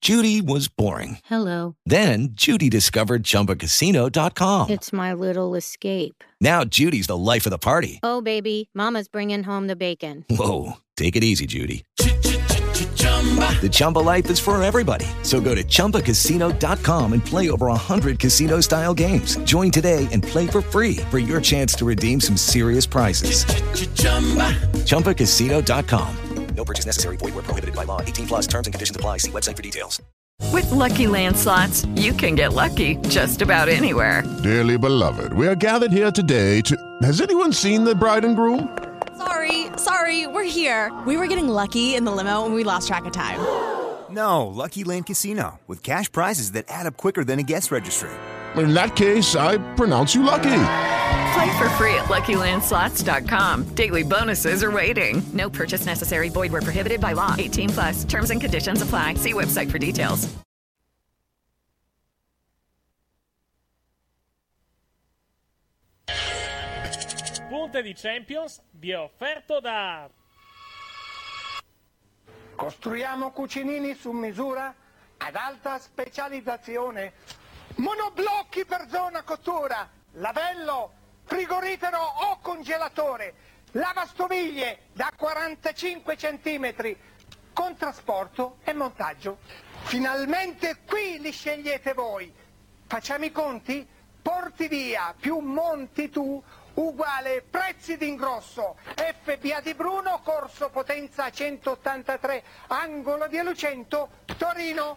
Judy was boring. Hello. Then Judy discovered ChumbaCasino.com. It's my little escape. Now Judy's the life of the party. Oh, baby, mama's bringing home the bacon. Whoa, take it easy, Judy. The Chumba life is for everybody. So go to ChumbaCasino.com and play over 100 casino-style games. Join today and play for free for your chance to redeem some serious prizes. ChumbaCasino.com. No purchase necessary. Void where prohibited by law. 18 plus terms and conditions apply. See website for details. With Lucky Land Slots, you can get lucky just about anywhere. Dearly beloved, we are gathered here today to... Has anyone seen the bride and groom? Sorry, we're here. We were getting lucky in the limo and we lost track of time. No, Lucky Land Casino, with cash prizes that add up quicker than a guest registry. In that case, I pronounce you lucky. Play for free at LuckyLandSlots.com. Daily bonuses are waiting. No purchase necessary. Void where prohibited by law. 18 plus. Terms and conditions apply. See website for details. Punte di Champions vi è offerto da... Costruiamo cucinini su misura ad alta specializzazione. Monoblocchi per zona cottura, lavello, frigorifero o congelatore, lavastoviglie da 45 cm, con trasporto e montaggio. Finalmente qui li scegliete voi. Facciamo i conti? Porti via più monti tu uguale prezzi d'ingrosso. FBA di Bruno, corso Potenza 183, angolo di Lucento, Torino.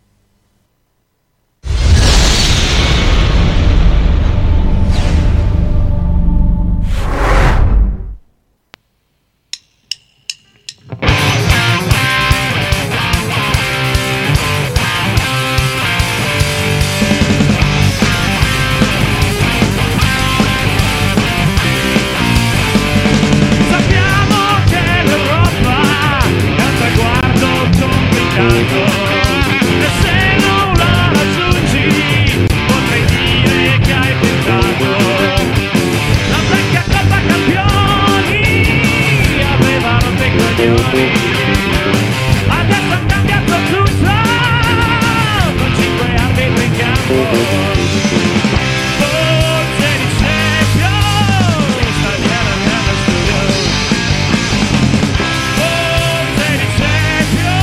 E se non la raggiungi potrei dire che hai tentato. La vecchia Coppa Campioni aveva rotto i coglioni, adesso ha cambiato tutto con 5 arbitri in campo. Forse di Champions stagliare al grande studio. Forse di Champions.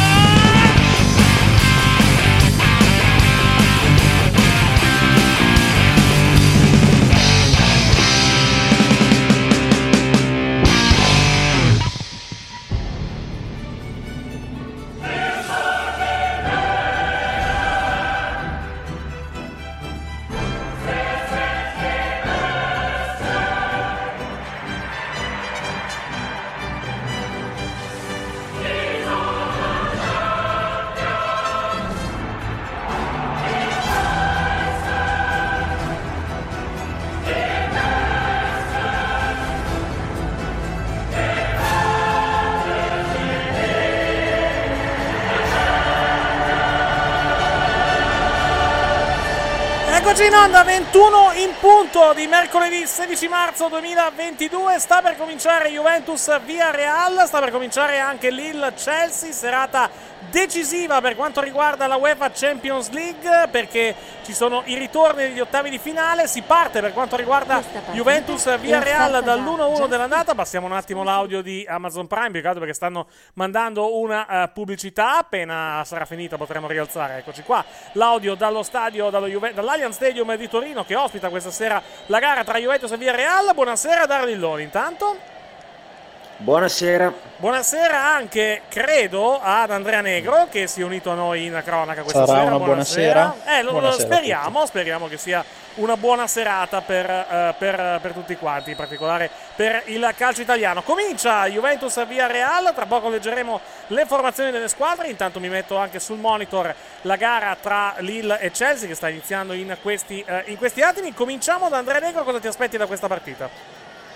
Eccoci in onda, 21 in punto di mercoledì 16 marzo 2022. Sta per cominciare Juventus Villarreal, sta per cominciare anche Lille Chelsea, serata decisiva per quanto riguarda la UEFA Champions League, perché ci sono i ritorni degli ottavi di finale. Si parte per quanto riguarda Juventus Villarreal dall'1-1 dell'andata. Passiamo un attimo l'audio di Amazon Prime, ricordo perché stanno mandando una pubblicità. Appena sarà finita potremo rialzare, eccoci qua, l'audio dallo stadio, dall'Allianz Stadium di Torino, che ospita questa sera la gara tra Juventus e Villarreal. Buonasera Dario Dilloni intanto. Buonasera. Buonasera anche, credo, ad Andrea Negro, che si è unito a noi in cronaca questa Sarà sera. una buona sera. Speriamo che sia una buona serata per tutti quanti, in particolare per il calcio italiano. Comincia Juventus Villarreal, tra poco leggeremo le formazioni delle squadre. Intanto mi metto anche sul monitor la gara tra Lille e Chelsea, che sta iniziando in questi attimi. Cominciamo da Andrea Negro, cosa ti aspetti da questa partita?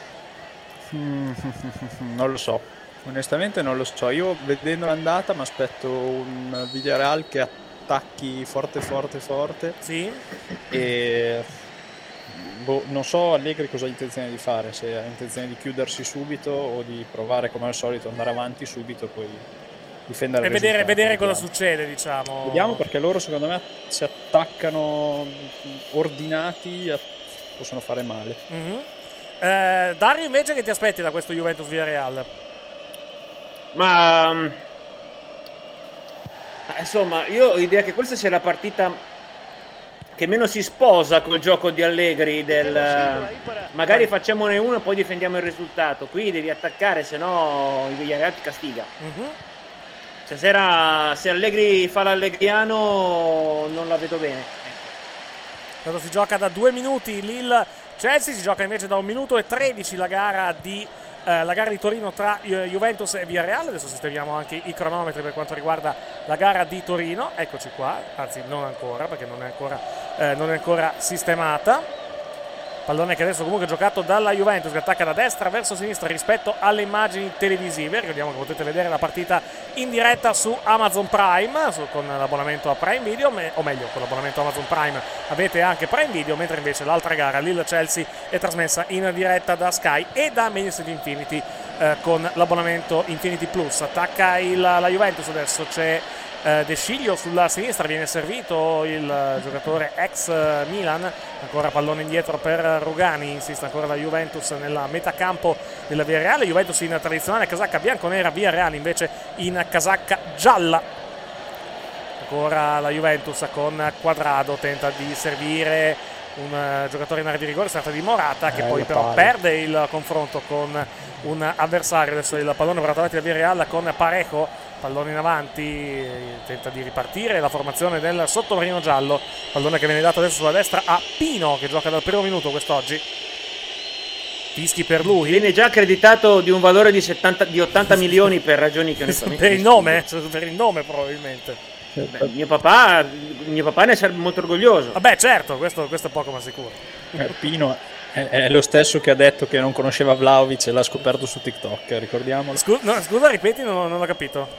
Non lo so, onestamente non lo so. Io vedendo l'andata mi aspetto un Villarreal che attacchi forte. Sì. E non so Allegri cosa ha intenzione di fare, se ha intenzione di chiudersi subito o di provare come al solito andare avanti subito, poi difendere e il risultato. vedere cosa succede, diciamo. Vediamo, perché loro secondo me si attaccano ordinati, possono fare male. Dario, invece, che ti aspetti da questo Juventus Villarreal? Ma insomma, io ho l'idea che questa sia la partita che meno si sposa col gioco di Allegri magari facciamone uno e poi difendiamo il risultato. Qui devi attaccare, se no il Villarreal ti castiga. Stasera, se Allegri fa l'allegriano, non la vedo bene. Quando si gioca da 2 minuti Lille-Chelsea, si gioca invece da 1 minuto e 13 la gara di Torino tra Juventus e Villarreal. Adesso sistemiamo anche i cronometri per quanto riguarda la gara di Torino. Eccoci qua, anzi non ancora, perché non è ancora sistemata. Pallone che adesso comunque è giocato dalla Juventus, che attacca da destra verso sinistra rispetto alle immagini televisive. Ricordiamo che potete vedere la partita in diretta su Amazon Prime con l'abbonamento a Prime Video, o meglio, con l'abbonamento a Amazon Prime avete anche Prime Video, mentre invece l'altra gara, Lille-Chelsea, è trasmessa in diretta da Sky e da Mediaset Infinity con l'abbonamento Infinity Plus. Attacca la Juventus adesso, c'è De Sciglio sulla sinistra, viene servito il giocatore ex Milan, ancora pallone indietro per Rugani, insiste ancora la Juventus nella metacampo della Villarreal. Juventus in tradizionale casacca bianconera, Villarreal invece in casacca gialla. Ancora la Juventus con Quadrado, tenta di servire un giocatore in area di rigore, si tratta di Morata, che poi però perde il confronto con un avversario. Adesso il pallone portato avanti da Villarreal con Parejo, pallone in avanti, tenta di ripartire la formazione del sottomarino giallo, pallone che viene dato adesso sulla destra a Pino, che gioca dal primo minuto quest'oggi. Fischi per lui, viene già accreditato di un valore di 80 milioni per ragioni che per il nome, probabilmente. Beh, mio papà ne sarebbe molto orgoglioso. Vabbè, certo, questo è poco ma sicuro. Pino è lo stesso che ha detto che non conosceva Vlahovic e l'ha scoperto su TikTok, ricordiamolo. Scusa, ripeti, non ho capito.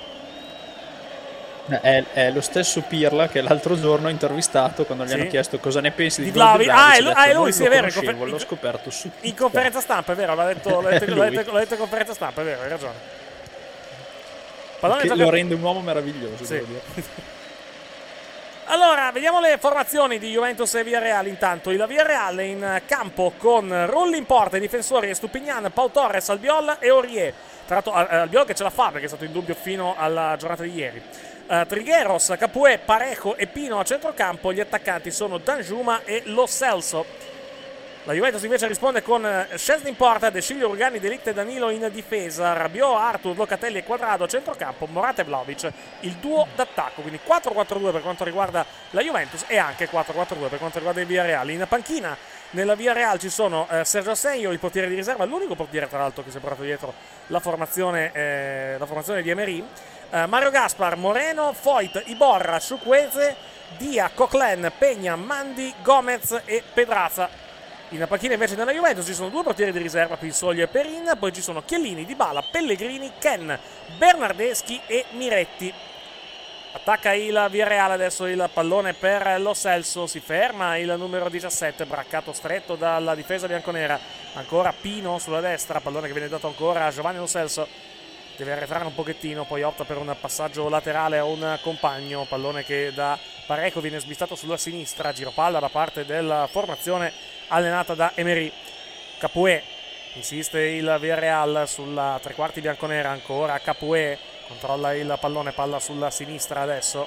È lo stesso Pirla che l'altro giorno ha intervistato quando gli hanno chiesto cosa ne pensi di Vlahovic. È lui, sì, è vero. L'ho scoperto su TikTok. In conferenza stampa, è vero, l'ha detto in conferenza stampa, è vero, hai ragione. Che lo rende un uomo meraviglioso, devo dire. Allora, vediamo le formazioni di Juventus e Villarreal. Intanto il Villarreal è in campo con Rulli in porta, i difensori Stupignan, Pau Torres, Albiol e Aurier. Tra l'altro Albiol che ce la fa perché è stato in dubbio fino alla giornata di ieri. Trigueros, Capué, Parejo e Pino a centrocampo. Gli attaccanti sono Danjuma e Lo Celso. La Juventus invece risponde con Szczesny in porta, De Sciglio, Rugani, De Ligt e Danilo in difesa, Rabiot, Arthur, Locatelli e Quadrado a centrocampo, Morata e Vlahovic il duo d'attacco. Quindi 4-4-2 per quanto riguarda la Juventus e anche 4-4-2 per quanto riguarda il Villarreal. In panchina nella Villarreal ci sono Sergio Asenjo, il portiere di riserva, l'unico portiere tra l'altro che si è portato dietro la formazione di Emery, Mario Gaspar, Moreno, Foyt, Iborra, Chukwueze, Dia, Coquelin, Peña, Mandi, Gomez e Pedraza. In panchina invece nella Juventus ci sono 2 portieri di riserva, Pinsoglio e Perin, poi ci sono Chiellini, Dybala, Pellegrini, Ken, Bernardeschi e Miretti. Attacca il Villarreal adesso, il pallone per Lo Celso, si ferma il numero 17, braccato stretto dalla difesa bianconera. Ancora Pino sulla destra, pallone che viene dato ancora a Giovanni Lo Celso, deve arretrare un pochettino, poi opta per un passaggio laterale a un compagno, pallone che da Parejo viene sbistato sulla sinistra, giro palla da parte della formazione allenata da Emery. Capué, insiste il Villarreal sulla tre quarti bianconera, ancora Capué, controlla il pallone, palla sulla sinistra adesso.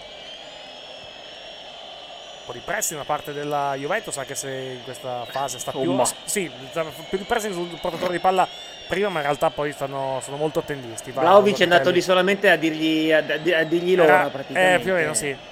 Un po' di pressing da parte della Juventus, anche se in questa fase sta più di pressing sul portatore di palla prima, ma in realtà poi sono molto attendisti. Vlahovic è andato lì solamente a dirgli l'ora praticamente. Più o meno sì.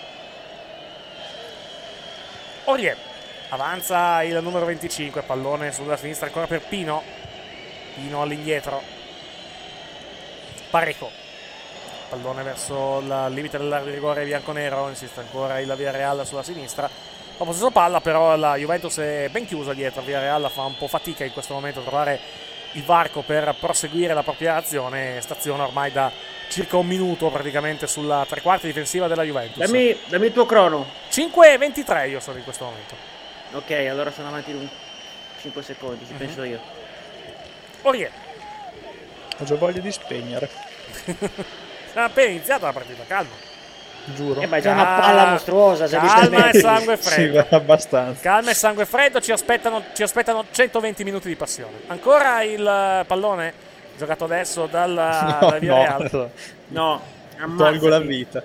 Aurier avanza il numero 25, pallone sulla sinistra ancora per Pino all'indietro, Parejo, pallone verso il limite dell'area di rigore bianconero, insiste ancora il Villarreal sulla sinistra, dopo stesso palla però la Juventus è ben chiusa dietro, il Villarreal fa un po' fatica in questo momento a trovare il varco per proseguire la propria azione, staziona ormai da circa un minuto praticamente sulla tre quarti difensiva della Juventus. Dammi il tuo crono. 5:23 io sono in questo momento. Ok, allora sono avanti 5 secondi, ci penso io. Aurier. Ho già voglia di spegnere. appena iniziata la partita, calma. Giuro. Ma è già una palla mostruosa. Calma e sangue freddo. Sì, abbastanza. Calma e sangue freddo, ci aspettano 120 minuti di passione. Ancora il pallone giocato adesso dal Villarreal. No, tolgo la vita.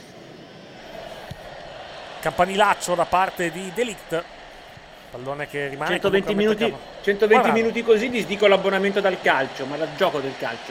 Campanilaccio da parte di De Ligt. Pallone che rimane 120 minuti così disdico l'abbonamento dal calcio, ma dal gioco del calcio.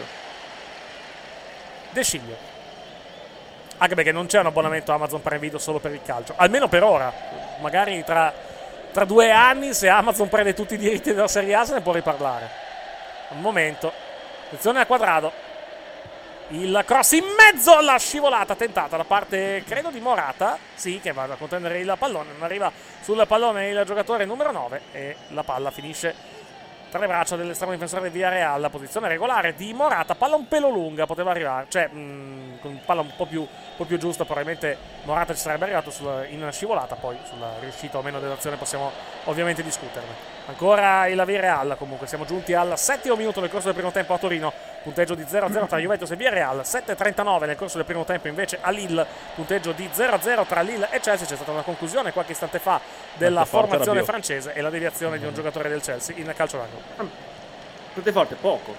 De Sciglio. Anche perché non c'è un abbonamento Amazon Prime Video solo per il calcio, almeno per ora. Magari tra 2 anni, se Amazon prende tutti i diritti della Serie A, se ne può riparlare. Un momento. Attenzione a Quadrado. Il cross in mezzo alla scivolata tentata da parte, credo, di Morata. Sì, che va a contendere il pallone. Non arriva sul pallone il giocatore numero 9 e la palla finisce tra le braccia dell'estremo difensore del Villarreal. La posizione regolare di Morata, palla un pelo lunga, poteva arrivare, cioè con palla un po' più giusta. Probabilmente Morata ci sarebbe arrivato in scivolata. Poi sulla riuscita o meno dell'azione possiamo ovviamente discuterne. Ancora il Villarreal. Comunque siamo giunti al 7° minuto nel corso del primo tempo a Torino, punteggio di 0-0 tra Juventus e Villarreal. 7:39 nel corso del primo tempo invece a Lille, punteggio di 0-0 tra Lille e Chelsea. C'è stata una conclusione qualche istante fa della formazione francese e la deviazione di un giocatore del Chelsea in calcio d'angolo. Tutte forte, poco.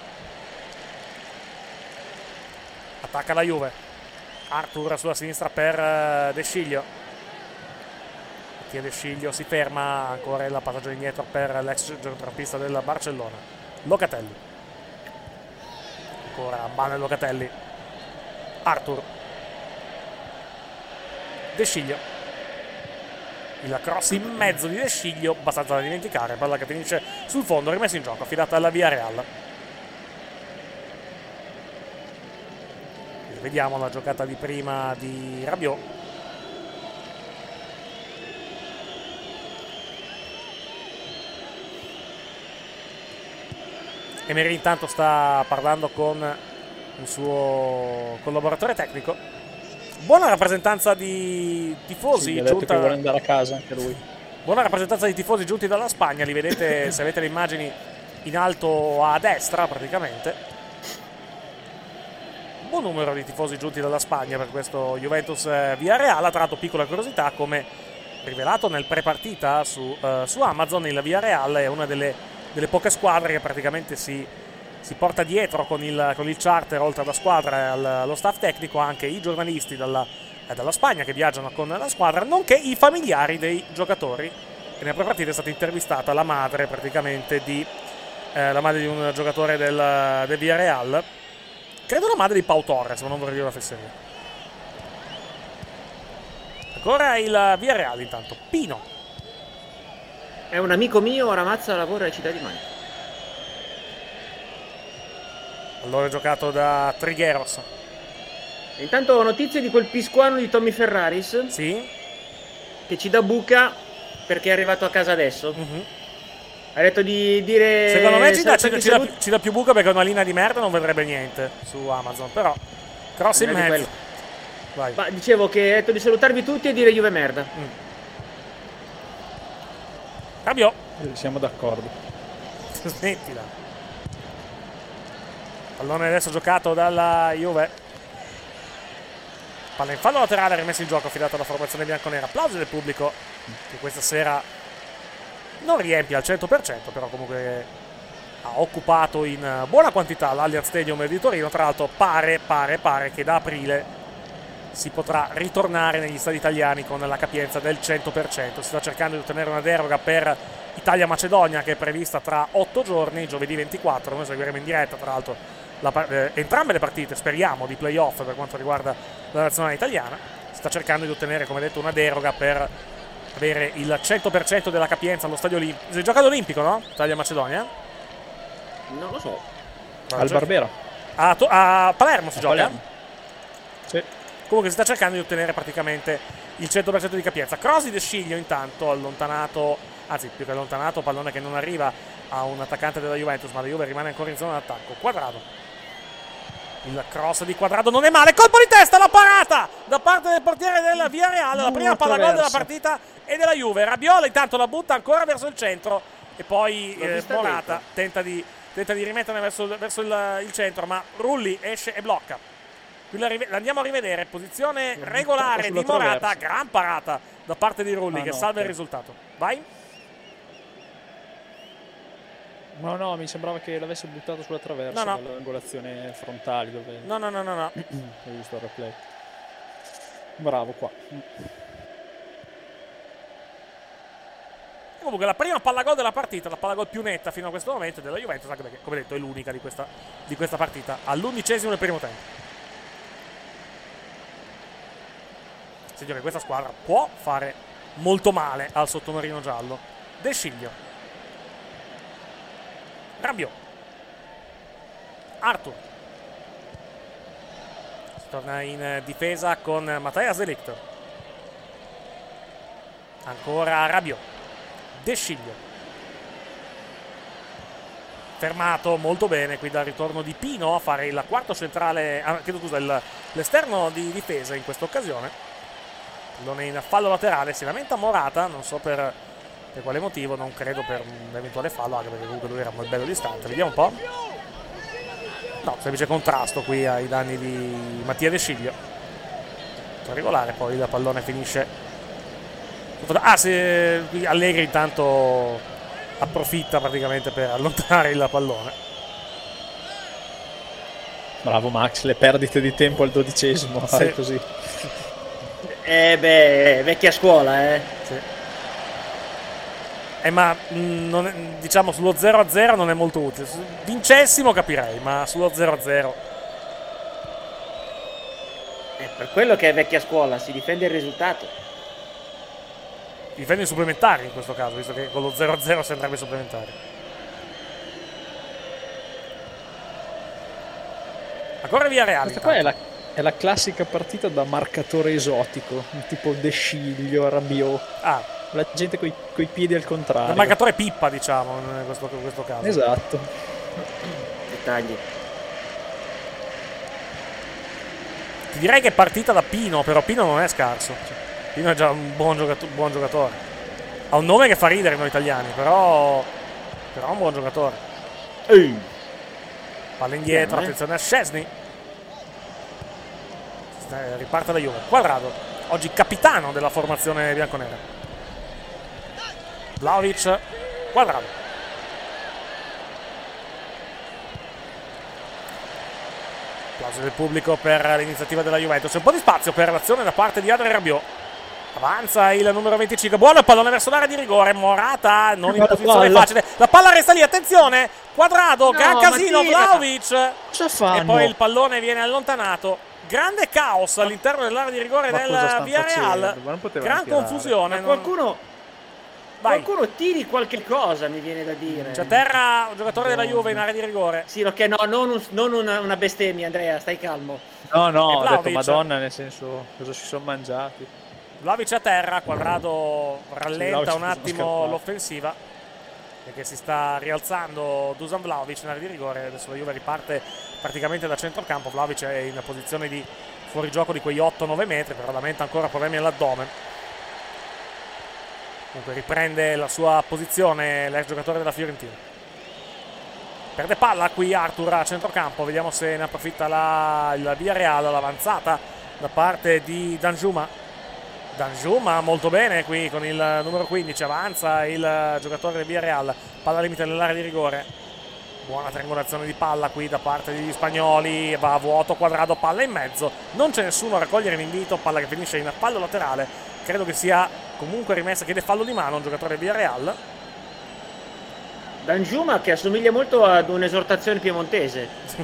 Attacca la Juve. Arthur sulla sinistra per De Sciglio. De Sciglio si ferma. Ancora il passaggio indietro per l'ex centrocampista del Barcellona, Locatelli. Ancora mano Locatelli. Arthur. De Sciglio. Il cross in mezzo di De Sciglio, abbastanza da dimenticare. Palla che finisce sul fondo, rimessa in gioco, affidata alla Villarreal. Vediamo la giocata di prima di Rabiot. Emery intanto sta parlando con il suo collaboratore tecnico. Buona rappresentanza di tifosi. Sì, giunta... che vuole andare a casa anche lui. Buona rappresentanza di tifosi giunti dalla Spagna. Li vedete, se avete le immagini, in alto a destra praticamente. Buon numero di tifosi giunti dalla Spagna per questo Juventus Villarreal. Tra l'altro, piccola curiosità, come rivelato nel pre-partita su Amazon, il Villarreal è una delle poche squadre che praticamente si porta dietro con il charter, oltre alla squadra e allo staff tecnico, anche i giornalisti dalla Spagna che viaggiano con la squadra, nonché i familiari dei giocatori. E nella pre-partita è stata intervistata la madre praticamente di un giocatore del Villarreal. Credo la madre di Pau Torres, ma non vorrei dire una fesseria. Ancora il Villarreal intanto. Pino. È un amico mio, Ramazza lavora a Città di Mani. Allora è giocato da Trigueros. E intanto ho notizie di quel piscuano di Tommy Ferraris. Sì. Che ci dà buca perché è arrivato a casa adesso. Ha detto di dire... Secondo me ci dà più buca perché è una linea di merda, non vedrebbe niente su Amazon. Però cross in mezzo. Vai. Ma dicevo che ha detto di salutarvi tutti e dire Juve merda. Rabiot. Siamo d'accordo. Smettila. Pallone adesso giocato dalla Juve. Palla in fallo laterale, rimessa in gioco, affidata alla formazione bianconera. Applausi del pubblico che questa sera non riempie al 100%, però comunque ha occupato in buona quantità l'Allianz Stadium di Torino. Tra l'altro pare che da aprile si potrà ritornare negli stadi italiani con la capienza del 100%. Si sta cercando di ottenere una deroga per Italia-Macedonia, che è prevista tra 8 giorni, giovedì 24. Noi seguiremo in diretta, tra l'altro, entrambe le partite, speriamo, di playoff per quanto riguarda la nazionale italiana. Si sta cercando di ottenere, come detto, una deroga per avere il 100% della capienza allo stadio olimpico. Si gioca all'Olimpico, no? Italia-Macedonia? Non lo so. Al Barbera. A Palermo si gioca? Palermo. Sì. Comunque si sta cercando di ottenere praticamente il 100% di capienza. Cross di De Sciglio intanto allontanato, anzi più che allontanato, pallone che non arriva a un attaccante della Juventus, ma la Juve rimane ancora in zona d'attacco. Quadrado. Il cross di Quadrado non è male, colpo di testa, la parata da parte del portiere del Villarreal, la prima palla gol della partita e della Juve. Rabiot intanto la butta ancora verso il centro e poi Morata tenta di rimettere verso il centro, ma Rulli esce e blocca. Qui la andiamo a rivedere. Posizione regolare di Morata. Gran parata da parte di Rulli che salva il risultato. Vai. No, mi sembrava che l'avesse buttato sulla traversa dall'angolazione frontale dove... No. Ho visto il replay. Bravo qua. Comunque la prima palla gol della partita, la palla gol più netta fino a questo momento della Juventus, anche perché, come detto, è l'unica di questa partita, all'11° del primo tempo. Signore, questa squadra può fare molto male al sottomarino giallo. De Sciglio. Rabiot. Arthur. Si torna in difesa con Matthijs de Ligt. Ancora Rabiot. De Sciglio. Fermato molto bene qui dal ritorno di Pino a fare il quarto centrale, l'esterno di difesa in questa occasione. Pallone in fallo laterale, si lamenta Morata, non so per quale motivo, non credo per un eventuale fallo, anche perché comunque lui era molto bello distante. Vediamo un po'. No, semplice contrasto qui ai danni di Mattia De Sciglio. Regolare, poi il pallone finisce. Qui Allegri intanto approfitta praticamente per allontanare il pallone. Bravo Max, le perdite di tempo al 12°, fare così. Vecchia scuola, Sì. Ma diciamo sullo 0-0 non è molto utile. Vincessimo capirei, ma sullo 0-0 per quello che è vecchia scuola, si difende il risultato. Difende i supplementari in questo caso, visto che con lo 0-0 si andrebbe ai supplementari. Ancora via Reale. Questa qua è la classica partita da marcatore esotico, tipo De Sciglio, Rabiot. La gente coi piedi al contrario. Il marcatore pippa, diciamo, in questo caso. Esatto. Dettagli. Ti direi che è partita da Pino, però Pino non è scarso. Pino è già un buon giocatore. Ha un nome che fa ridere noi italiani, però è un buon giocatore. Palla indietro, attenzione a Szczesny. Riparte la Juve. Quadrado, oggi capitano della formazione bianconera. Vlahovic, Quadrado. Applauso del pubblico per l'iniziativa della Juventus. C'è un po' di spazio per l'azione da parte di Adrien Rabiot. Avanza il numero 25. Buono il pallone verso l'area di rigore. Morata non in posizione facile. La palla resta lì. Attenzione. Quadrado. Gran casino. Vlahovic. E poi il pallone viene allontanato. Grande caos all'interno dell'area di rigore del Villarreal. Gran confusione. Qualcuno tiri qualche cosa, mi viene da dire. C'è a terra un giocatore della Juve in area di rigore. Sì, ok, no, non una bestemmia, Andrea, stai calmo. No, ho detto Madonna, nel senso, cosa si sono mangiati. Vlahovic a terra, Quadrado rallenta un attimo l'offensiva, perché si sta rialzando Dusan Vlahovic in area di rigore. Adesso la Juve riparte praticamente da centrocampo. Vlahovic è in posizione di fuorigioco di quei 8-9 metri, però lamenta ancora problemi all'addome. Comunque riprende la sua posizione l'ex giocatore della Fiorentina. Perde palla qui Arthur a centrocampo. Vediamo se ne approfitta il Villarreal. L'avanzata da parte di Danjuma. Danjuma molto bene qui con il numero 15. Avanza il giocatore del Villarreal. Palla limite nell'area di rigore. Buona triangolazione di palla qui da parte degli spagnoli. Va a vuoto, Quadrado, palla in mezzo. Non c'è nessuno a raccogliere l'invito. Palla che finisce in fallo laterale. Credo che sia comunque rimessa, chiede fallo di mano un giocatore del Villarreal. Danjuma che assomiglia molto ad un'esortazione piemontese.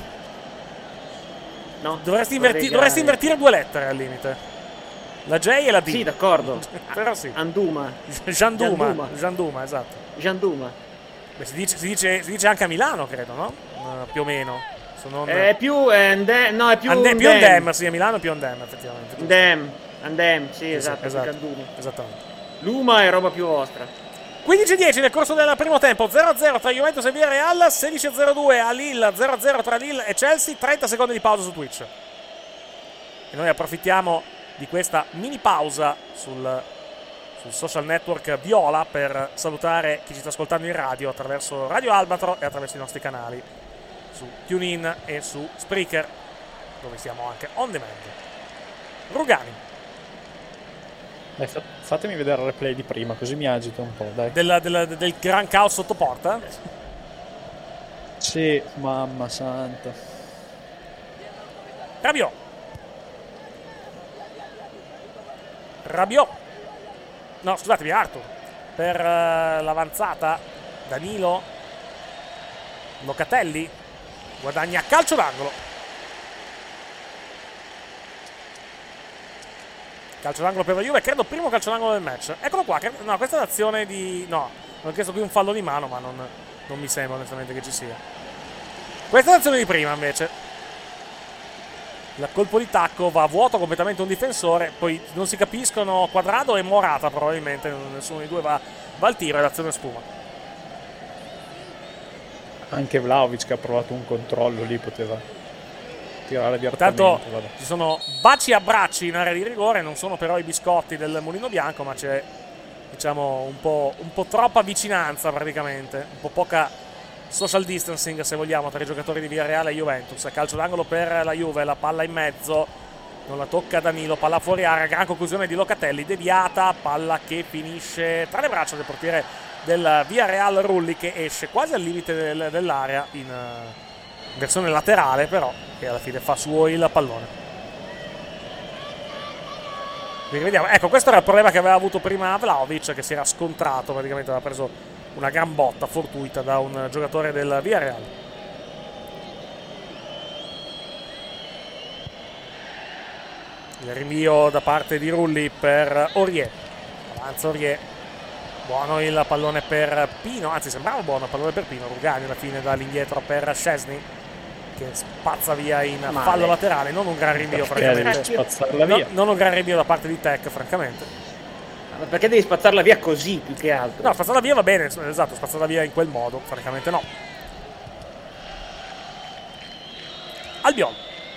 No? Dovresti invertire due lettere al limite. La J e la D. Sì, d'accordo. Però sì. Anduma. Gianduma, esatto. Gianduma. Beh, si dice anche a Milano, credo, no? Più o meno. È più Andem, sì, a Milano è più Andem, effettivamente. Andem, sì, esatto. Esattamente. Luma è roba più vostra. 15-10 nel corso del primo tempo, 0-0 tra Juventus e Villarreal, 16-02 a Lille, 0-0 tra Lille e Chelsea, 30 secondi di pausa su Twitch. E noi approfittiamo di questa mini pausa sul social network Viola per salutare chi ci sta ascoltando in radio attraverso Radio Albatro e attraverso i nostri canali su TuneIn e su Spreaker. dove siamo anche on demand. Rugani. Dai, fatemi vedere il replay di prima, così mi agito un po', dai. Del gran caos sotto porta? Sì, mamma santa. Rabiot. No, scusatemi, Arthur. Per l'avanzata, Danilo. Locatelli. Guadagna calcio d'angolo. Calcio d'angolo per la Juve, credo primo calcio d'angolo del match. Eccolo qua, no, questa è l'azione di... No, non ho chiesto qui un fallo di mano, ma non mi sembra onestamente che ci sia. Questa è l'azione di prima invece. Il colpo di tacco va a vuoto completamente un difensore, poi non si capiscono Quadrado e Morata probabilmente, nessuno dei due va al tiro e l'azione spuma. Anche Vlahovic che ha provato un controllo lì poteva tirare direttamente. Intanto ci sono baci e abbracci in area di rigore, non sono però i biscotti del Mulino Bianco, ma c'è, diciamo, un po' troppa vicinanza praticamente, un po' poca social distancing se vogliamo tra i giocatori di Villarreal e Juventus. Calcio d'angolo per la Juve, la palla in mezzo, non la tocca Danilo, palla fuori area, gran conclusione di Locatelli, deviata, palla che finisce tra le braccia del portiere del Villarreal Rulli, che esce quasi al limite dell'area in versione laterale, però che alla fine fa suo il pallone. Rivediamo. Ecco, questo era il problema che aveva avuto prima Vlahovic, che si era scontrato, praticamente aveva preso una gran botta fortuita da un giocatore del Villarreal. Il rinvio da parte di Rulli per Aurier. Avanza Aurier. Buono il pallone per Pino, anzi sembrava buono il pallone per Pino. Rugani alla fine dall'indietro per Szczesny, che spazza via in fallo laterale. Non un gran rinvio francamente. Spazzarla via. Non un gran rinvio da parte di Tech francamente. Ma perché devi spazzarla via così più che altro? No, spazzarla via va bene, esatto, spazzarla via in quel modo francamente no. Albiol,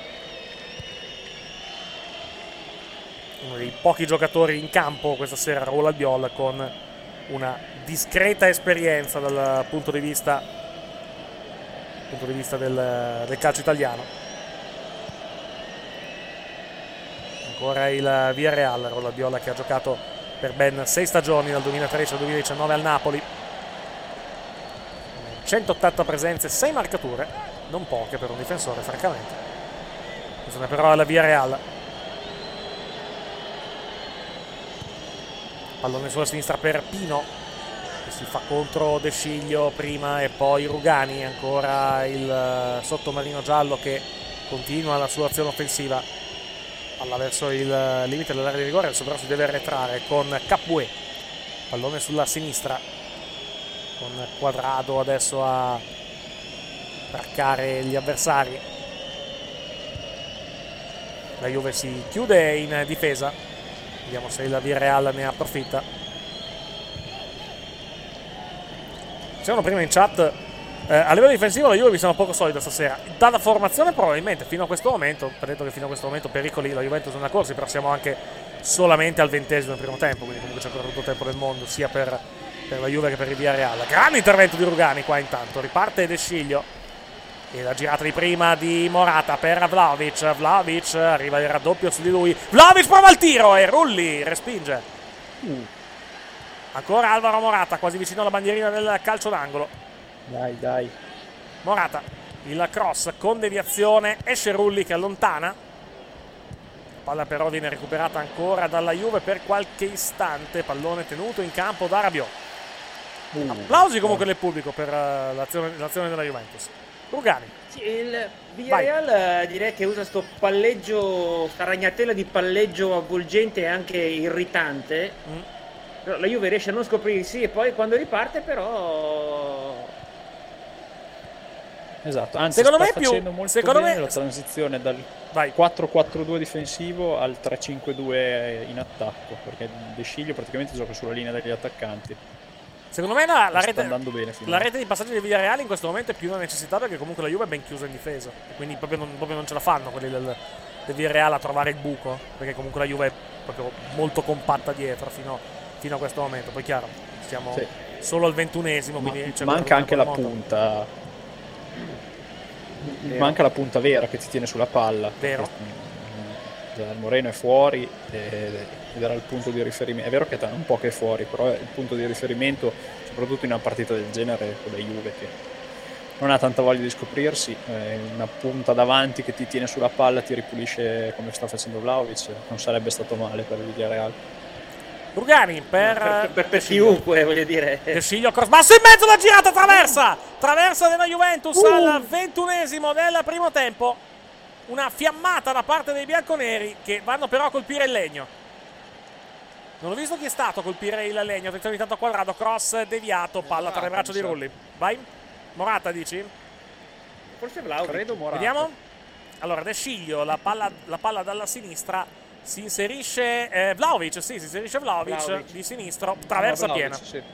uno dei pochi giocatori in campo questa sera, Raúl Albiol, con una discreta esperienza dal punto di vista del calcio italiano. Ancora il Villarreal, Raúl Albiol, che ha giocato per ben 6 stagioni dal 2013 al 2019 al Napoli, 180 presenze, 6 marcature, non poche per un difensore francamente. Bisogna però alla Villarreal. Pallone sulla sinistra per Pino, che si fa contro De Sciglio prima e poi Rugani. Ancora il sottomarino giallo che continua la sua azione offensiva. Palla verso il limite dell'area di rigore, adesso però si deve arretrare con Capué. Pallone sulla sinistra con Quadrado adesso a braccare gli avversari. La Juve si chiude in difesa. Vediamo se il Villarreal ne approfitta. Dicevano prima in chat, a livello difensivo la Juve mi sembra poco solida stasera. Dalla formazione probabilmente fino a questo momento, detto che fino a questo momento pericoli la Juventus non ha corsi, però siamo anche solamente al 20° del primo tempo, quindi comunque c'è ancora tutto il tempo del mondo sia per la Juve che per il Villarreal. Grande intervento di Rugani qua intanto, riparte De Sciglio e la girata di prima di Morata per Vlahovic. Vlahovic, arriva il raddoppio su di lui, Vlahovic prova il tiro e Rulli respinge. Ancora Alvaro Morata quasi vicino alla bandierina del calcio d'angolo. Dai. Morata, il cross con deviazione, esce Rulli che allontana. La palla però viene recuperata ancora dalla Juve per qualche istante. Pallone tenuto in campo da Rabiot. Applausi comunque del pubblico per l'azione della Juventus. Rugani. Sì, il Villarreal direi che usa sto palleggio, sta ragnatela di palleggio avvolgente e anche irritante. Però la Juve riesce a non scoprirsi e poi quando riparte però... Esatto, anzi secondo me facendo molto bene la transizione dal 4-4-2 difensivo al 3-5-2 in attacco, perché De Sciglio praticamente gioca sulla linea degli attaccanti. Secondo me la rete di passaggi del Villarreal in questo momento è più una necessità, perché comunque la Juve è ben chiusa in difesa e quindi proprio non ce la fanno quelli del Villarreal a trovare il buco, perché comunque la Juve è proprio molto compatta dietro fino a questo momento. Poi chiaro, siamo solo al 21°, quindi manca anche la punta. manca la punta vera che ti tiene sulla palla. Vero. Moreno è fuori ed era il punto di riferimento. È vero che è un po' che è fuori, però è il punto di riferimento soprattutto in una partita del genere con la Juve, che non ha tanta voglia di scoprirsi. Una punta davanti che ti tiene sulla palla, ti ripulisce come sta facendo Vlahovic, non sarebbe stato male per il Villarreal. Rugani per chiunque, voglio dire. De Sciglio, cross basso in mezzo, la girata, traversa della Juventus al 21esimo del primo tempo. Una fiammata da parte dei bianconeri che vanno però a colpire il legno. Non ho visto chi è stato a colpire il legno. Attenzione intanto a Quadrado, cross deviato, palla tra le braccia di Rulli. Vai, Morata dici? Forse Vlahovic. Credo Morata. Vediamo. Allora De Sciglio, la palla dalla sinistra, si inserisce Vlahovic, si inserisce Vlahovic di sinistro, traversa Vlahovic, piena. sì.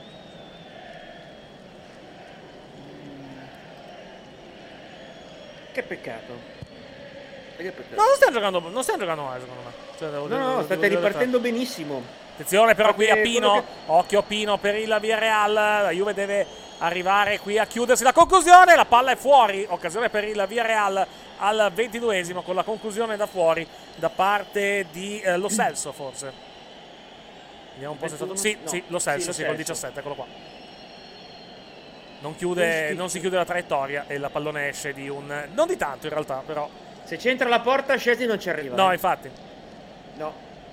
Che peccato. No, non stiamo giocando male, secondo me. Cioè, no, state ripartendo benissimo. Attenzione però qui a Pino, che... occhio Pino per il Villarreal, la Juve deve arrivare qui a chiudersi la conclusione, la palla è fuori, occasione per il Villarreal al 22esimo con la conclusione da fuori da parte di Lo Celso forse. Vediamo un po' se è stato... Sì, Lo Celso, sì, col 17, eccolo qua. Non si chiude la traiettoria e la pallone esce di un... non di tanto in realtà, però... Se c'entra la porta, Scesi non ci arriva. No, infatti. No.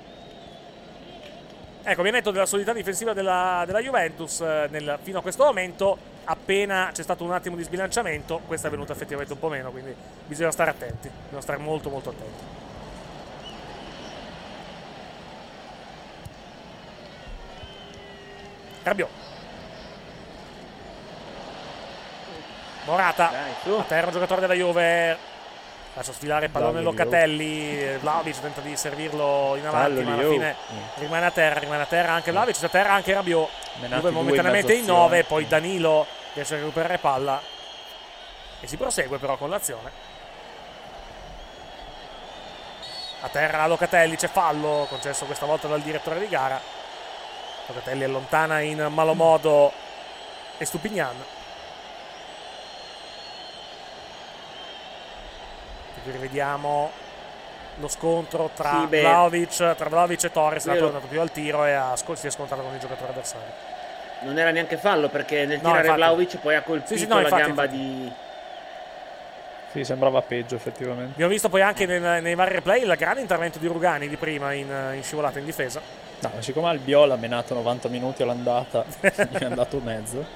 Ecco, mi ha detto della solidità difensiva della Juventus fino a questo momento. Appena c'è stato un attimo di sbilanciamento, questa è venuta effettivamente un po' meno, quindi bisogna stare attenti. Bisogna stare molto molto attenti. Rabiot. Morata. A terra un giocatore della Juve. Lascia sfilare il pallone Locatelli. Vlahovic tenta di servirlo in avanti, ma alla fine rimane a terra anche Vlahovic, a terra anche Rabiot. Juve momentaneamente in 9, poi Danilo riesce a recuperare palla e si prosegue però con l'azione. A terra Locatelli, c'è fallo concesso questa volta dal direttore di gara. Locatelli allontana in malo modo Estupignan. Rivediamo lo scontro tra Vlahovic e Torres. È andato più al tiro e si è scontrato con il giocatore avversario. Non era neanche fallo perché nel tirare Vlahovic poi ha colpito la gamba di... Sì, sembrava peggio effettivamente. Abbiamo visto poi anche nei vari replay il grande intervento di Rugani di prima in scivolata in difesa. No, siccome Albiol ha menato 90 minuti all'andata, gli è andato mezzo.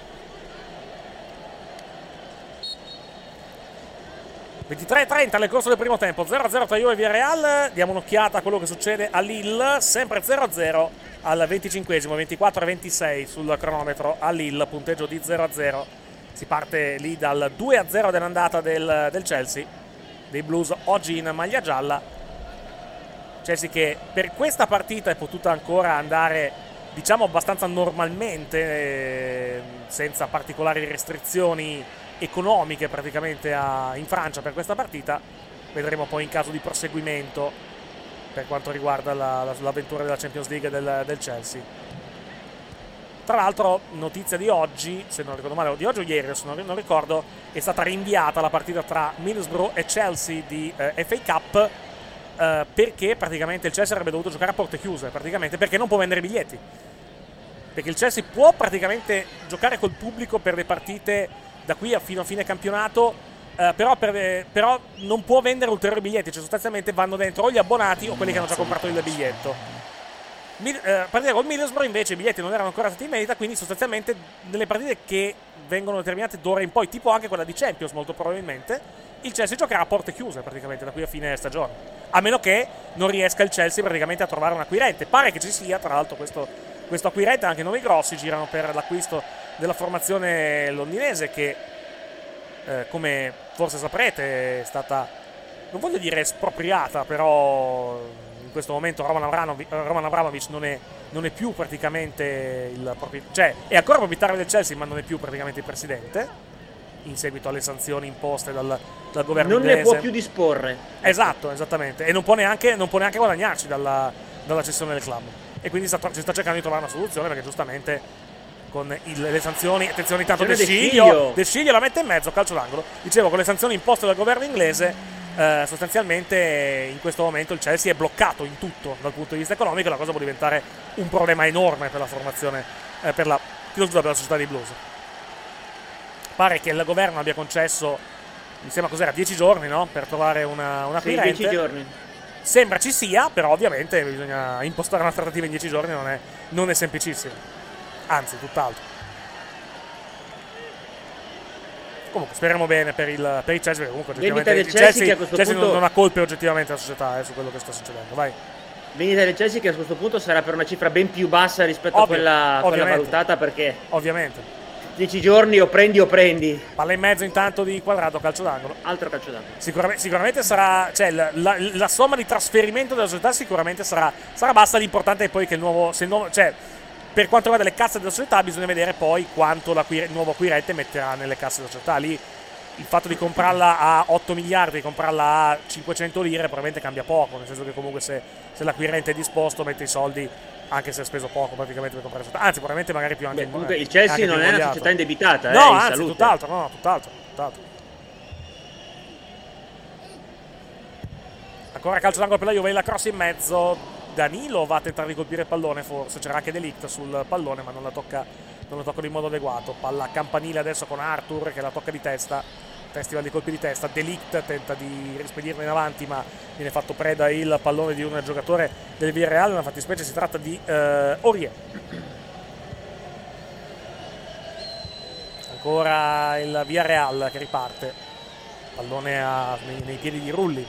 23:30 nel corso del primo tempo, 0-0 tra Juve e Villarreal. Diamo un'occhiata a quello che succede a Lille, sempre 0-0 al 25esimo, 24-26 sul cronometro a Lille, punteggio di 0-0. Si parte lì dal 2-0 dell'andata del Chelsea, dei Blues oggi in maglia gialla. Chelsea che per questa partita è potuta ancora andare, diciamo, abbastanza normalmente, senza particolari restrizioni economiche praticamente in Francia per questa partita. Vedremo poi in caso di proseguimento per quanto riguarda l'avventura della Champions League del Chelsea. Tra l'altro, notizia di oggi, se non ricordo male, o di oggi o ieri, adesso non ricordo, è stata rinviata la partita tra Middlesbrough e Chelsea di FA Cup, perché praticamente il Chelsea avrebbe dovuto giocare a porte chiuse, praticamente perché non può vendere biglietti, perché il Chelsea può praticamente giocare col pubblico per le partite da qui fino a fine campionato, però non può vendere ulteriori biglietti, cioè sostanzialmente vanno dentro o gli abbonati o quelli che hanno già comprato il biglietto. Partita col Middlesbrough invece i biglietti non erano ancora stati in vendita, quindi sostanzialmente nelle partite che vengono determinate d'ora in poi, tipo anche quella di Champions molto probabilmente, il Chelsea giocherà a porte chiuse praticamente da qui a fine stagione, a meno che non riesca il Chelsea praticamente a trovare un acquirente. Pare che ci sia tra l'altro questo acquirente, anche nomi grossi girano per l'acquisto della formazione londinese che come forse saprete è stata, non voglio dire espropriata, però in questo momento Roman Abramovich non è più praticamente cioè è ancora proprietario del Chelsea, ma non è più praticamente il presidente in seguito alle sanzioni imposte dal governo non inglese. Ne può più disporre. Esatto, esattamente, e non può neanche guadagnarci dalla cessione del club, e quindi si sta cercando di trovare una soluzione, perché giustamente con le sanzioni. Attenzione, intanto De De Sciglio la mette in mezzo, calcio d'angolo. Dicevo, con le sanzioni imposte dal governo inglese, sostanzialmente in questo momento il Chelsea è bloccato in tutto dal punto di vista economico, e la cosa può diventare un problema enorme per la formazione, per la società dei Blues. Pare che il governo abbia concesso, mi sembra cos'era, 10 giorni, no? Per trovare una acquirente. 10 giorni. Sembra ci sia, però ovviamente bisogna impostare una trattativa in 10 giorni, non è semplicissimo. Anzi, tutt'altro. Comunque speriamo bene per il Chelsea, perché comunque vendita del Chelsea che a questo punto non ha colpe oggettivamente la società su quello che sta succedendo. Vai. Vendita del Chelsea che a questo punto sarà per una cifra ben più bassa rispetto a quella valutata, perché ovviamente 10 giorni o prendi. Palla in mezzo intanto di Quadrado, calcio d'angolo. Altro calcio d'angolo. Sicuramente sarà, cioè la somma di trasferimento della società sicuramente sarà bassa. L'importante è poi che cioè, per quanto riguarda le casse della società bisogna vedere poi quanto il nuovo acquirente metterà nelle casse della società. Lì il fatto di comprarla a 8 miliardi, di comprarla a 500 lire probabilmente cambia poco, nel senso che comunque se l'acquirente è disposto mette i soldi, anche se ha speso poco praticamente per comprare la società, anzi probabilmente magari più anche. Comunque il Chelsea non è una società indebitata, no, in anzi salute. tutt'altro. Ancora calcio d'angolo per la Juve, la cross in mezzo. Danilo va a tentare di colpire il pallone, forse c'era anche De Ligt sul pallone, ma non la tocca in modo adeguato. Palla campanile adesso con Arthur che la tocca di testa, festival di colpi di testa. De Ligt tenta di rispedirne in avanti, ma viene fatto preda il pallone di un giocatore del Villarreal, nella fattispecie si tratta di Aurier. Ancora il Villarreal che riparte, pallone nei piedi di Rulli.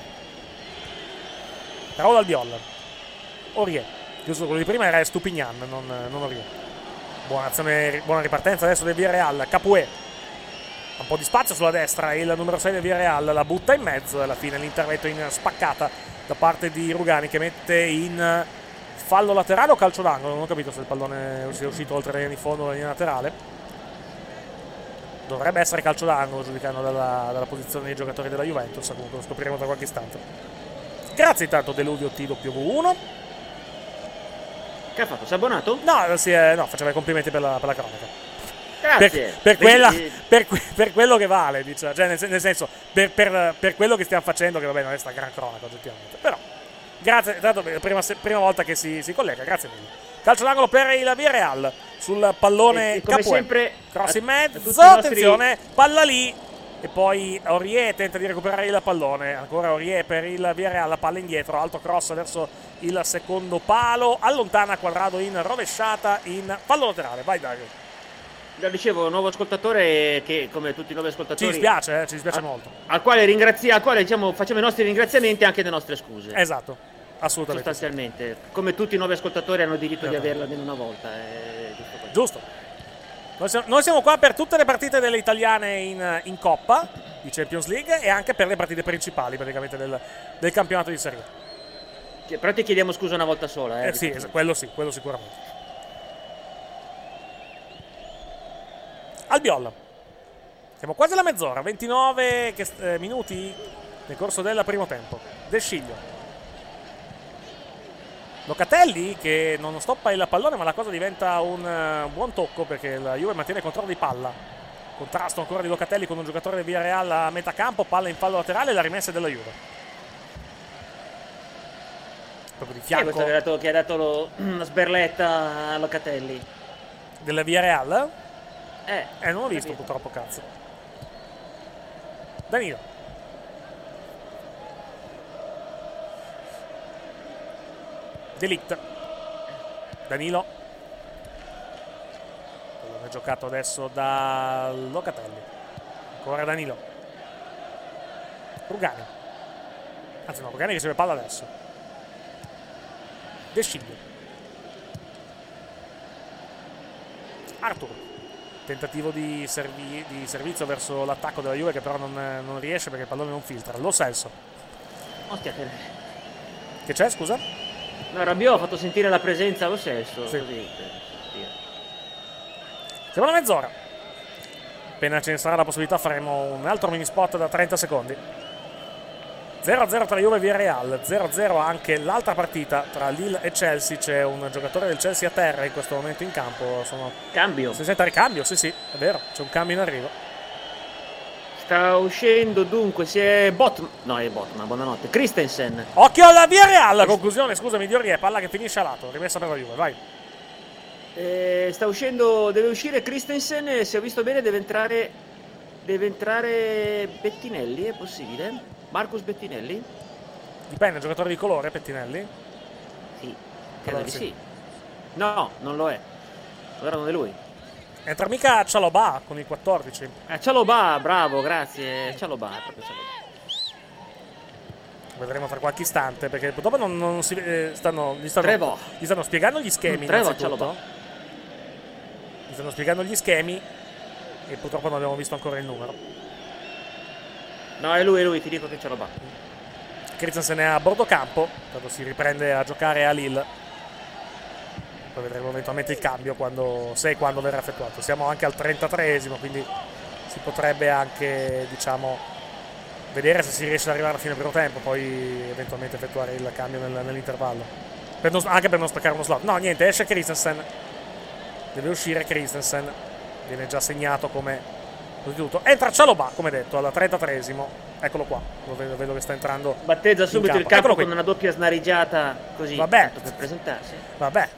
Raul Albiol, Aurier, giusto, quello di prima era Stupignan, non Aurier. Buona ripartenza adesso del Villarreal. Capué, un po' di spazio sulla destra, il numero 6 del Villarreal la butta in mezzo, e alla fine l'intervento in spaccata da parte di Rugani, che mette in fallo laterale o calcio d'angolo. Non ho capito se il pallone sia uscito oltre la linea di fondo o la linea laterale. Dovrebbe essere calcio d'angolo, giudicando dalla posizione dei giocatori della Juventus. Comunque lo scopriremo tra qualche istante. Grazie intanto Deluvio TW1. Che ha fatto? Si è abbonato? No, faceva i complimenti per la cronaca. Grazie. Per quello che vale, diciamo. Cioè, nel senso, per quello che stiamo facendo, che vabbè non è sta gran cronaca oggettivamente. Però, grazie, tanto prima volta che si collega, grazie mille. Calcio d'angolo per il Villarreal sul pallone come Capué. Sempre cross in mezzo, attenzione, palla lì. E poi Aurier tenta di recuperare il pallone. Ancora Aurier per il Villarreal, la palla indietro, alto cross verso il secondo palo, allontana Quadrado in rovesciata, in fallo laterale. Vai Dario. Già dicevo, nuovo ascoltatore che, come tutti i nuovi ascoltatori, ci dispiace molto. Al quale diciamo, facciamo i nostri ringraziamenti e anche le nostre scuse. Esatto, assolutamente. Sostanzialmente, come tutti i nuovi ascoltatori hanno diritto di averla almeno una volta. Giusto. Noi siamo qua per tutte le partite delle italiane in Coppa di Champions League e anche per le partite principali praticamente del campionato di Serie A. Però ti chiediamo scusa una volta sola. Sì, quello sicuramente. Albiol. Siamo quasi alla mezz'ora, 29 minuti nel corso del primo tempo. De Sciglio. Locatelli che non stoppa il pallone, ma la cosa diventa un buon tocco perché la Juve mantiene il controllo di palla. Contrasto ancora di Locatelli con un giocatore del Villarreal a metà campo, palla in fallo laterale e la rimessa della Juve. Proprio di fianco. Chi è questo che ha dato una sberletta a Locatelli? Del Villarreal? Non l'ho visto purtroppo, cazzo. Danilo. De Ligt. Danilo. Pallone giocato adesso da Locatelli. Ancora Danilo. Rugani. Anzi no, Rugani riceve palla adesso. De Sciglio. Arthur. Tentativo di servizio verso l'attacco della Juve che però non riesce perché il pallone non filtra. Lo Celso. Che c'è, scusa? No, Rabiot ha fatto sentire la presenza, lo stesso. Sì. Così. Siamo alla mezz'ora. Appena ce ne sarà la possibilità faremo un altro mini spot da 30 secondi. 0-0 tra Juve e Villarreal, 0-0 anche l'altra partita tra Lille e Chelsea. C'è un giocatore del Chelsea a terra in questo momento in campo. Cambio. Si sente ricambio, sì, è vero, c'è un cambio in arrivo. Sta uscendo dunque, si è Botman, buonanotte. Christensen. Occhio alla Villarreal, conclusione, scusami, Diorrie, palla che finisce a lato, rimessa per la Juve, vai. Sta uscendo, deve uscire Christensen e se ho visto bene deve entrare Bettinelli, è possibile? Marcus Bettinelli? Dipende, giocatore di colore Bettinelli? Sì, credo di sì. No, non lo è. Allora non è lui. Entra mica Chalobah con il 14. Chalobah, bravo, grazie. Chalobah, proprio Chalobah. Vedremo tra qualche istante perché dopo non si gli stanno spiegando gli schemi innanzitutto. Gli stanno spiegando gli schemi e purtroppo non abbiamo visto ancora il numero. No, è lui, ti dico che Chalobah. Christensen è a bordo campo quando si riprende a giocare a Lille. Poi vedremo eventualmente il cambio quando verrà effettuato. Siamo anche al 33esimo, quindi si potrebbe anche, diciamo, vedere se si riesce ad arrivare alla fine del primo tempo, poi eventualmente effettuare il cambio nell'intervallo. Anche per non staccare uno slot. No, niente, esce Christensen. Deve uscire Christensen. Viene già segnato come tutto. Entra Chalobah, come detto, al 33esimo. Eccolo qua, vedo che sta entrando. Battezza subito il campo con una doppia snarigiata così. Vabbè. Per presentarsi. Vabbè.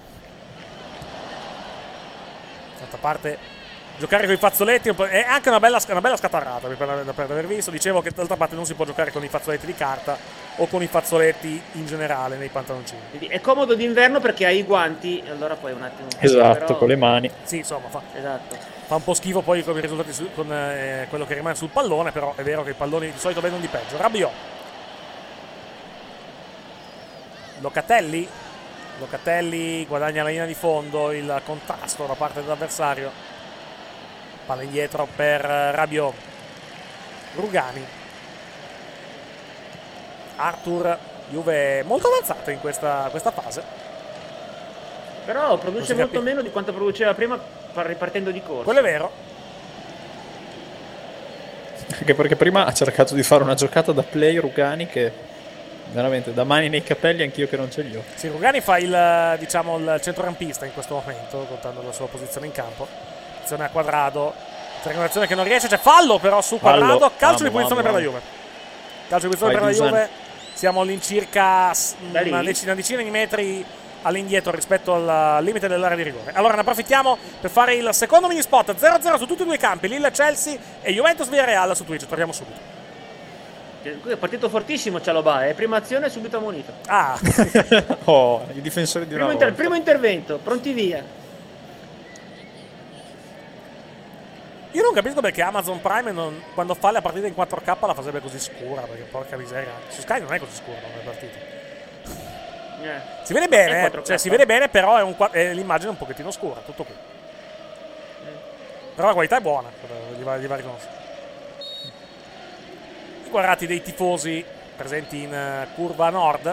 D'altra parte, giocare con i fazzoletti è anche una bella scatarrata per aver visto. Dicevo che d'altra parte non si può giocare con i fazzoletti di carta o con i fazzoletti in generale nei pantaloncini. È comodo d'inverno perché hai i guanti e allora poi un attimo. Esatto, però... con le mani. Sì, insomma, esatto. Fa un po' schifo poi con i risultati con quello che rimane sul pallone, però è vero che i palloni di solito vengono di peggio. Rabiot. Locatelli guadagna la linea di fondo, il contrasto da parte dell'avversario. Palla indietro per Rabiot. Rugani. Arthur, Juve molto avanzata in questa fase. Però produce molto meno di quanto produceva prima ripartendo di corsa. Quello è vero. Anche perché prima ha cercato di fare una giocata da play Rugani che veramente da mani nei capelli anch'io che non ce li ho. Sì, Rugani fa il centrocampista in questo momento, contando la sua posizione in campo. Azione a Quadrado, triangolazione che non riesce, c'è fallo però su Quadrado, calcio di punizione per la Juve. Calcio di punizione per la Juve. Siamo all'incirca una decina di metri all'indietro rispetto al limite dell'area di rigore. Allora ne approfittiamo per fare il secondo mini spot. 0-0 su tutti e due i campi, Lille Chelsea e Juventus Villarreal su Twitch. Torniamo subito. È partito fortissimo Chalobah, prima azione subito ammonito. I difensori di una volta. Primo intervento, pronti via. Io non capisco perché Amazon Prime quando fa la partita in 4K la fa sempre così scura, perché porca miseria. Su Sky non è così scura la partita. Si vede bene, si vede bene, però è l'immagine un pochettino scura, tutto qui. Però la qualità è buona, gli va riconosciuto. Guardati dei tifosi presenti in curva nord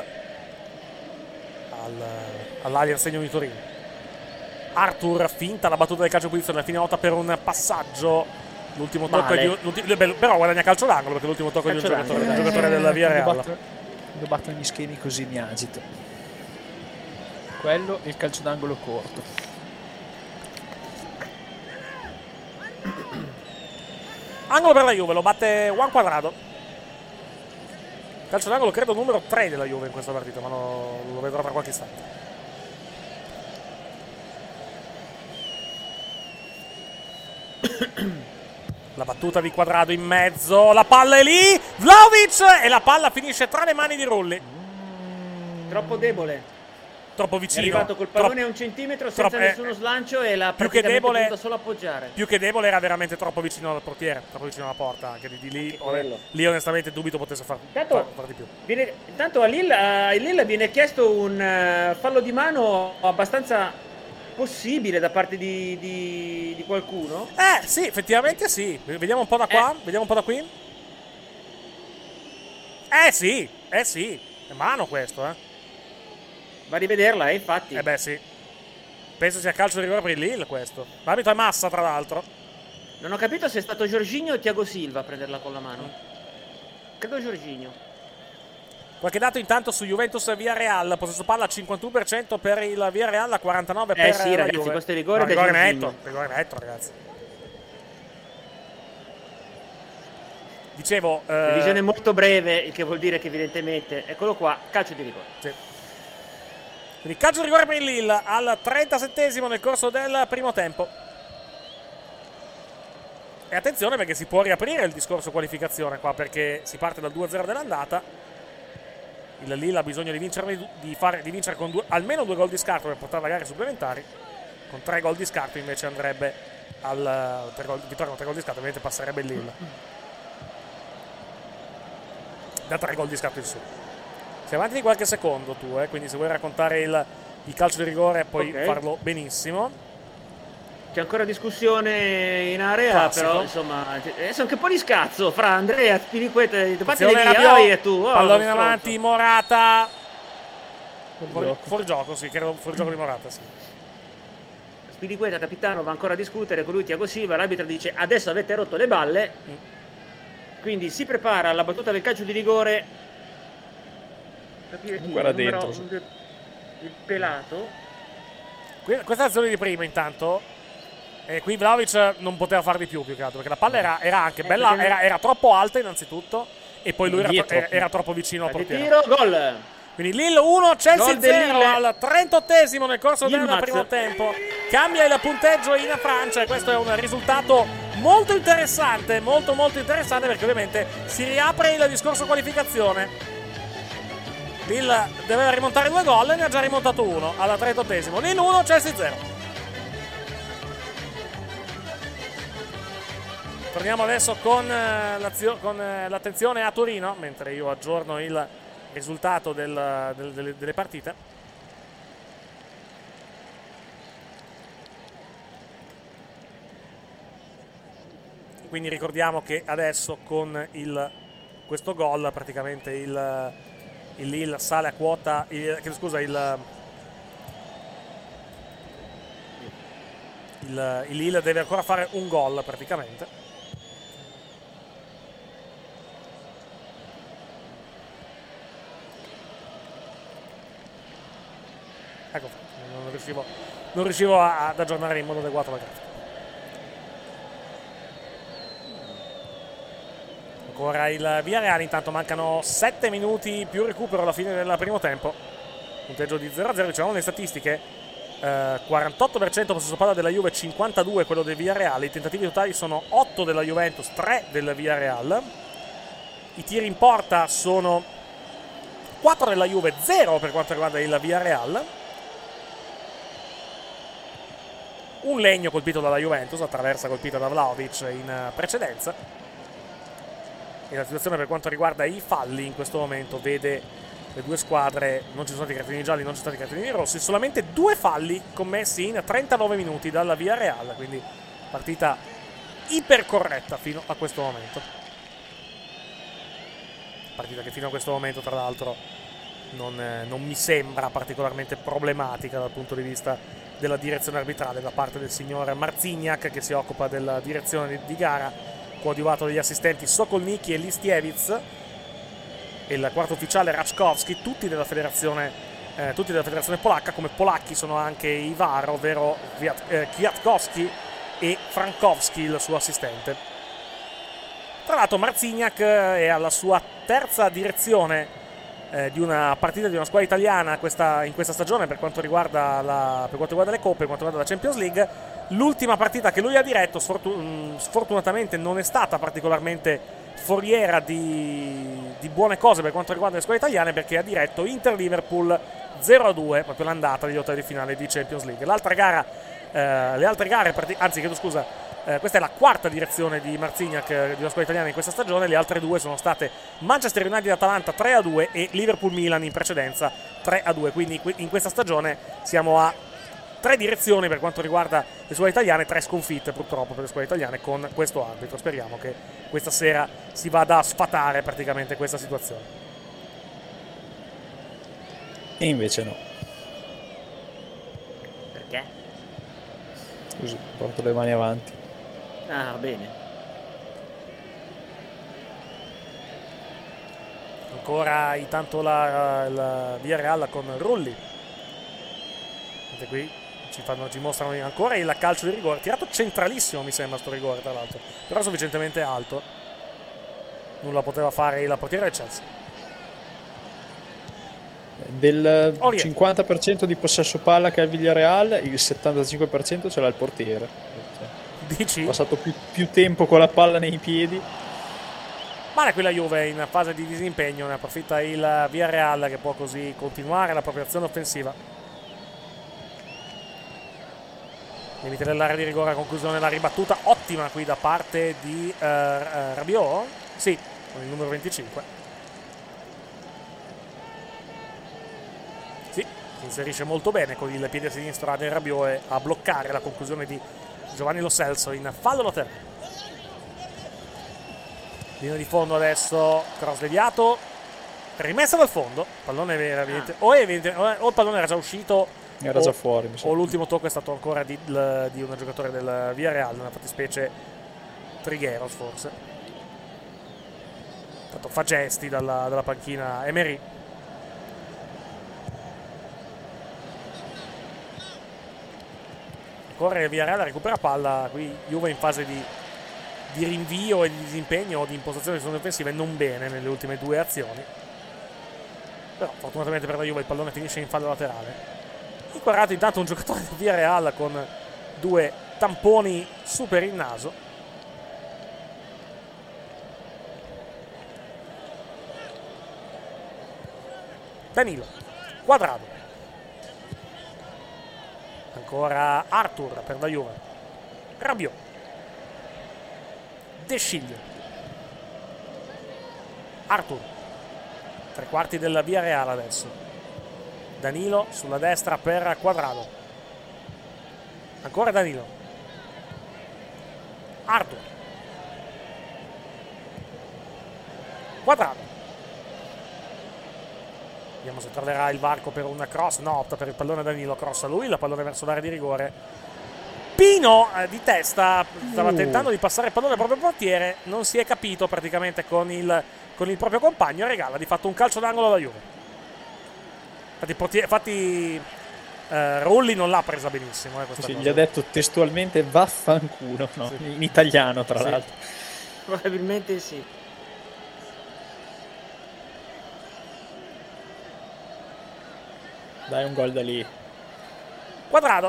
all'Allianz Stadium di Torino. Arthur finta la battuta del calcio punizione, alla fine nota per un passaggio. L'ultimo tocco però guadagna calcio d'angolo perché l'ultimo tocco di un giocatore della Villarreal. Quando battono gli schemi così mi agito. Quello e il calcio d'angolo corto. Angolo per la Juve, lo batte Juan Quadrado. Calcio d'angolo credo numero 3 della Juve in questa partita, ma lo vedrò tra qualche istante. La battuta di Quadrado in mezzo, la palla è lì, Vlahovic, e la palla finisce tra le mani di Rulli. Troppo debole. Troppo vicino. È arrivato col pallone a un centimetro senza nessuno slancio e l'ha praticamente potuto solo appoggiare. Più che debole era veramente troppo vicino al portiere, troppo vicino alla porta. Anche di lì, lì onestamente dubito potesse far di più. Intanto a Lille viene chiesto un fallo di mano abbastanza possibile da parte di qualcuno. Sì, effettivamente sì. Vediamo un po' da qua, vediamo un po' da qui. Sì, è mano questo, Va a rivederla, infatti. Sì. Penso sia calcio di rigore per il Lille questo. L'arbitro è Massa, tra l'altro. Non ho capito se è stato Jorginho o Thiago Silva a prenderla con la mano. Credo Jorginho. Qualche dato intanto su Juventus Villarreal, possesso palla al 51% per il Villarreal, a 49% per sì, la ragazzi, Juve. questo è rigore rigore decisivo. netto, ragazzi. Dicevo, Divisione molto breve, il che vuol dire che evidentemente, eccolo qua, calcio di rigore. Sì. Quindi calcio di rigore per il Lille al 37esimo nel corso del primo tempo. E attenzione perché si può riaprire il discorso qualificazione qua, perché si parte dal 2-0 dell'andata. Il Lille ha bisogno di vincere con almeno 2 gol di scarto per portare la gara ai supplementari. Con 3 gol di scarto invece andrebbe al vittoria con 3 gol di scarto, ovviamente passerebbe il Lille da 3 gol di scarto in su. Sei avanti di qualche secondo tu, quindi se vuoi raccontare il calcio di rigore puoi farlo benissimo. C'è ancora discussione in area, Classico. però insomma adesso anche un po' di scazzo fra Andrea Spiliqueta e tu. Pallone in avanti, Morata. Fuori gioco, sì, credo fuori gioco di Morata, sì. Spiliqueta, capitano, va ancora a discutere con lui Thiago Silva, l'arbitro dice adesso avete rotto le balle. Quindi si prepara alla battuta del calcio di rigore. Capire chi guarda dentro. Il pelato. Questa è l'azione di prima intanto. E qui Vlahovic non poteva fare di più che altro, perché la palla era anche bella, era troppo alta innanzitutto, e poi lui era troppo vicino al portiere. Tiro, gol. Quindi Lille 1, Chelsea 0 al 38esimo nel corso del primo tempo. Cambia il punteggio in Francia e questo è un risultato molto interessante, molto interessante, perché ovviamente si riapre il discorso qualificazione. Lille deve rimontare 2 gol e ne ha già rimontato uno al 38esimo. Lille 1, Chelsea 0. Torniamo adesso con l'attenzione a Torino, mentre io aggiorno il risultato delle partite. Quindi ricordiamo che adesso con questo gol praticamente il Lille sale a quota, il Lille deve ancora fare un gol praticamente. Ecco, non riuscivo ad aggiornare in modo adeguato la grafica. Ancora il Villarreal, intanto mancano 7 minuti più recupero alla fine del primo tempo. Punteggio di 0-0, diciamo le statistiche. 48% possesso palla della Juve, 52 quello del Villarreal. I tentativi totali sono 8 della Juventus, 3 del Villarreal. I tiri in porta sono 4 della Juve, 0 per quanto riguarda il Villarreal. Un legno colpito dalla Juventus, la traversa colpita da Vlahovic in precedenza. E la situazione per quanto riguarda i falli in questo momento vede le due squadre, non ci sono stati cartellini gialli, non ci sono stati cartellini rossi, solamente 2 falli commessi in 39 minuti dalla Villarreal, quindi partita ipercorretta fino a questo momento. Partita che fino a questo momento tra l'altro non mi sembra particolarmente problematica dal punto di vista della direzione arbitrale da parte del signor Marciniak, che si occupa della direzione di gara, coadiuvato dagli assistenti Sokolnicki e Listiewicz e il quarto ufficiale Raczkowski, tutti della federazione polacca. Come polacchi sono anche i VAR, ovvero Kwiatkowski e Frankowski, il suo assistente. Tra l'altro Marciniak è alla sua terza direzione di una partita di una squadra italiana in questa stagione per quanto riguarda le coppe, per quanto riguarda la Champions League. L'ultima partita che lui ha diretto sfortunatamente non è stata particolarmente foriera di buone cose per quanto riguarda le squadre italiane, perché ha diretto Inter-Liverpool 0-2, proprio l'andata degli ottavi di finale di Champions League. Questa è la quarta direzione di Marciniak di una squadra italiana in questa stagione. Le altre due sono state Manchester United-Atalanta 3-2 e Liverpool-Milan in precedenza 3-2. Quindi in questa stagione siamo a 3 direzioni per quanto riguarda le squadre italiane, 3 sconfitte purtroppo per le squadre italiane con questo arbitro. Speriamo che questa sera si vada a sfatare praticamente questa situazione. E invece no. Perché? Scusi, porto le mani avanti. Ah, bene. Ancora intanto la Villarreal con Rulli. Vedete qui ci mostrano ancora il calcio di rigore, tirato centralissimo mi sembra sto rigore tra l'altro, però sufficientemente alto, nulla poteva fare il portiere del Chelsea. Del 50% di possesso palla che ha il Villarreal, il 75% ce l'ha il portiere. Dici? Ha passato più tempo con la palla nei piedi. Male qui la Juve in fase di disimpegno, ne approfitta il Villarreal che può così continuare la propria azione offensiva. Limite dell'area di rigore, conclusione della ribattuta ottima qui da parte di Rabiot, sì, con il numero 25. Sì, si inserisce molto bene con il piede sinistro a Del Rabiot e a bloccare la conclusione di Giovanni Lo Celso in fallo laterale. Linea di fondo adesso, cross deviato, rimessa dal fondo, pallone veramente, o il pallone era già uscito, era già fuori, o l'ultimo tocco è stato ancora di un giocatore del Villarreal, nella fattispecie Trigueros forse. Tanto fa gesti dalla panchina Emery. Ancora il Villarreal recupera palla, qui Juve in fase di rinvio e di disimpegno o di impostazione di zone offensive non bene nelle ultime due azioni, però fortunatamente per la Juve il pallone finisce in fallo laterale. Inquadrato intanto un giocatore di Villarreal con due tamponi super in naso. Danilo, Cuadrado, ancora Arthur per la Juve, Rabiot, De Sciglio, Arthur, tre quarti del Villarreal adesso. Danilo sulla destra per Cuadrado, ancora Danilo, Arthur, Cuadrado. Vediamo se troverà il varco per un cross. No, opta per il pallone Danilo, crossa lui, la pallone verso l'area di rigore. Pino di testa stava tentando di passare il pallone al proprio portiere, non si è capito praticamente con il proprio compagno, regala di fatto un calcio d'angolo alla Juve. Infatti Rulli non l'ha presa benissimo questa cosa. Gli ha detto testualmente vaffanculo, no? Sì. In italiano tra l'altro. Probabilmente sì. Dai un gol da lì. Cuadrado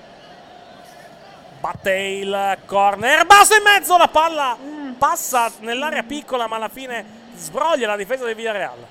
batte il corner, basso in mezzo, la palla passa nell'area piccola ma alla fine sbroglia la difesa del Villarreal.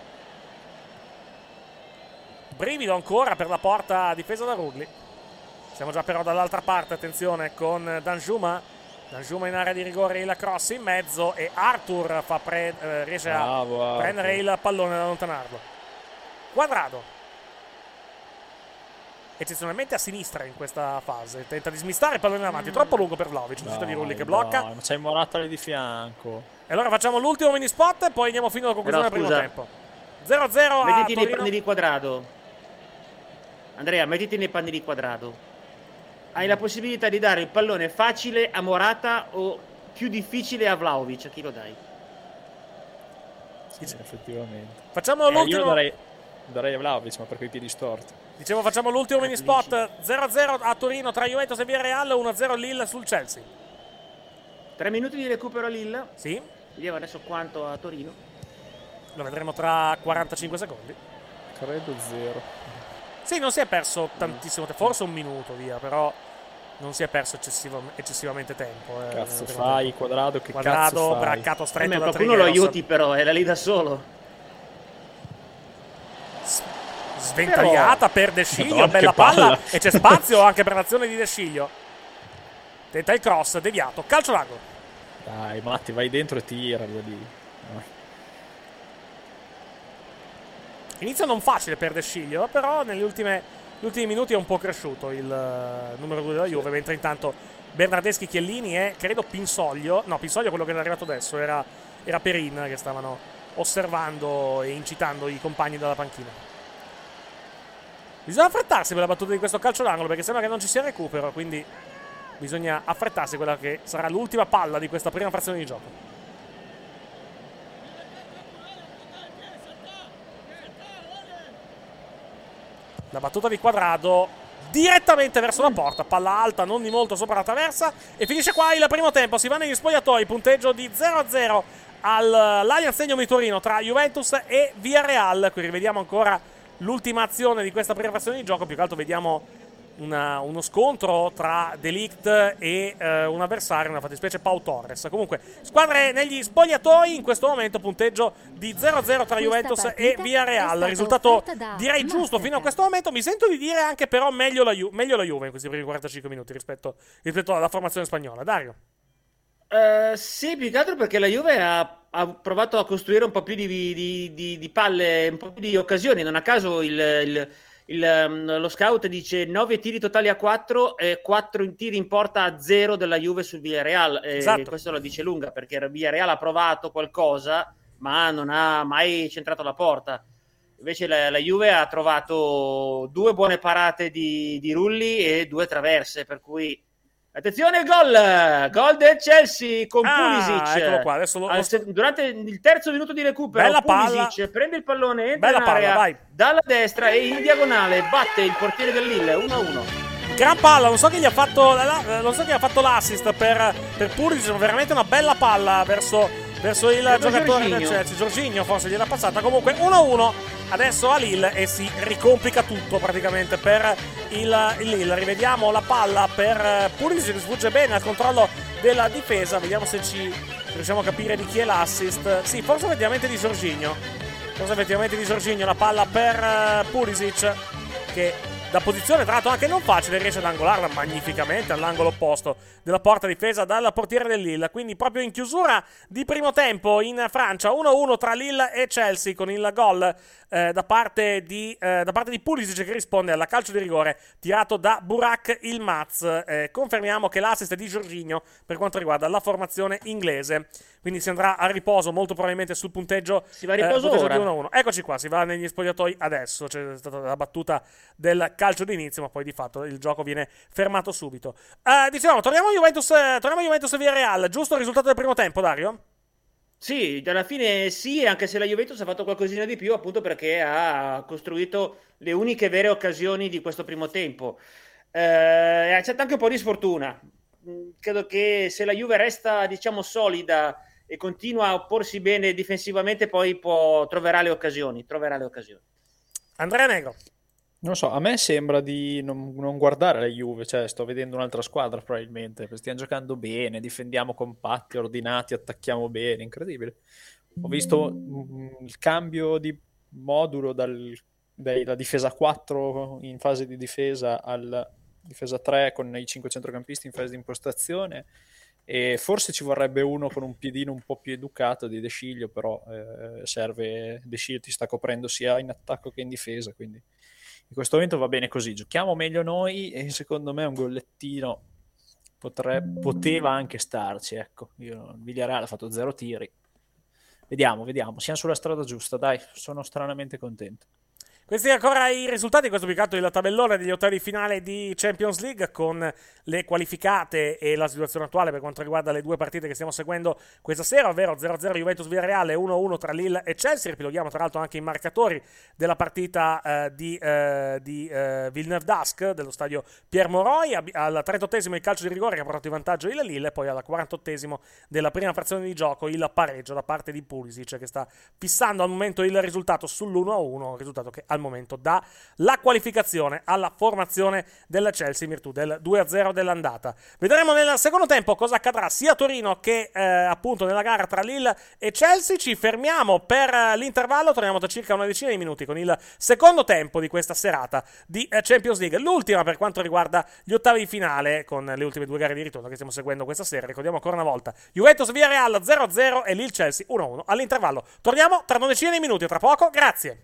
Brivido ancora per la porta difesa da Rugli. Siamo già però dall'altra parte, attenzione con Danjuma in area di rigore, il cross in mezzo e Arthur riesce a prendere il pallone e ad allontanarlo. Cuadrado eccezionalmente a sinistra in questa fase, tenta di smistare il pallone in avanti, troppo lungo per Vlahovic, uscita di Rulli che blocca. No, ma c'è Morata lì di fianco. E allora facciamo l'ultimo mini spot e poi andiamo fino alla conclusione del primo tempo. 0-0 mettiti nei panni di Cuadrado. Andrea, mettiti nei panni di Cuadrado. Hai la possibilità di dare il pallone facile a Morata o più difficile a Vlahovic, a chi lo dai? Sì, effettivamente. Facciamo l'ultimo. Io darei a Vlahovic, ma per quei piedi storti. Dicevo, facciamo l'ultimo mini spot. 0-0 a Torino tra Juventus e Villarreal, 1-0 Lille sul Chelsea. 3 minuti di recupero a Lille. Sì. Vediamo adesso quanto a Torino. Lo vedremo tra 45 secondi. Credo 0. Sì, non si è perso tantissimo tempo, forse un minuto via, però non si è perso eccessivamente tempo. Cazzo fai, Cuadrado, che Cuadrado, cazzo fai? braccato stretto da qualcuno Trigueros. lo aiuti però, era lì da solo. Sventagliata per De Sciglio, bella palla e c'è spazio anche per l'azione di De Sciglio. Tenta il cross, deviato, calcio d'angolo. Dai Matti, vai dentro e tira via lì. Inizio non facile per De Sciglio, però negli ultimi minuti è un po' cresciuto il numero 2 della Juve, mentre intanto Bernardeschi, Chiellini e credo Pinsoglio, no, Pinsoglio quello che è arrivato adesso, era Perin, che stavano osservando e incitando i compagni dalla panchina. Bisogna affrettarsi per la battuta di questo calcio d'angolo perché sembra che non ci sia recupero, quindi bisogna affrettarsi quella che sarà l'ultima palla di questa prima frazione di gioco. La battuta di Quadrado direttamente verso la porta, palla alta non di molto sopra la traversa, e finisce qua il primo tempo. Si va negli spogliatoi, punteggio di 0-0 all'Allianz Stadium di Torino tra Juventus e Villarreal. Qui rivediamo ancora l'ultima azione di questa prima frazione di gioco. Più che altro vediamo uno scontro tra De Ligt e un avversario, una fattispecie Pau Torres. Comunque, squadre negli spogliatoi, in questo momento punteggio di 0-0 tra Juventus e Villarreal. Risultato direi giusto fino a questo momento. Mi sento di dire anche però meglio la Juve in questi primi 45 minuti rispetto alla formazione spagnola. Dario? Sì, più che altro perché la Juve ha provato a costruire un po' più di palle, un po' più di occasioni. Non a caso lo scout dice 9 tiri totali a 4 e 4 tiri in porta a 0 della Juve sul Villarreal. Esatto. Questo la dice lunga, perché il Villarreal ha provato qualcosa ma non ha mai centrato la porta. Invece la Juve ha trovato 2 buone parate di Rulli e 2 traverse, per cui attenzione, gol del Chelsea con Pulisic. Eccolo qua, adesso durante il terzo minuto di recupero, bella Pulisic palla. prende il pallone, entra bella in area palla, vai. Dalla destra e in diagonale batte il portiere del Lille 1-1. Gran palla, non so chi gli ha fatto l'assist per Pulisic, veramente una bella palla verso il giocatore del Chelsea. Jorginho forse gliel'ha passata. Comunque 1-1 adesso a Lille e si ricomplica tutto praticamente per il Lille. Rivediamo la palla per Pulisic che sfugge bene al controllo della difesa. Vediamo se ci riusciamo a capire di chi è l'assist. Sì, forse effettivamente di Jorginho. La palla per Pulisic, che da posizione tra l'altro anche non facile riesce ad angolarla magnificamente all'angolo opposto della porta difesa dal portiere del Lille. Quindi proprio in chiusura di primo tempo in Francia, 1-1 tra Lille e Chelsea, con il gol da parte di Pulisic, che risponde alla calcio di rigore tirato da Burak Yilmaz. Confermiamo che l'assist è di Jorginho per quanto riguarda la formazione inglese, quindi si andrà a riposo molto probabilmente sul punteggio. Si va a riposo ora. Di 1-1. Eccoci qua, si va negli spogliatoi adesso. C'è stata la battuta del calcio d'inizio, ma poi di fatto il gioco viene fermato subito. Dicevamo, torniamo a Juventus e Villarreal. Giusto il risultato del primo tempo, Dario? Sì, alla fine sì, anche se la Juventus ha fatto qualcosina di più, appunto perché ha costruito le uniche vere occasioni di questo primo tempo. C'è anche un po' di sfortuna. Credo che se la Juve resta, diciamo, solida e continua a opporsi bene difensivamente, poi troverà le occasioni. Andrea Negro. Non so, a me sembra di non guardare la Juve, cioè sto vedendo un'altra squadra probabilmente, stiamo giocando bene, difendiamo compatti, ordinati, attacchiamo bene, incredibile. Ho visto il cambio di modulo dalla difesa 4 in fase di difesa alla difesa 3 con i 5 centrocampisti in fase di impostazione, e forse ci vorrebbe uno con un piedino un po' più educato di De Sciglio, però serve, De Sciglio ti sta coprendo sia in attacco che in difesa, quindi in questo momento va bene così, giochiamo meglio noi e secondo me un gollettino poteva anche starci, ecco. Il Villarreal ha fatto 0 tiri, vediamo, siamo sulla strada giusta, dai, sono stranamente contento. Questi ancora i risultati, questo pubblicato il tabellone degli ottavi di finale di Champions League con le qualificate e la situazione attuale per quanto riguarda le 2 partite che stiamo seguendo questa sera, ovvero 0-0 Juventus-Villarreal e 1-1 tra Lille e Chelsea. Ripiloghiamo tra l'altro anche i marcatori della partita di Villeneuve-d'Ascq dello stadio Pierre Mauroy. Al 38esimo il calcio di rigore che ha portato in vantaggio il Lille, e poi al 48esimo della prima frazione di gioco il pareggio da parte di Pulisic, che sta fissando al momento il risultato sull'1-1, risultato che al momento dà la qualificazione alla formazione del Chelsea in virtù del 2-0 dell'andata. Vedremo nel secondo tempo cosa accadrà sia a Torino che appunto nella gara tra Lille e Chelsea. Ci fermiamo per l'intervallo, torniamo tra circa una decina di minuti con il secondo tempo di questa serata di Champions League, l'ultima per quanto riguarda gli ottavi di finale, con le ultime 2 gare di ritorno che stiamo seguendo questa sera. Ricordiamo ancora una volta Juventus Villarreal 0-0 e Lille Chelsea 1-1 all'intervallo. Torniamo tra una decina di minuti, tra poco, grazie.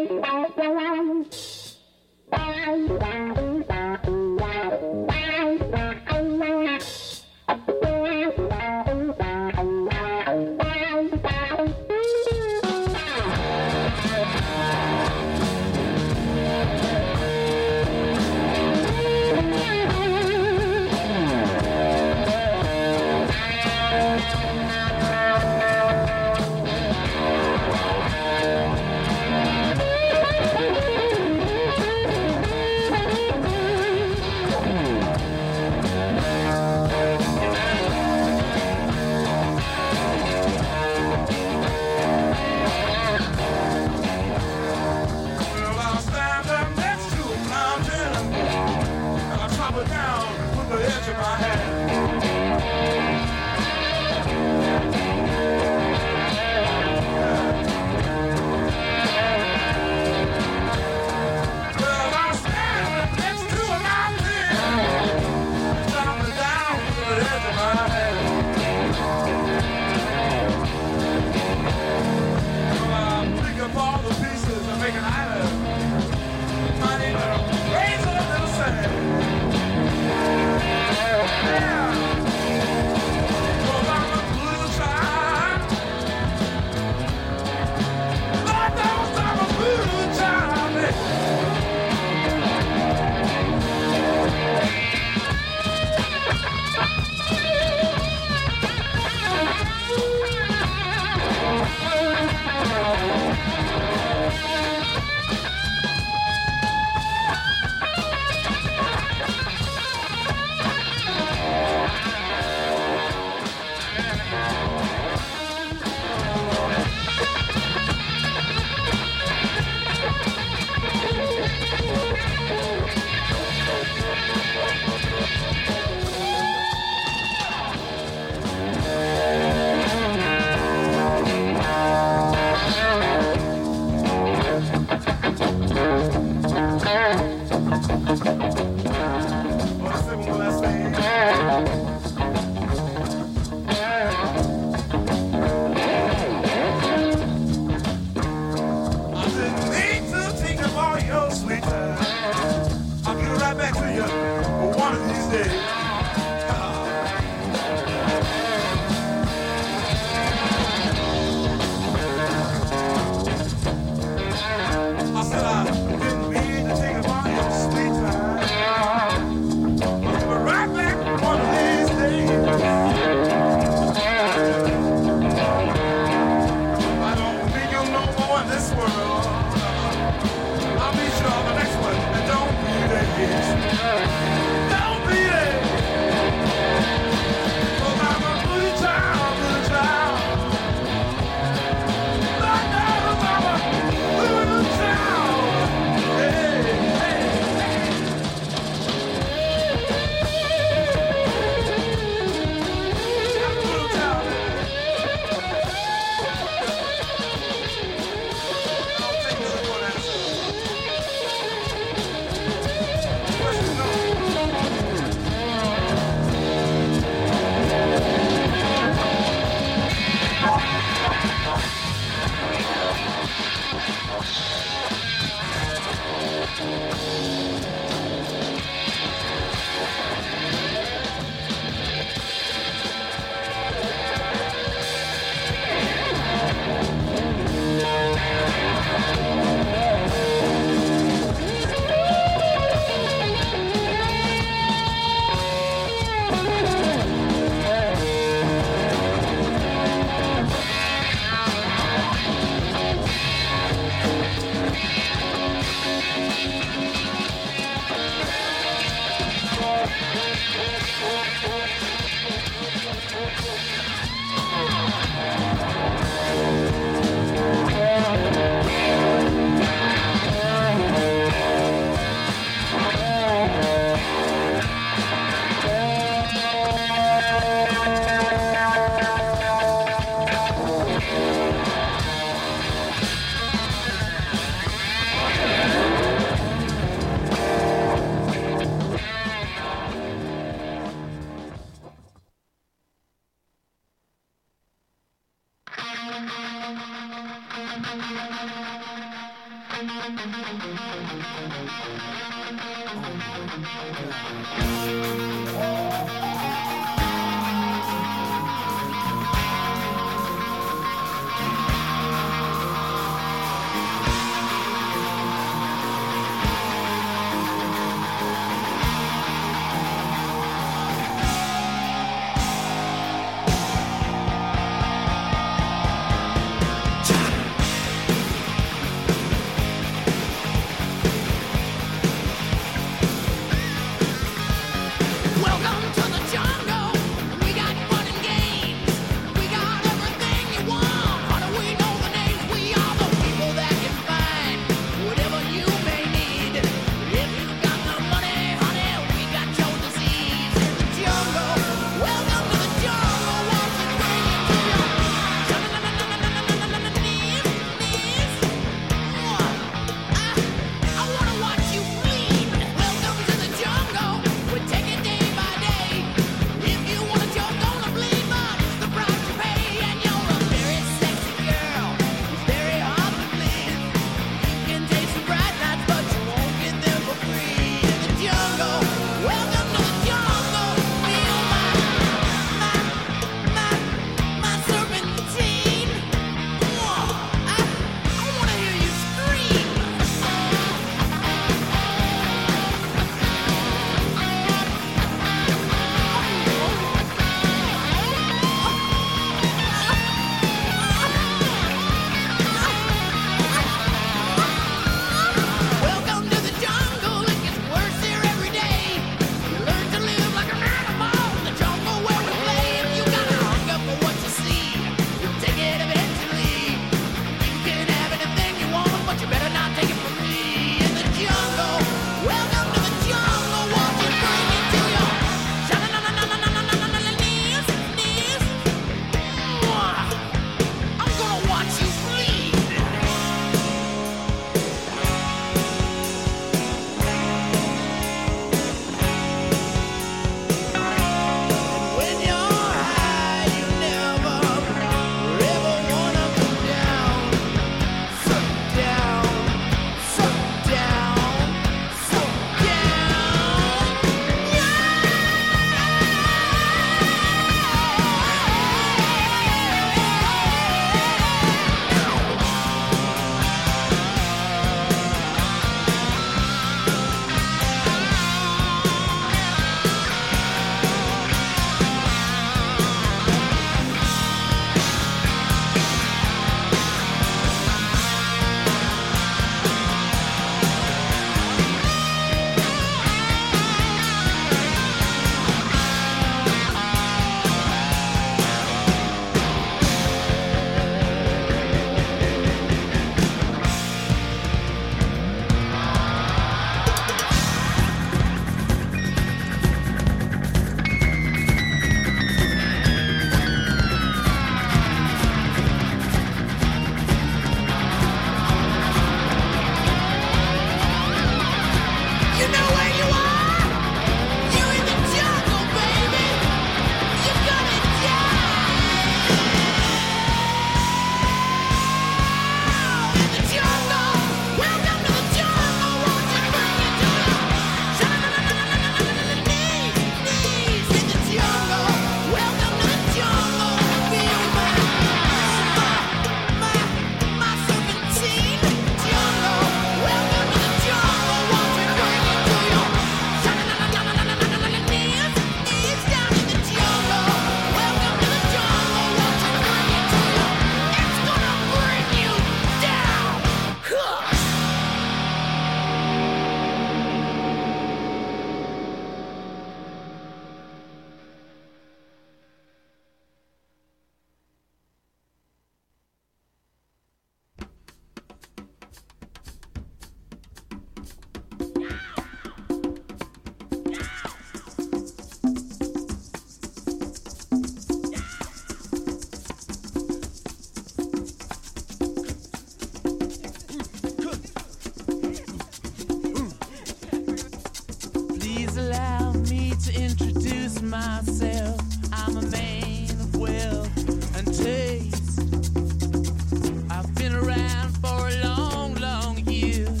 I've been around for a long, long year.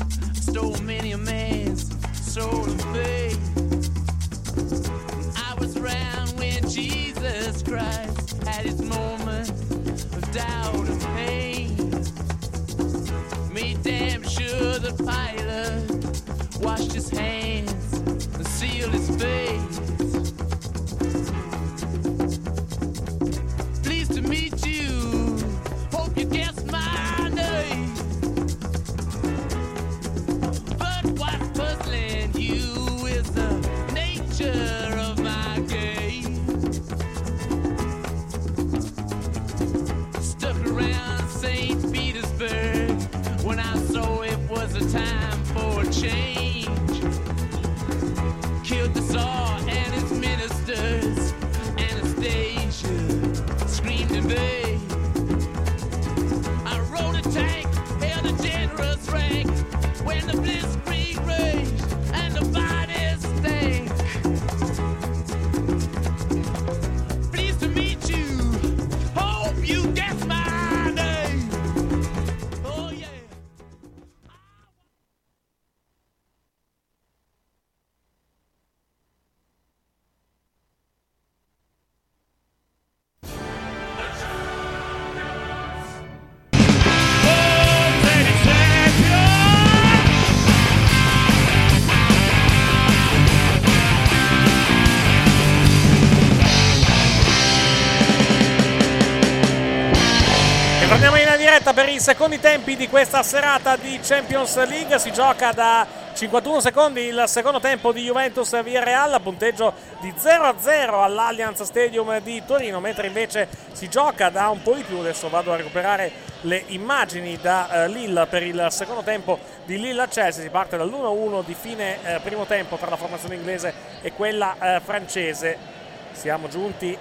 Christ had his moment of doubt and pain. Made damn sure the pilot washed his hands and sealed his face. Pleased to meet you, hope you guessed my name. But what's puzzling you is the nature of my game. Stuck around St. Petersburg when I saw it was a time for a change. Killed the Tsar and his ministers. Anastasia screamed in vain. I rode a tank, held a generous rank when the blitzkrieg raged and the bodies stank. Pleased to meet you, hope you guess my name. Oh yeah. Torniamo in diretta per i secondi tempi di questa serata di Champions League. Si gioca da 51 secondi il secondo tempo di Juventus Villarreal, punteggio di 0-0 all'Allianz Stadium di Torino, mentre invece si gioca da un po' di più. Adesso vado a recuperare le immagini da Lille per il secondo tempo di Lille-Chelsea. Si parte dall'1-1 di fine primo tempo tra la formazione inglese e quella francese. Siamo giunti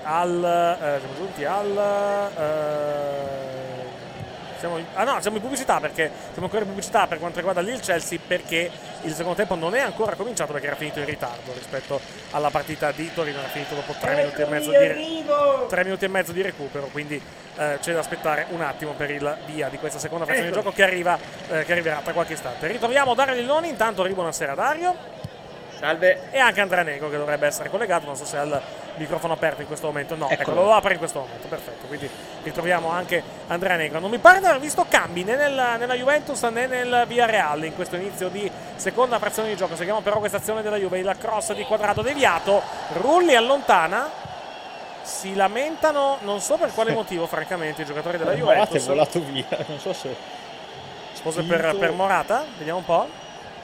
siamo in pubblicità, perché siamo ancora in pubblicità per quanto riguarda Lille-Chelsea, perché il secondo tempo non è ancora cominciato, perché era finito in ritardo rispetto alla partita di Torino. Era finito dopo 3 minuti e mezzo di recupero, quindi c'è da aspettare un attimo per il via di questa seconda frazione di gioco che arriverà tra qualche istante. Ritroviamo Dario Lilloni. Intanto buonasera Dario. Salve. E anche Andrea Negro, che dovrebbe essere collegato, non so se ha il microfono aperto in questo momento. No, eccolo, lo apre in questo momento, perfetto. Quindi ritroviamo anche Andrea Negro. Non mi pare di aver visto cambi né nella Juventus né nel Villarreal in questo inizio di seconda frazione di gioco. Seguiamo però questa azione della Juve, il cross di Quadrado deviato, Rulli allontana, si lamentano, non so per quale motivo francamente i giocatori della Juventus. Morata è volato via, non so se forse per Morata, vediamo un po'.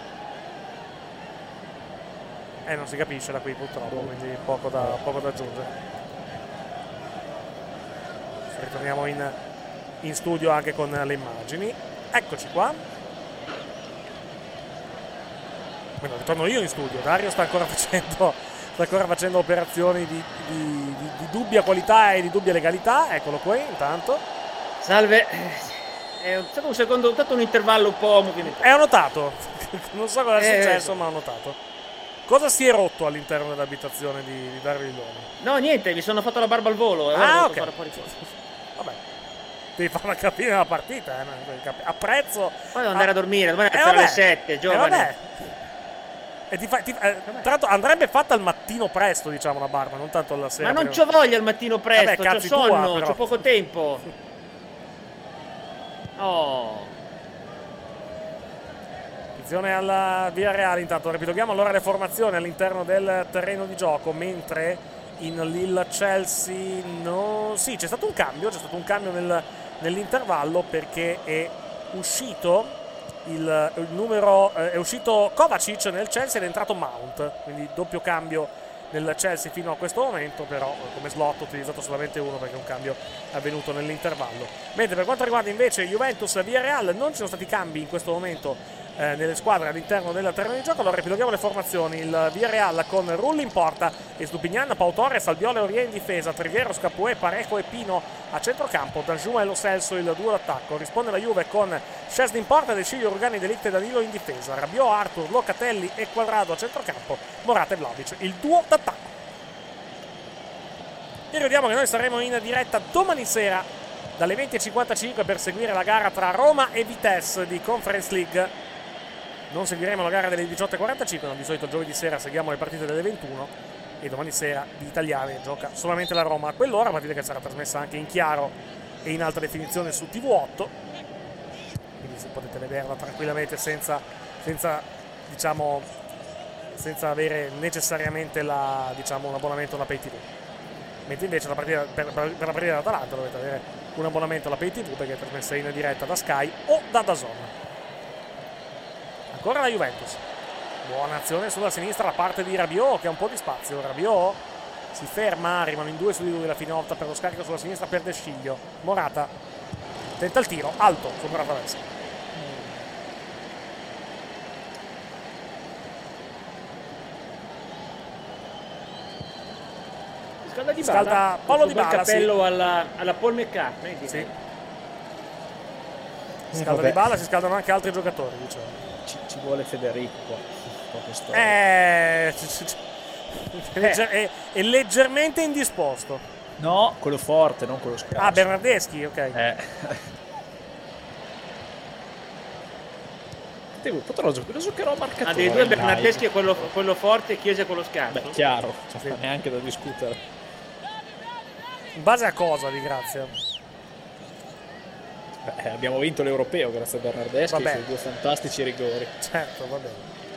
Non si capisce da qui purtroppo, quindi poco da aggiungere. Ritorniamo in studio anche con le immagini. Eccoci qua. Quindi ritorno io in studio. Dario sta ancora facendo operazioni di dubbia qualità e di dubbia legalità. Eccolo qui intanto. Salve. È stato un intervallo un po' movimentato. Ho notato. Non so cosa è successo, ma ho notato. Cosa si è rotto all'interno dell'abitazione di Dario Lilloni? No, niente, mi sono fatto la barba al volo. Ok. Vabbè, devi farla capire la partita, apprezzo. Poi devo andare a dormire, domani è alle 7, giovane. Tra l'altro andrebbe fatta al mattino presto, diciamo, la barba, non tanto alla sera. Ma non c'ho voglia al mattino presto, c'ho sonno, c'ho poco tempo. Oh. Alla Villarreal. Intanto ripetiamo allora le formazioni all'interno del terreno di gioco, mentre in Lille-Chelsea sì, c'è stato un cambio nell'intervallo, perché è uscito è uscito Kovacic nel Chelsea ed è entrato Mount, quindi doppio cambio nel Chelsea fino a questo momento, però come slot ho utilizzato solamente uno perché un cambio è avvenuto nell'intervallo. Mentre per quanto riguarda invece Juventus Villarreal non ci sono stati cambi in questo momento nelle squadre all'interno del terreno di gioco. Allora ripetiamo le formazioni: il Villarreal con Rulli in porta e Stupignan, Pau Torres, Albiol e Aurier in difesa, Triviero, Capué, Parejo e Pino a centrocampo, Danjuma e Lo Celso il duo d'attacco. Risponde la Juve con Szczesny in porta, De Sciglio, Urgani, De Ligt e Danilo in difesa, Rabiot, Arthur, Locatelli e Quadrado a centrocampo, Morata e Vlahovic il duo d'attacco. E ricordiamo che noi saremo in diretta domani sera dalle 20:55 per seguire la gara tra Roma e Vitesse di Conference League. Non seguiremo la gara delle 18:45, ma di solito giovedì sera seguiamo le partite delle 21. e domani sera di italiani gioca solamente la Roma a quell'ora, partita che sarà trasmessa anche in chiaro e in alta definizione su TV8, quindi se potete vederla tranquillamente senza avere necessariamente un abbonamento alla Pay TV, mentre invece per la partita dell'Atalanta dovete avere un abbonamento alla Pay TV perché è trasmessa in diretta da Sky o da DAZN. Ancora la Juventus, buona azione sulla sinistra da parte di Rabiot che ha un po' di spazio. Rabiot si ferma, rimane in 2 su di lui, la fine opta per lo scarico sulla sinistra per De Sciglio. Morata tenta il tiro alto su Morata destra. Scalda Paolo Dybala, cappello alla Paul McCartney. Sì. Scalda Dybala, si scaldano anche altri giocatori, diciamo. Ci vuole Federico qua. È leggermente indisposto. No, quello forte, non quello scarso. Bernardeschi, ok. Lo giocherò a marcatore. Dei due Bernardeschi è quello forte e Chiesa è quello scarso. Beh, chiaro, non è neanche da discutere. In base a cosa, Di Grazia? Abbiamo vinto l'Europeo grazie a Bernardeschi e sui 2 fantastici rigori. Certo, va bene.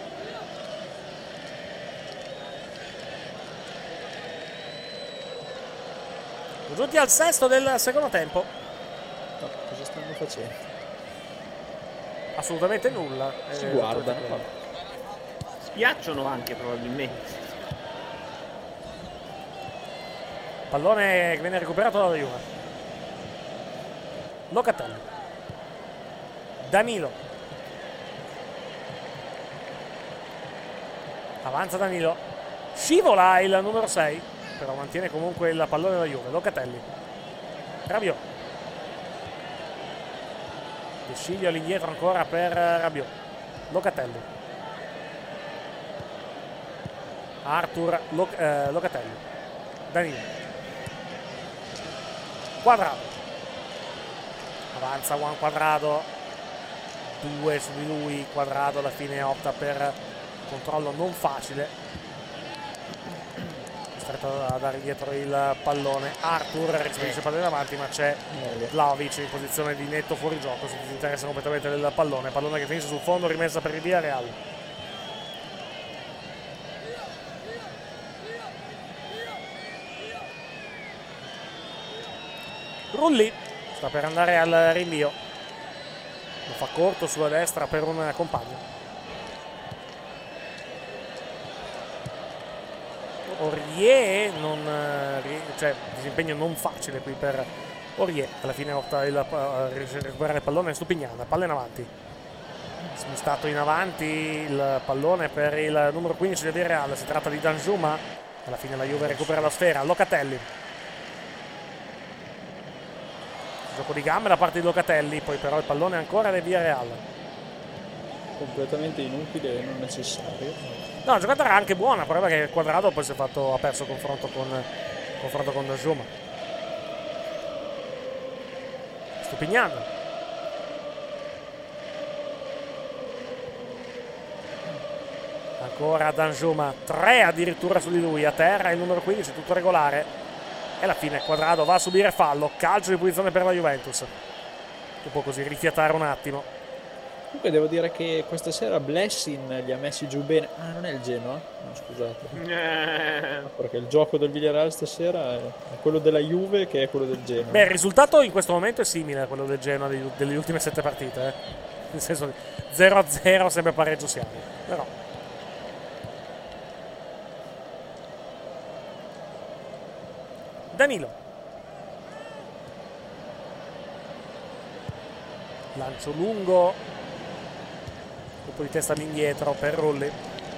Giunti al 6° del secondo tempo. No, cosa stanno facendo? Assolutamente nulla. Si guardano. Spiacciono anche probabilmente. Pallone che viene recuperato dalla Juve. Locatelli. Danilo. Avanza Danilo. Scivola il numero 6, però mantiene comunque il pallone della Juve. Locatelli. Rabiot. De Sciglio all'indietro ancora per Rabiot. Locatelli. Arthur Locatelli. Danilo. Quadrado. Avanza Juan Quadrado, 2 su di lui. Quadrado alla fine opta per controllo non facile, costretto a dare dietro il pallone. Arthur rispedisce il pallone davanti, ma c'è Vlahovic in posizione di netto fuorigioco, si disinteressa completamente del pallone che finisce sul fondo, rimessa per il Villarreal. Rulli sta per andare al rinvio, lo fa corto sulla destra per un compagno. Aurier disimpegno non facile qui per Aurier, alla fine opta riesce a recuperare il pallone. Stupignana, palla in avanti, smistato in avanti il pallone per il numero 15 del Villarreal, si tratta di Danjuma, alla fine la Juve recupera la sfera. Locatelli, gioco di gambe da parte di Locatelli, poi però il pallone ancora del Villarreal. Completamente inutile e non necessario. No, la giocata era anche buona, però perché il Quadrado poi ha perso il confronto con Danjuma. Stupignan. Ancora Danjuma, 3 addirittura su di lui, a terra il numero 15, tutto regolare. E alla fine Quadrado va a subire fallo, calcio di punizione per la Juventus, che può così rifiatare un attimo. Comunque devo dire che questa sera Blessing li ha messi giù bene. Non è il Genoa? No, scusate. Perché il gioco del Villarreal stasera è quello della Juve che è quello del Genoa. Beh, il risultato in questo momento è simile a quello del Genoa delle ultime 7 partite. Nel senso 0-0, sempre pareggio siamo. Però Danilo, lancio lungo, colpo di testa all'indietro per Rulli.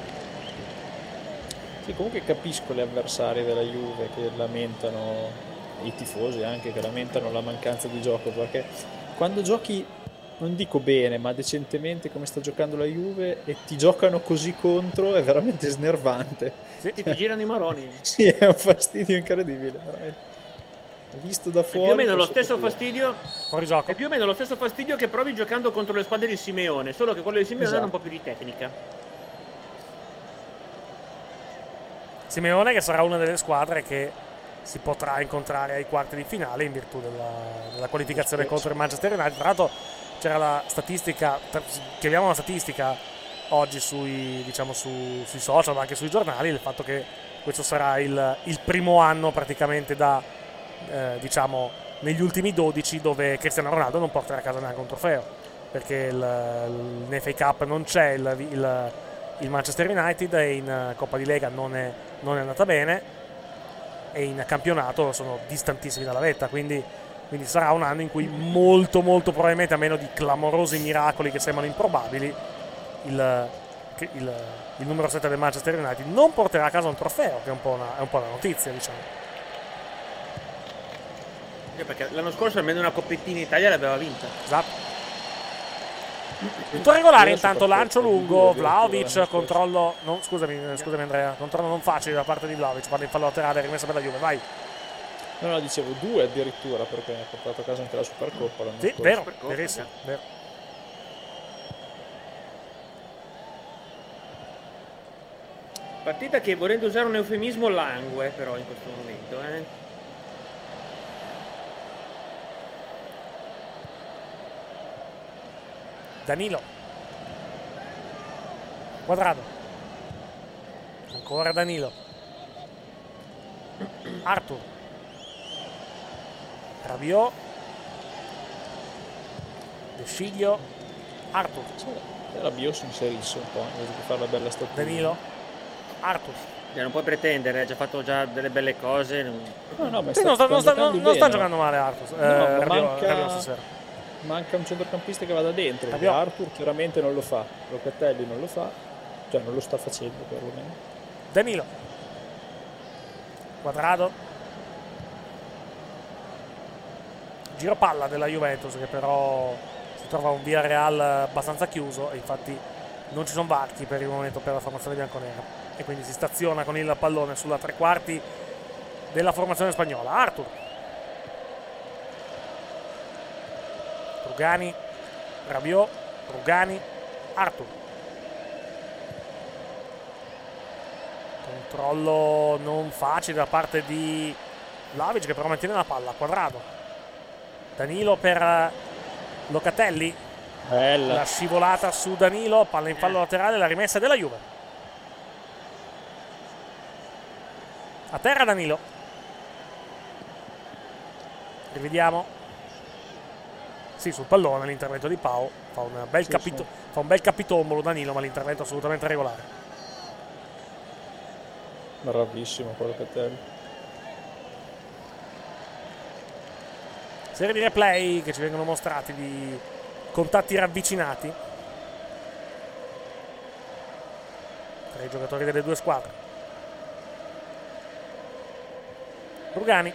Sì, comunque capisco gli avversari della Juve che lamentano, i tifosi anche che lamentano la mancanza di gioco, perché quando giochi, non dico bene, ma decentemente come sta giocando la Juve e ti giocano così contro, è veramente snervante. Sì, ti girano i maroni. Sì, è un fastidio incredibile, veramente. Visto da fuori. È più o meno lo stesso fastidio. Fuori gioco. È più o meno lo stesso fastidio che provi giocando contro le squadre di Simeone, solo che quello di Simeone Esatto. ha un po' più di tecnica. Simeone, che sarà una delle squadre che si potrà incontrare ai quarti di finale in virtù della qualificazione contro il Manchester United. Tra l'altro c'era la statistica, chiamiamo una statistica oggi sui social ma anche sui giornali, il fatto che questo sarà il primo anno praticamente da negli ultimi 12 dove Cristiano Ronaldo non porterà a casa neanche un trofeo, perché in FA Cup non c'è il Manchester United e in Coppa di Lega non è andata bene, e in campionato sono distantissimi dalla vetta, quindi sarà un anno in cui molto molto probabilmente, a meno di clamorosi miracoli che sembrano improbabili, il numero 7 del Manchester United non porterà a casa un trofeo, che è un po' la notizia, diciamo. Perché l'anno scorso almeno una coppettina in Italia l'aveva vinta. Esatto. Tutto regolare, intanto lancio lungo, Vlahovic, controllo, scusami Andrea, controllo non facile da parte di Vlahovic, palla in fallo laterale, rimessa per la Juve, vai. No, dicevo 2 addirittura, perché ha portato a casa anche la Supercoppa. Sì, vero, verissimo, vero. Partita che, volendo usare un eufemismo, langue però in questo momento, Danilo, Quadrado, ancora Danilo, Arthur, Rabiot, De Sciglio, Arthur. Rabiot si inserisce un po' invece di fare la bella statura. Danilo, Arthur. Non puoi pretendere, ha già fatto delle belle cose. No, ma sì, non sta giocando male Arthur. Rabiot stasera. Manca un centrocampista che vada dentro. Arthur chiaramente non lo fa, Locatelli non lo fa, cioè non lo sta facendo perlomeno. Danilo, Quadrado, giro palla della Juventus, che però si trova un Villarreal abbastanza chiuso e infatti non ci sono varchi per il momento per la formazione bianconera, e quindi si staziona con il pallone sulla tre quarti della formazione spagnola. Arthur, Rugani, Rabiot, Rugani, Arthur. Controllo non facile da parte di Vlahovic, che però mantiene la palla. Quadrado, Danilo per Locatelli. Bella. La scivolata su Danilo, palla in fallo laterale, la rimessa della Juve. A terra Danilo. Rivediamo. Sì, sul pallone l'intervento di Pau. Fa un bel capitombolo Danilo, ma l'intervento assolutamente regolare. Bravissimo quello Locatelli. Serie di replay che ci vengono mostrati di contatti ravvicinati tra i giocatori delle due squadre. Rugani,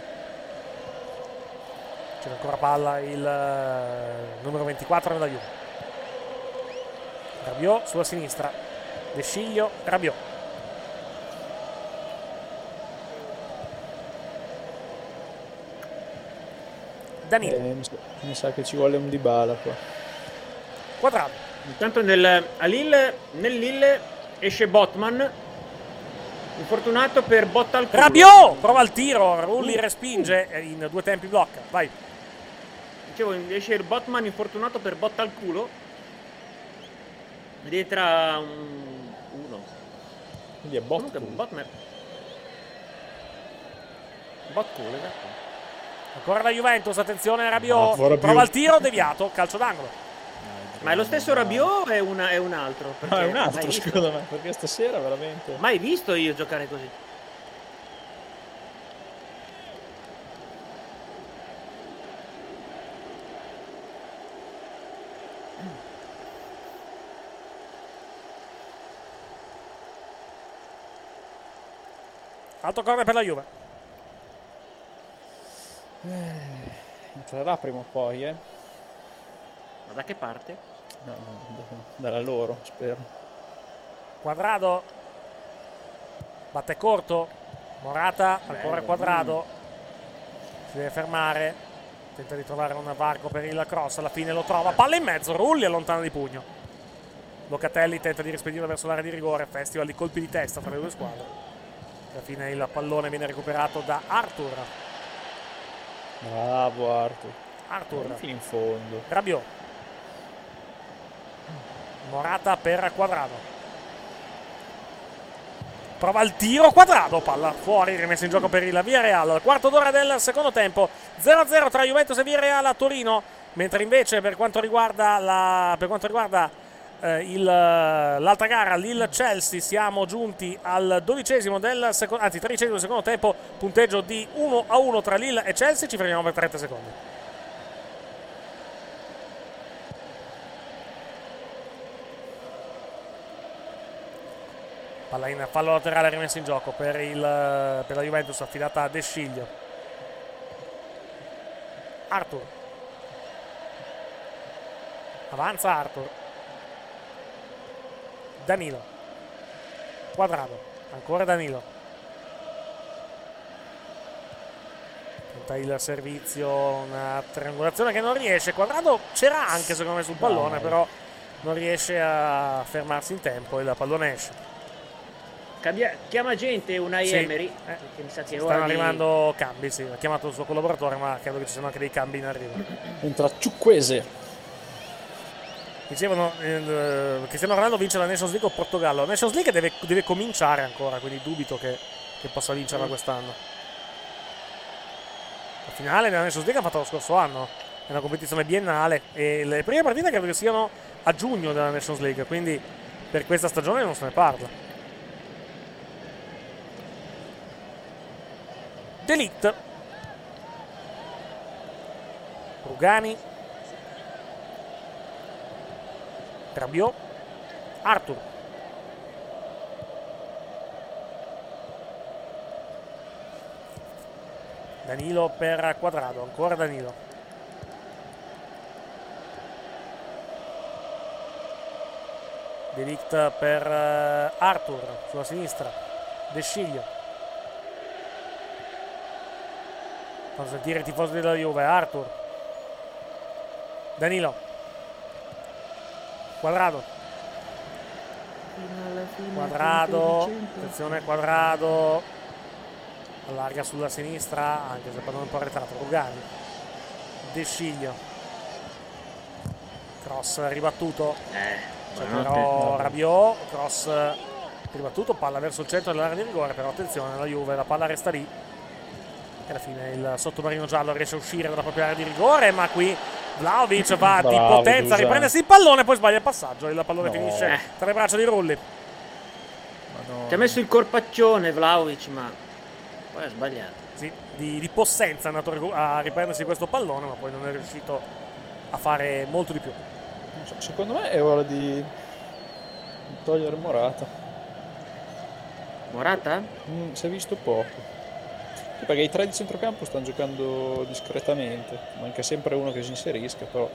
c'è ancora palla il numero 24 nella Juve. Rabiot sulla sinistra, De Sciglio, Rabiot. Danilo, mi sa che ci vuole un Dybala qua. Quadrado. Intanto nel Lille esce Botman, infortunato per botta al culo. Rabiot prova il tiro, Rulli respinge, in due tempi blocca. Vai. Dicevo, esce il Botman infortunato per botta al culo. Rientra uno. Quindi è Botman. Botcool, esatto. Ancora la Juventus, attenzione Rabiot, prova il tiro, deviato, calcio d'angolo. Ma è lo stesso Rabiot o è un altro? No, è un altro, secondo me, perché stasera veramente... Mai visto io giocare così. Alto corner per la Juve. Entrerà prima o poi, Ma da che parte? No, dalla loro, spero. Quadrado batte corto, Morata, ancora Quadrado, si deve fermare, tenta di trovare un varco per il cross, alla fine lo trova, palla in mezzo, Rulli allontana di pugno. Locatelli tenta di rispedire verso l'area di rigore, festival di colpi di testa tra le due squadre. Alla fine il pallone viene recuperato da Arthur. Bravo Arthur. Fino in fondo. Rabiot. Morata per Quadrado. Prova il tiro, Quadrado, palla fuori, rimessa in gioco per il Villarreal. Al quarto d'ora del secondo tempo, 0-0 tra Juventus e Villarreal a Torino. Mentre invece per quanto riguarda l'altra gara, Lille-Chelsea, siamo giunti al 13° del secondo tempo, punteggio di 1-1 tra Lille e Chelsea. Ci fermiamo per 30 secondi. Palla in fallo laterale rimessa in gioco per la Juventus, affidata a De Sciglio. Arthur. Avanza Arthur. Danilo. Quadrado. Ancora Danilo. Tenta il servizio, una triangolazione che non riesce. Quadrado c'era anche secondo me sul pallone, però non riesce a fermarsi in tempo e il pallone esce. Chiama gente Unai Emery. Che mi sa che stanno arrivando cambi, sì. Ha chiamato il suo collaboratore, ma credo che ci siano anche dei cambi in arrivo. Entra Ciukwese. Dicevano Cristiano Ronaldo vince la Nations League o Portogallo. La Nations League deve cominciare ancora, quindi dubito che possa vincerla quest'anno. La finale della Nations League ha fatto lo scorso anno, è una competizione biennale e le prime partite credo che siano a giugno della Nations League, quindi per questa stagione non se ne parla. De Ligt. Rugani. Rabiot. Arthur. Danilo per Quadrado, ancora Danilo. De Ligt per Arthur sulla sinistra. De Sciglio. Fanno sentire i tifosi della Juve. Arthur. Danilo. Quadrado. Attenzione Quadrado. Allarga sulla sinistra, anche se il pallone un po' arretrato. Rugani. De Sciglio. Cross ribattuto. Però Rabiot. Cross ribattuto, palla verso il centro dell'area di rigore, però attenzione, la Juve, la palla resta lì. E alla fine il sottomarino giallo riesce a uscire dalla propria area di rigore, ma qui Vlahovic va di potenza a riprendersi il pallone, poi sbaglia il passaggio e il pallone finisce tra le braccia di Rulli. Ti ha messo il corpaccione Vlahovic, ma poi ha sbagliato. Sì, di possenza è andato a riprendersi questo pallone, ma poi non è riuscito a fare molto di più. Secondo me è ora di togliere Morata. Morata? Si è visto poco. Sì, perché i tre di centrocampo stanno giocando discretamente, manca sempre uno che si inserisca, però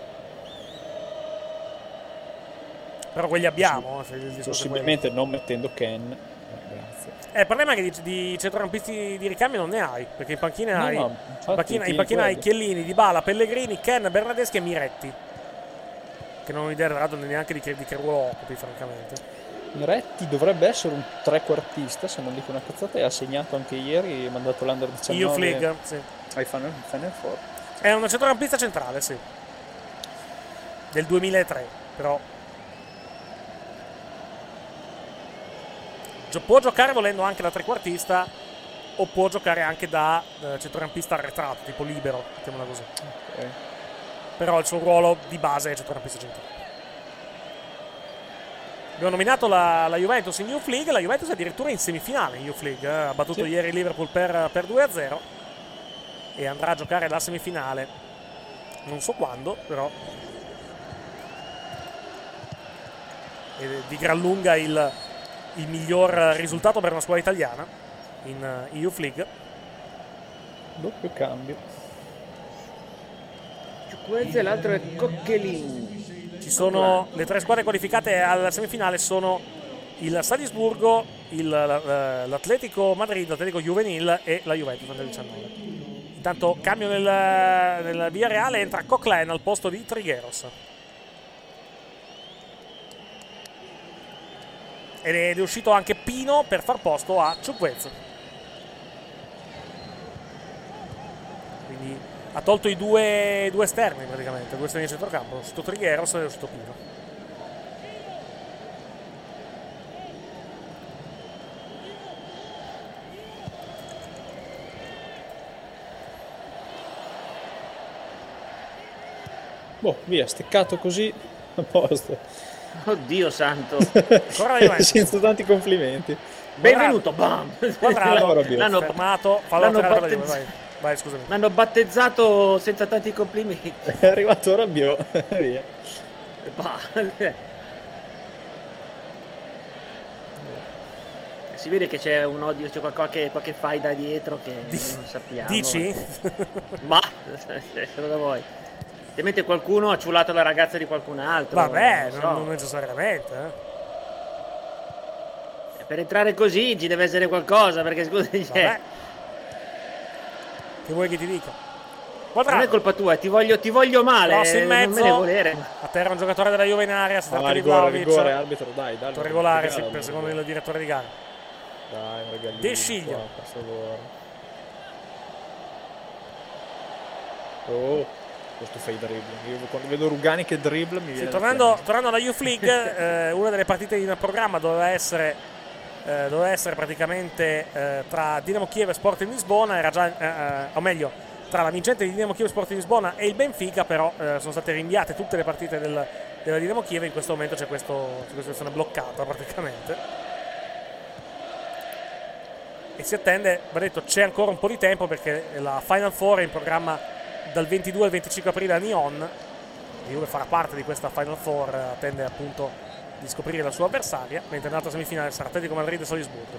quelli abbiamo. Possibilmente non mettendo Ken. Grazie. Il problema è che di centrocampisti di ricambio non ne hai, perché in panchina in panchina hai Chiellini, Dybala, Pellegrini, Ken, Bernardeschi e Miretti, che non ho idea neanche di che ruolo occupi, francamente. Miretti dovrebbe essere un trequartista, se non dico una cazzata, e ha segnato anche ieri, ha mandato l'Under 19 Youth League, sì. ai Final Four. È un centrocampista centrale, sì, del 2003, però può giocare volendo anche da trequartista o può giocare anche da centrocampista arretrato, tipo libero, mettiamola così. Okay. Però il suo ruolo di base è centrocampista centrale. Abbiamo nominato la Juventus in Youth League. La Juventus è addirittura in semifinale in Youth League. Ha battuto ieri il Liverpool per 2-0 e andrà a giocare la semifinale. Non so quando, però è di gran lunga il miglior risultato per una squadra italiana in Youth League. Doppio cambio. Ciukweze e l'altro è Cocchelin. Ci sono le tre squadre qualificate alla semifinale, sono il Salisburgo, l'Atletico Madrid, l'Atletico Juvenil e la Juventus nel 19. Intanto cambio nel Villarreal, entra Coquelin al posto di Trigueros. Ed è uscito anche Pino per far posto a Ciukweze. quindi ha tolto i due esterni praticamente, due esterni di centrocampo, sotto Trigueros e sotto Pino. Boh, via, steccato così, a posto. Oddio santo. Senza tanti complimenti. Benvenuto, bam! L'hanno fermato, vai, scusami. L'hanno battezzato senza tanti complimenti. È arrivato Rabiot, via. Si vede che c'è un odio, c'è qualche faida dietro che non sappiamo. Dici? Ma, se lo vuoi. Ovviamente qualcuno ha ciulato la ragazza di qualcun altro. Vabbè, non necessariamente. Per entrare così ci deve essere qualcosa, perché scusa, che vuoi che ti dica? Non è colpa tua, ti voglio male. Cross in mezzo, non me ne volere. a terra un giocatore della Juve in area, si tratta di rigore, Vlahovic. arbitro, dai. Regolare, sì, per secondo il direttore di gara. Dai, un regalino. De Sciglio. Per favore. Oh, questo fai dribbling. Io quando vedo Rugani che dribbla mi viene. Tornando alla Youth League, una delle partite in programma doveva essere praticamente tra Dinamo Kiev e Sporting Lisbona, era già, o meglio, tra la vincente di Dinamo Kiev e Sporting Lisbona e il Benfica, però sono state rinviate tutte le partite della Dinamo Kiev. In questo momento c'è questa situazione bloccata praticamente. E si attende, va detto, c'è ancora un po' di tempo perché la Final Four è in programma dal 22 al 25 aprile a Nyon. La Juve farà parte di questa Final Four, attende appunto di scoprire la sua avversaria, mentre nell'altra semifinale sarà Atletico Madrid e Salisburgo.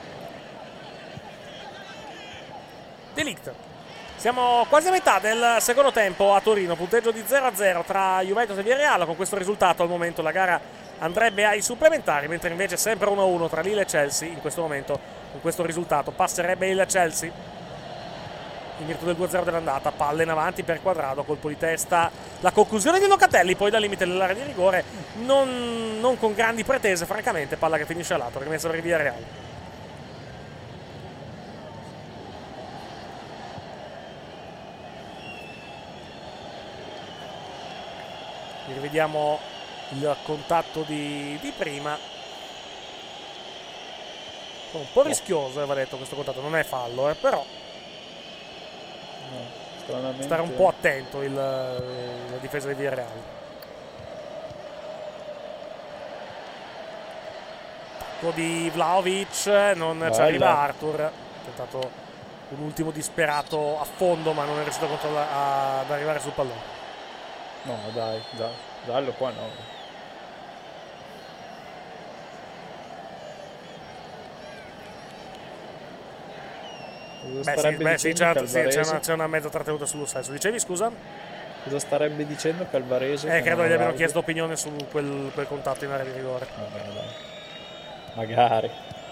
De Ligt. Siamo quasi a metà del secondo tempo a Torino, punteggio di 0-0 tra Juventus e Villarreal. Con questo risultato al momento la gara andrebbe ai supplementari, mentre invece sempre 1-1 tra Lille e Chelsea. In questo momento, con questo risultato, passerebbe il Chelsea in virtù del 2-0 dell'andata. Palla in avanti per Quadrado, colpo di testa, la conclusione di Locatelli, poi dal limite dell'area di rigore, non con grandi pretese francamente, palla che finisce a lato, rimessa per il Villarreal. Rivediamo il contatto di prima, un po' rischioso, va detto, questo contatto, non è fallo, però stare un po' attento la difesa di Villarreal. Tacco di Vlahovic, non ci arriva Arthur, ha tentato un ultimo disperato a fondo ma non è riuscito ad arrivare sul pallone. No, dai, dallo qua no. C'è una mezza trattenuta sullo stesso. Dicevi, scusa? Cosa starebbe dicendo Calvarese? Credo che gli abbiano chiesto opinione su quel contatto in area di rigore. Vabbè, dai. Magari.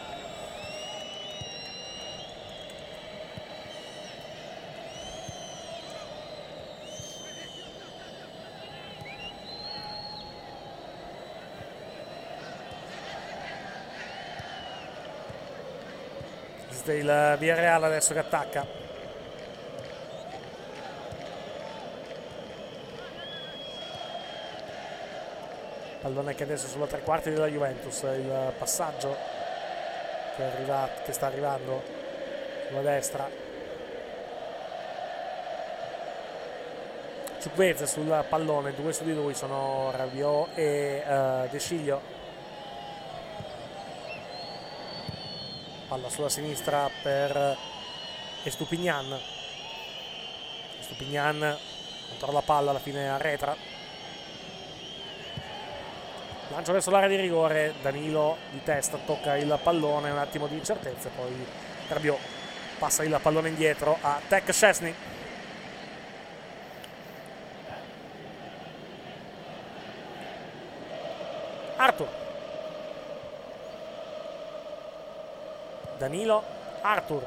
Il Villarreal adesso che attacca. Pallone che adesso sulla tre quarti della Juventus. Il passaggio che sta arrivando sulla destra. Chukwueze sul pallone, due su di lui sono Rabiot e De Sciglio. Palla sulla sinistra per Estupignan. Estupignan controlla la palla, alla fine arretra. Lancio verso l'area di rigore, Danilo di testa tocca il pallone, un attimo di incertezza, poi Rabiot passa il pallone indietro a Tech Szczesny. Arthur. Danilo, Arthur.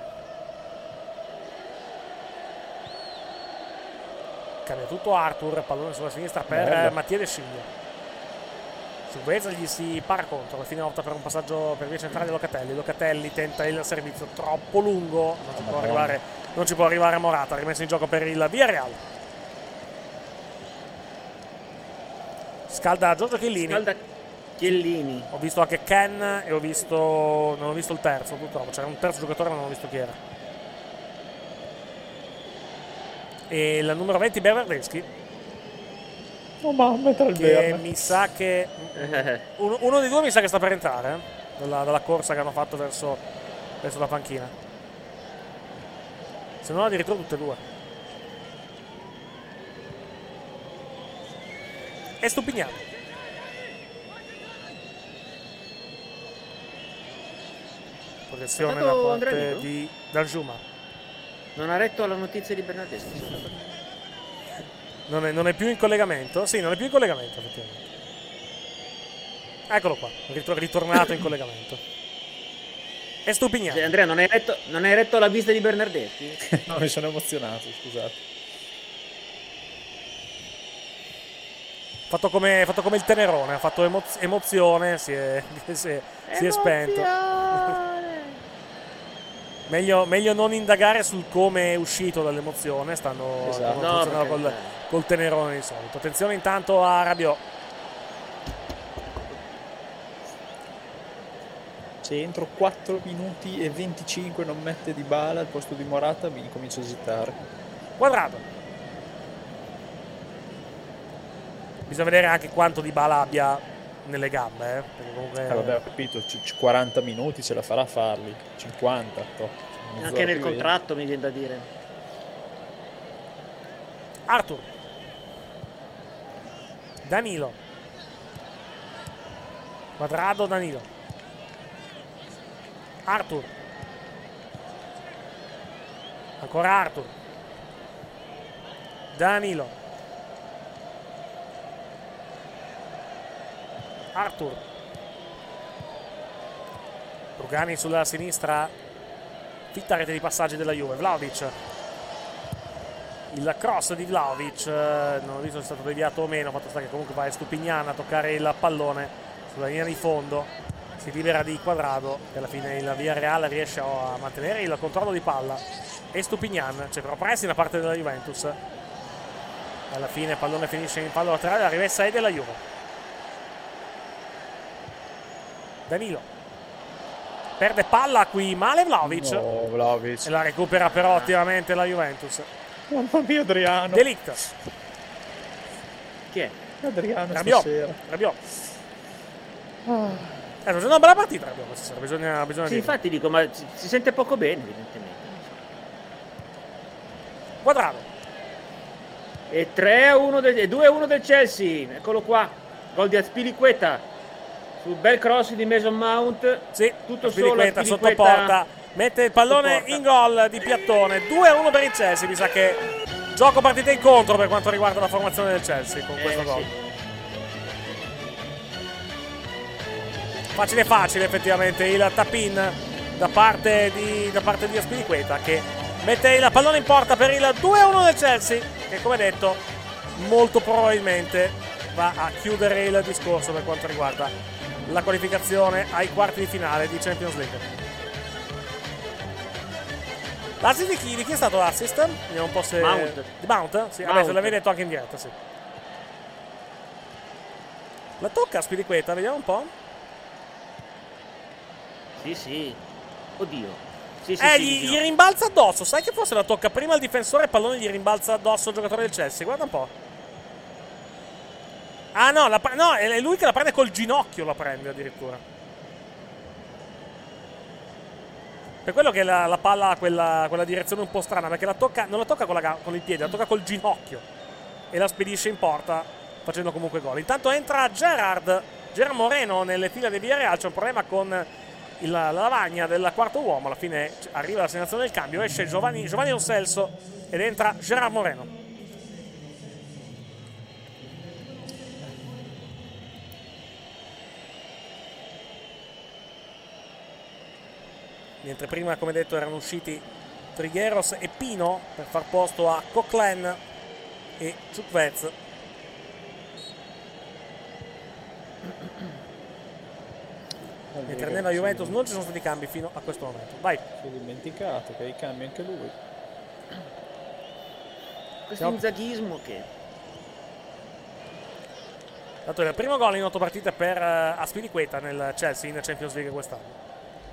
Cambia tutto Arthur, pallone sulla sinistra per Mattia De Sciglio. Ciuvezza gli si para contro, alla fine opta per un passaggio per via centrale di Locatelli. Locatelli tenta il servizio troppo lungo, non ci può arrivare Morata, rimesso in gioco per il Villarreal. Scalda Giorgio Chiellini. Ho visto anche Ken e non ho visto il terzo, purtroppo c'era un terzo giocatore ma non ho visto chi era. E il numero 20 Bernardeschi. Oh mamma, tra il che mi sa che uno dei due mi sa che sta per entrare dalla corsa che hanno fatto verso la panchina, se non addirittura tutte e due. E Stupiniano. Protezione da parte di Danjuma. Non ha retto alla notizia di Bernardeschi. Non è più in collegamento? Sì, non è più in collegamento, effettivamente. Eccolo qua, ritornato in collegamento. E Stupiniano. Cioè, Andrea, non hai retto la vista di Bernardeschi? No, mi sono emozionato, scusate. Fatto come il Tenerone, ha fatto emozione, si è spento. Meglio non indagare sul come è uscito dall'emozione, stanno funzionando col Tenerone di solito. Attenzione intanto a Rabiot. Se entro 4 minuti e 25 non mette Dybala al posto di Morata, mi comincio a esitare. Quadrado. Bisogna vedere anche quanto Dybala abbia nelle gambe, perché comunque... vabbè, ho capito, 40 minuti ce la farà a farli, 50. Anche nel contratto mi viene da dire. Arthur. Danilo. Quadrado, Danilo. Arthur. Ancora Arthur. Danilo. Arthur. Rugani sulla sinistra. Fitta rete di passaggi della Juve. Vlahovic. Il cross di Vlahovic, non ho visto se è stato deviato o meno, fatto sta che comunque va Stupinian a toccare il pallone sulla linea di fondo, si libera di Quadrado e alla fine il Villarreal riesce a mantenere il controllo di palla. E Stupinian, c'è però pressi da parte della Juventus, alla fine il pallone finisce in fallo laterale, la rimessa è della Juve. Danilo perde palla qui, male Vlahovic. No, Vlahovic. E la recupera però ottimamente la Juventus. Mamma mia, Adriano. Delict. Chi è? Adriano Rabiot. Sta facendo una bella partita Rabiot stasera, bisogna sì, dire. infatti dico, ma si sente poco bene evidentemente. Quadrado. E 2-1 del Chelsea, eccolo qua. Gol di Azpilicueta sul bel cross di Mason Mount. Sì, tutto solo Azpilicueta sotto porta. Mette il pallone in gol di Piattone. 2-1 per il Chelsea. Mi sa che gioco partita incontro per quanto riguarda la formazione del Chelsea con questo gol. Sì. Facile effettivamente il tap-in da parte di Azpilicueta, che mette il pallone in porta per il 2-1 del Chelsea, che come detto molto probabilmente va a chiudere il discorso per quanto riguarda la qualificazione ai quarti di finale di Champions League. L'assist di chi è stato l'assist? Vediamo un po' se... Mount. Di Mount? Sì, vabbè, se l'avevi detto anche in diretta, sì. La tocca Spiriqueta, vediamo un po'. Sì. Oddio. Sì, gli rimbalza addosso. Sai che forse la tocca prima il difensore e il pallone gli rimbalza addosso il giocatore del Chelsea. Guarda un po'. Ah no, no, è lui che la prende col ginocchio, la prende addirittura. Per quello che la palla ha quella direzione un po' strana, perché non la tocca con il piede, la tocca col ginocchio e la spedisce in porta facendo comunque gol. Intanto entra Gerard Moreno nelle file del Villarreal. C'è un problema con la lavagna del quarto uomo. Alla fine arriva la segnazione del cambio, esce Giovanni Lo Celso ed entra Gerard Moreno. Mentre prima, come detto, erano usciti Trigueros e Pino per far posto a Coquelin e Chukwueze. mentre nella Juventus non ci sono stati cambi fino a questo momento. Vai. Si è dimenticato che hai cambi anche lui. Questo inzaghismo che... Dato il primo gol in 8 partite per Aspilicueta nel Chelsea in Champions League quest'anno.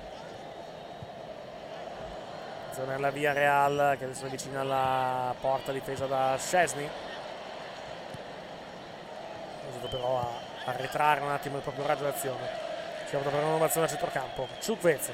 Nella via Real che adesso è vicina alla porta difesa da Szczesny. È stato però a arretrare un attimo il proprio raggio d'azione. Si è avuto per un'innovazione a centrocampo. Ciukwez.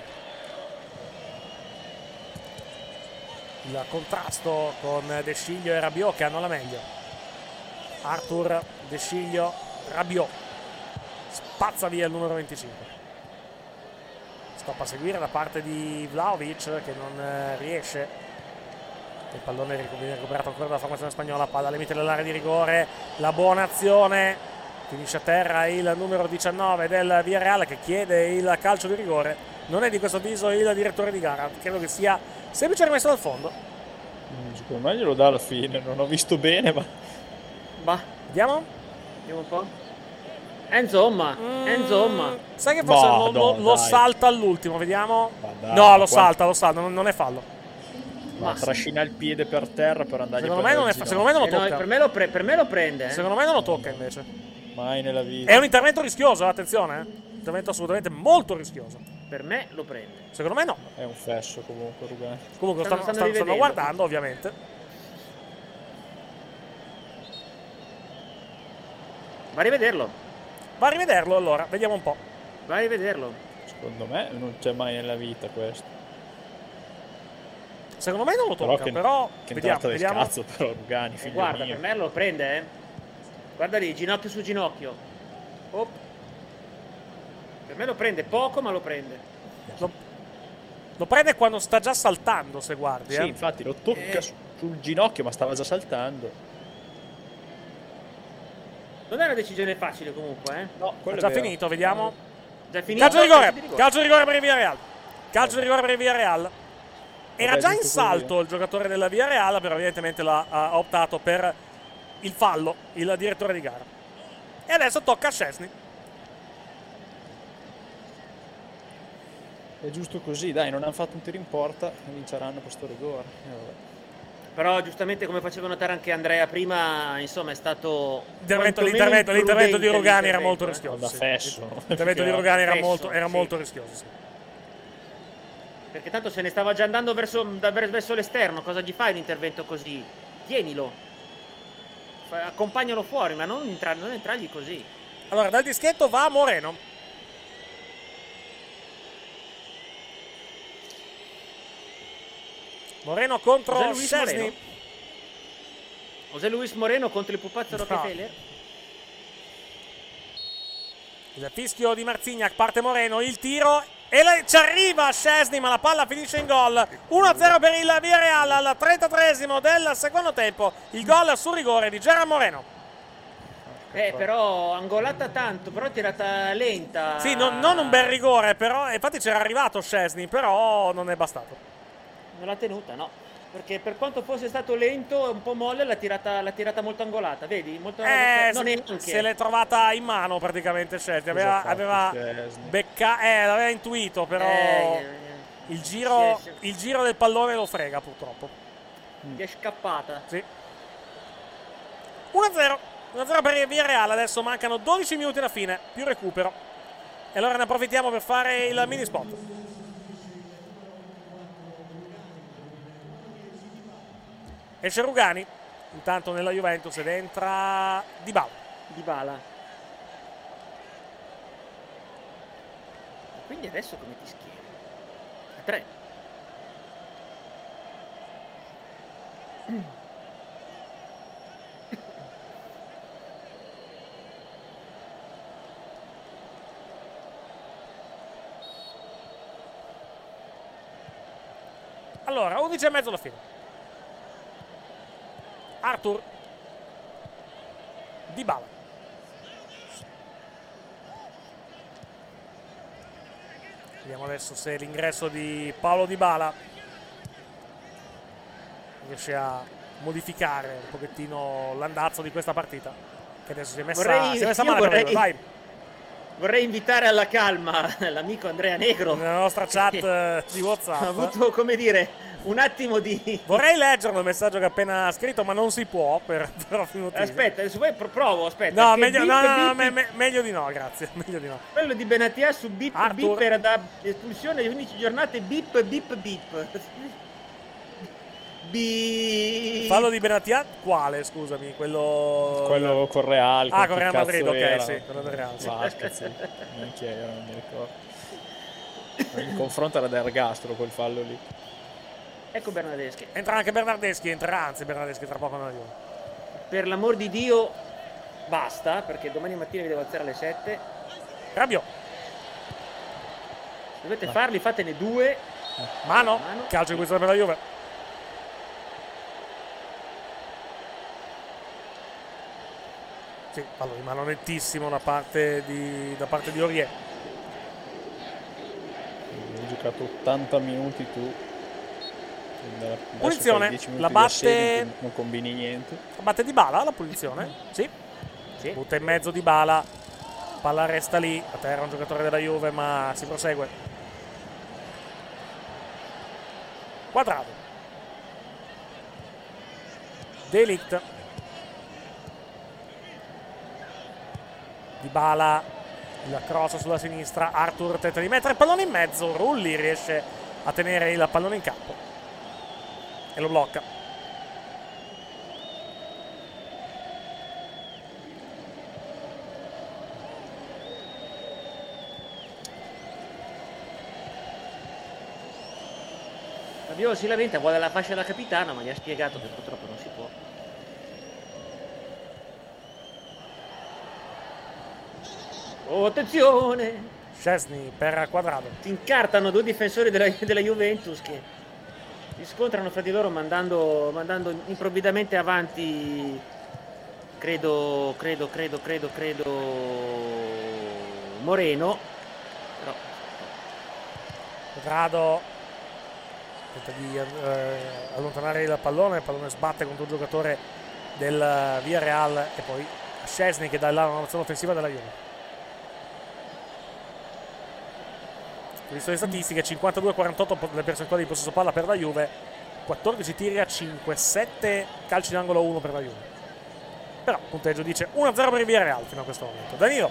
Il contrasto con De Sciglio e Rabiot che hanno la meglio. Arthur, De Sciglio, Rabiot. Spazza via il numero 25. Stop a seguire da parte di Vlahovic che non riesce. Il pallone viene recuperato ancora dalla formazione spagnola. Palla al limite dell'area di rigore. La buona azione. Finisce a terra il numero 19 del Villarreal che chiede il calcio di rigore. Non è di questo avviso il direttore di gara. Credo che sia semplice rimesso dal fondo. Secondo me glielo dà alla fine. Non ho visto bene, ma... Vediamo. Vediamo un po'. Insomma. Sai che forse lo salta all'ultimo, vediamo. No, lo salta, non è fallo. Ma trascina il piede per terra per andare. Secondo me non lo tocca. No, per me lo prende. Secondo me non lo tocca invece. Mai nella vita. È un intervento rischioso, attenzione. Intervento assolutamente molto rischioso. Per me lo prende. Secondo me no. È un fesso comunque, Rugani. Comunque stanno guardando, ovviamente. Va a rivederlo. Va a rivederlo allora, vediamo un po'. Va a rivederlo. Secondo me non c'è mai nella vita questo. Secondo me non lo tocca, però che vediamo. Cazzo, però Rugani, figlio guarda, mio. per me lo prende, Guarda lì, ginocchio su ginocchio. Oh. Per me lo prende poco, ma lo prende. Lo prende quando sta già saltando, se guardi. Sì, infatti lo tocca sul ginocchio, ma stava già saltando. Non è una decisione facile comunque, No, è già finito, vediamo. Già finito. Calcio di rigore per il Villarreal. Calcio di rigore per il Villarreal. Era già in salto il giocatore della Villarreal, però evidentemente ha optato per il fallo, il direttore di gara. E adesso tocca a Szczesny. È giusto così, dai, non hanno fatto un tiro in porta e vinceranno questo rigore. Però giustamente, come faceva notare anche Andrea prima, insomma è stato l'intervento di Rugani era molto rischioso. Da fesso. L'intervento di Rugani era molto rischioso, sì. Perché tanto se ne stava già andando verso l'esterno. Cosa gli fai un intervento così? Tienilo, accompagnalo fuori, ma non entrargli così. Allora dal dischetto va Moreno. Moreno contro Szczesny. José Luis Moreno contro il pupazzo Rockefeller. Il fischio di Marcignac, parte Moreno, il tiro e ci arriva Szczesny, ma la palla finisce in gol. 1-0 per il Villarreal al 33esimo del secondo tempo. Il gol sul rigore di Gerard Moreno. Però angolata tanto, però tirata lenta. Sì, non un bel rigore, però infatti c'era arrivato Szczesny, però non è bastato. Non l'ha tenuta, no. Perché per quanto fosse stato lento, un po' molle, l'ha tirata molto angolata, vedi? Se l'è trovata in mano praticamente Szczesny. Aveva l'aveva intuito, però il giro del pallone lo frega purtroppo. Gli è scappata. Sì. 1-0. 1-0 per il Villarreal. Adesso mancano 12 minuti alla fine, più recupero. E allora ne approfittiamo per fare il mini spot. Esce Rugani, intanto nella Juventus ed entra Dybala. Quindi adesso come ti schieri? A 3. Allora, 11:30 alla fine. Arthur, Dybala. Vediamo adesso se l'ingresso di Paulo Dybala riesce a modificare un pochettino l'andazzo di questa partita, che adesso si è messa male. Vai. vorrei invitare alla calma l'amico Andrea Negro. Nella nostra chat di WhatsApp. Ha avuto, come dire, un attimo di... Vorrei leggerlo il messaggio che ha appena scritto, ma non si può per ovvi motivi. Aspetta, adesso poi provo, aspetta. No, meglio di no, grazie. Meglio di no. Quello di Benatia su Bip Arthur. Bip era da espulsione alle 11 giornate Bip Bip Bip. Fallo di Benatia, quale? Scusami, quello con Real. Ah, con Real Madrid, ok, sì, quello del Real. Sì. Vasquez, sì. Chi era, non mi ricordo. In confronto era Dergastro quel fallo lì. Ecco Bernardeschi. Entra anche Bernardeschi, Bernardeschi tra poco nella Juve. Per l'amor di Dio, basta, perché domani mattina vi devo alzare alle 7. Rabiot. Se dovete farli, fatene 2. Mano. Calcio di punizione per la Juve. Sì, fallo di mano nettissimo da parte di Aurier. Hai giocato 80 minuti tu. Punizione, la batte. Non combini niente. La batte Dybala, la punizione? Sì. Butta in mezzo Dybala. Palla resta lì. A terra un giocatore della Juve, ma si prosegue. Quadrato. De Ligt. Dybala, il cross sulla sinistra. Arthur tenta di mettere il pallone in mezzo. Rulli riesce a tenere il pallone in campo e lo blocca. Rabiot si lamenta, vuole la fascia da capitano, ma gli ha spiegato che purtroppo non si può. Oh, attenzione! Szczesny per Quadrado. Si incartano due difensori della Juventus che si scontrano fra di loro mandando improvvidamente avanti credo Moreno. Però Quadrado tenta di allontanare il pallone sbatte contro un giocatore del Villarreal e poi Szczesny che dà la nazione offensiva della Juve. Visto le statistiche, 52-48 le percentuali di possesso palla per la Juve, 14 tiri a 5, 7 calci d'angolo 1 per la Juve. Però il punteggio dice 1-0 per il Villarreal fino a questo momento. Danilo.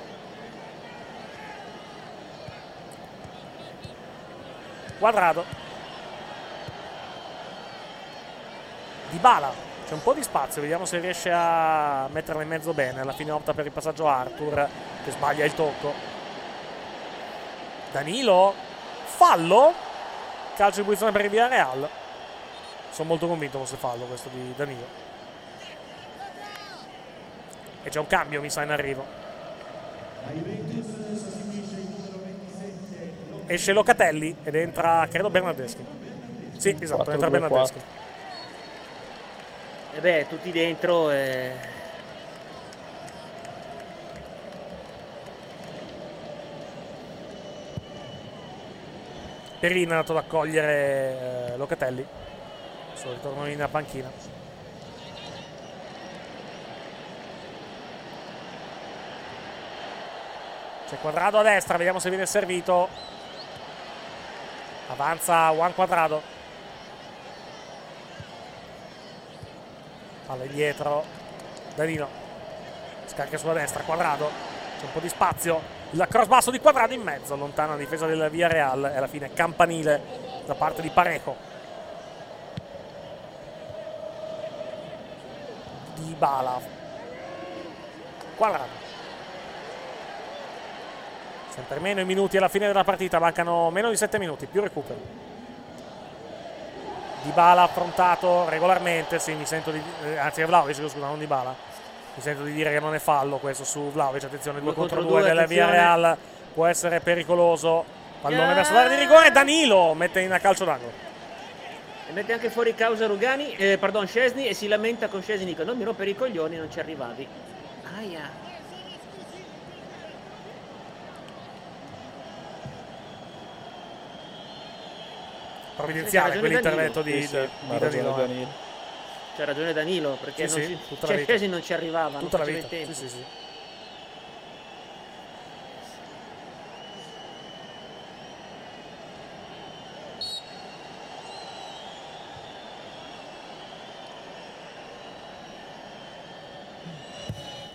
Quadrado. Dybala. C'è un po' di spazio, vediamo se riesce a metterla in mezzo bene. Alla fine opta per il passaggio Arthur che sbaglia il tocco. Danilo, fallo, calcio di punizione per il Villarreal. Sono molto convinto fosse fallo questo di Danilo. E c'è un cambio, mi sa, in arrivo. Esce Locatelli ed entra, credo, Bernardeschi. Sì, esatto, entra Bernardeschi. E beh, tutti dentro e... Perin è andato ad accogliere Locatelli. Adesso ritorno in panchina. C'è Quadrado a destra, vediamo se viene servito. Avanza Juan Quadrado. Palla indietro. Danilo. Scarica sulla destra, Quadrado. C'è un po' di spazio. Il cross basso di Quadrado in mezzo, lontana la difesa del Villarreal e alla fine campanile da parte di Parejo. Dybala. Quadrado. Sempre meno i minuti alla fine della partita, mancano meno di 7 minuti, più recupero. Dybala affrontato regolarmente, sì, mi sento di... anzi è Vlahovic, scusa, non Dybala. Mi sento di dire che non è fallo questo su Vlahovic, attenzione, 2 contro 2 del Villarreal, può essere pericoloso. Pallone verso l'area di rigore, Danilo mette in calcio d'angolo. E mette anche fuori causa Rugani, Szczesny, e si lamenta con Szczesny, dico non mi rompere i coglioni, non ci arrivavi. Aia. Provvidenziale quell'intervento di Danilo. C'ha ragione Danilo, perché sì, Szczesny non ci arrivava. Tutta la non vita. tempo. Sì.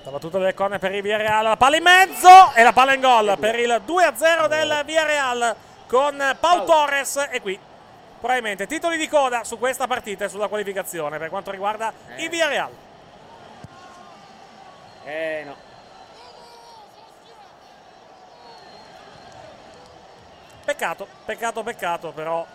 La battuta del corner per il Villarreal, la palla in mezzo e la palla in gol per il 2-0 del Villarreal con Pau Torres. E qui probabilmente titoli di coda su questa partita e sulla qualificazione per quanto riguarda il Villarreal. No. Peccato, però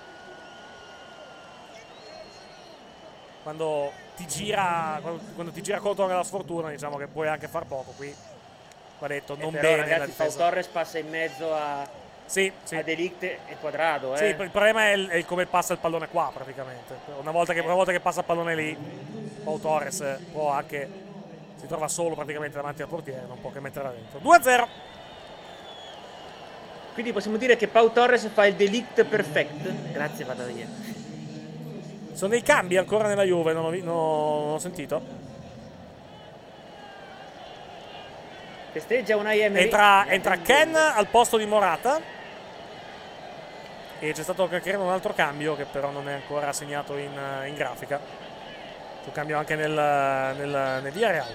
quando ti gira contro la sfortuna, diciamo che puoi anche far poco. Qui va detto, non però, bene ragazzi, la difesa. Pau Torres passa in mezzo a De Ligt e Quadrado. Sì, il problema è come passa il pallone qua praticamente. Una volta che passa il pallone lì, Pau Torres può anche, si trova solo praticamente davanti al portiere, non può che metterla dentro. 2-0. Quindi possiamo dire che Pau Torres fa il De Ligt perfect. Grazie, vado via. Sono dei cambi ancora nella Juve, non ho sentito. Festeggia una Emery. Entra Ken al posto di Morata. E c'è stato credo un altro cambio che però non è ancora segnato in grafica. C'è un cambio anche nel Villarreal.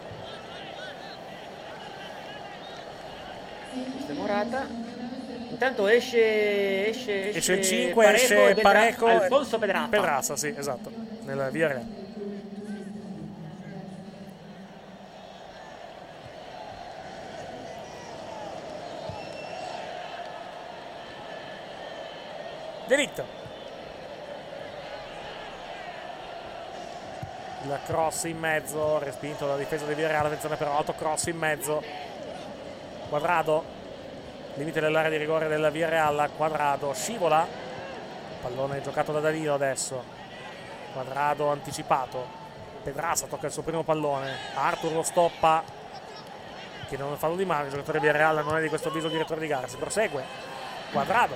Questa è Morata. Intanto esce il 5, esce Parejo, Alfonso Pedraza. Pedraza, sì, esatto, nel Villarreal. De Ligt. Il cross in mezzo, respinto dalla difesa del Villarreal, attenzione però, autocross in mezzo. Quadrado. Limite dell'area di rigore del Villarreal, Quadrado scivola, pallone giocato da Danilo adesso, Quadrado anticipato, Pedraza tocca il suo primo pallone, Arthur lo stoppa, che non fallo di mano, il giocatore Villarreal non è di questo avviso il direttore di gara, si prosegue, Quadrado,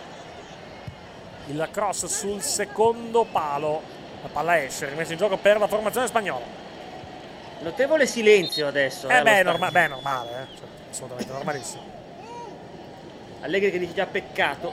il cross sul secondo palo, la palla esce, rimessa in gioco per la formazione spagnola. Notevole silenzio adesso. Normale, cioè, assolutamente normalissimo. Allegri che dice già peccato.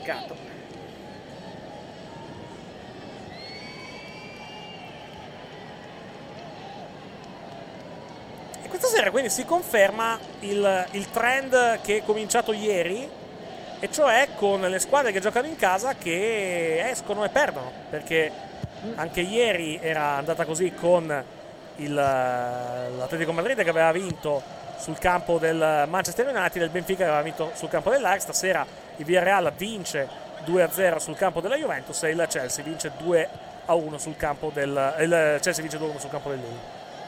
E questa sera quindi si conferma il trend che è cominciato ieri, e cioè con le squadre che giocano in casa che escono e perdono, perché anche ieri era andata così con l'Atletico Madrid che aveva vinto sul campo del Manchester United, il Benfica aveva vinto sul campo dell'Ajax. Stasera il Villarreal vince 2-0 sul campo della Juventus e il Chelsea vince 2-1 sul campo il Chelsea vince 2-1 sul campo del Lille.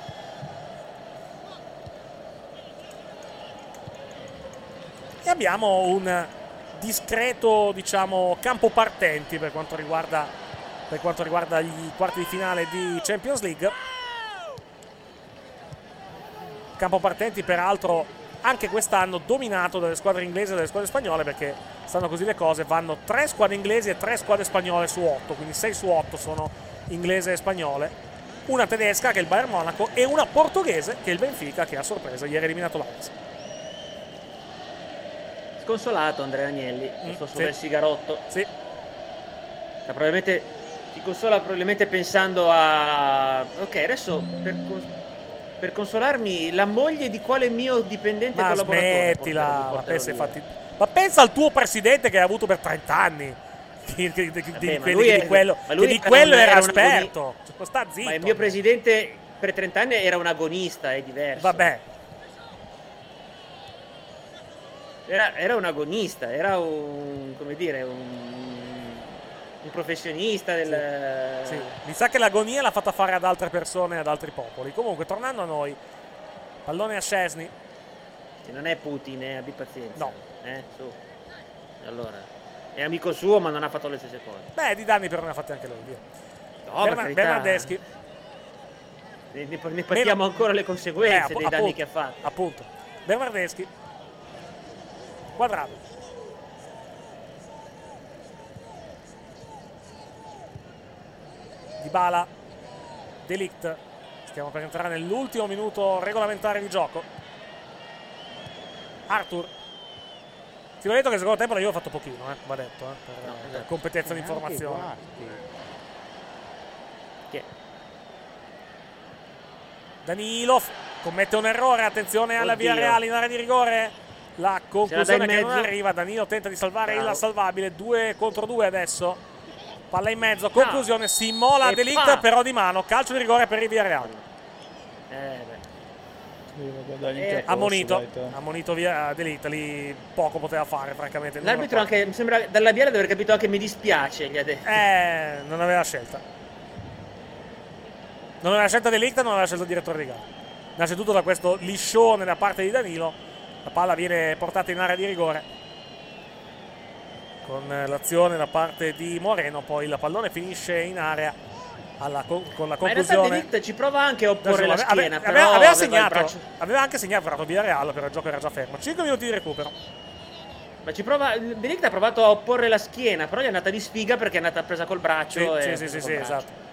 E abbiamo un discreto, diciamo, campo partenti per quanto riguarda gli quarti di finale di Champions League. Campo partenti peraltro anche quest'anno dominato dalle squadre inglesi e dalle squadre spagnole, perché stanno così le cose, vanno 3 squadre inglesi e 3 squadre spagnole su 8, quindi 6 su 8 sono inglese e spagnole, una tedesca che è il Bayern Monaco e una portoghese che è il Benfica, che a sorpresa ieri ha eliminato l'Ajax. Sconsolato Andrea Agnelli, sopra il sigarotto. Sì. Probabilmente si consola pensando a ok, adesso per consolarmi la moglie di quale mio dipendente collaboratore. Smettila, ma pensa al tuo presidente che hai avuto per 30 anni. Di quello era esperto. Sta zitto. Ma il mio presidente per 30 anni era un agonista, è diverso. Vabbè. Era un agonista, era un professionista del... Sì. Mi sa che l'agonia l'ha fatta fare ad altre persone, ad altri popoli. Comunque, tornando a noi, pallone a Szczesny. Se non è Putin, abbi pazienza. No. Su. Allora, è amico suo, ma non ha fatto le stesse cose. Beh, di danni però ne ha fatti anche lui, via. No, Bernardeschi. Ne paghiamo ancora le conseguenze dei danni che ha fatto. Appunto. Bernardeschi. Quadrado. Dybala, De Ligt. Stiamo per entrare nell'ultimo minuto regolamentare di gioco. Arthur. Ti ho detto che il secondo tempo io ho fatto pochino, va detto, per competenza di informazione. Danilo commette un errore, attenzione alla Villarreal in area di rigore. La conclusione che non arriva, Danilo tenta di salvare il salvabile, 2 contro 2 adesso. Palla in mezzo, conclusione, si immola De Ligt però di mano, calcio di rigore per il Villarreal. Ammonito via De Ligt, lì poco poteva fare francamente. L'arbitro anche, mi sembra dal labiale di aver capito anche mi dispiace, gli ha detto. Non aveva scelta. Non aveva scelta De Ligt, non aveva scelta il direttore di gara. Innanzitutto da questo liscione da parte di Danilo, la palla viene portata in area di rigore con l'azione da parte di Moreno, poi il pallone finisce in area con la conclusione. Ma in realtà De Ligt ci prova anche a opporre la schiena, aveva segnato, aveva anche segnato il Villarreal, però il gioco era già fermo. 5 minuti di recupero. Ma De Ligt ha provato a opporre la schiena, però gli è andata di sfiga perché è andata presa col braccio. Sì, esatto.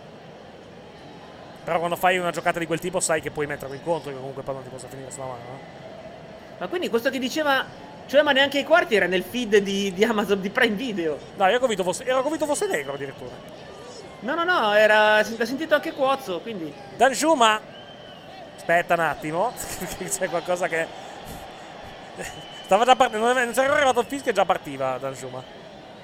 Però quando fai una giocata di quel tipo sai che puoi metterlo in conto, che comunque poi non ti possa finire sulla mano, no? Ma quindi questo che diceva, cioè ma neanche i quarti era nel feed di Amazon, di Prime Video. No, ero convinto fosse negro addirittura. No, l'ha sentito anche Quozzo, quindi. Danjuma. Aspetta un attimo, c'è qualcosa che stava già partendo, non c'era arrivato il fischio e già partiva Danjuma.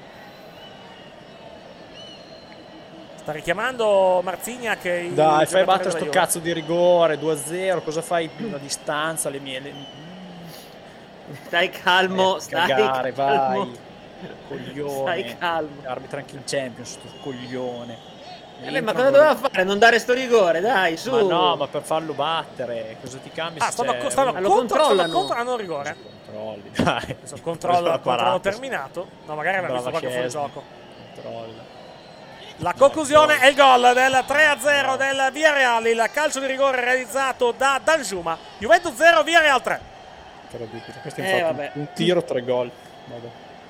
Sta richiamando Marcignac. Dai, fai battere sto cazzo di rigore, 2-0, cosa fai a distanza, le mie... Stai calmo, stai cagare, calmo. Vai, coglione. Stai calmo. Arbitra anche in Champions, sto coglione. Ma cosa doveva fare? Non dare sto rigore, dai, su. Ma no, ma per farlo battere, cosa ti cambia? Stanno controllano il rigore. Controlli, dai. Il controllo terminato. No, magari aveva visto qualche fuori gioco. Controlla. La conclusione è il gol del 3-0 del Villarreal, il calcio di rigore realizzato da Danjuma. Juventus 0, Villarreal 3. Incredibile, questo è infatti un tiro, 3 gol. Vabbè.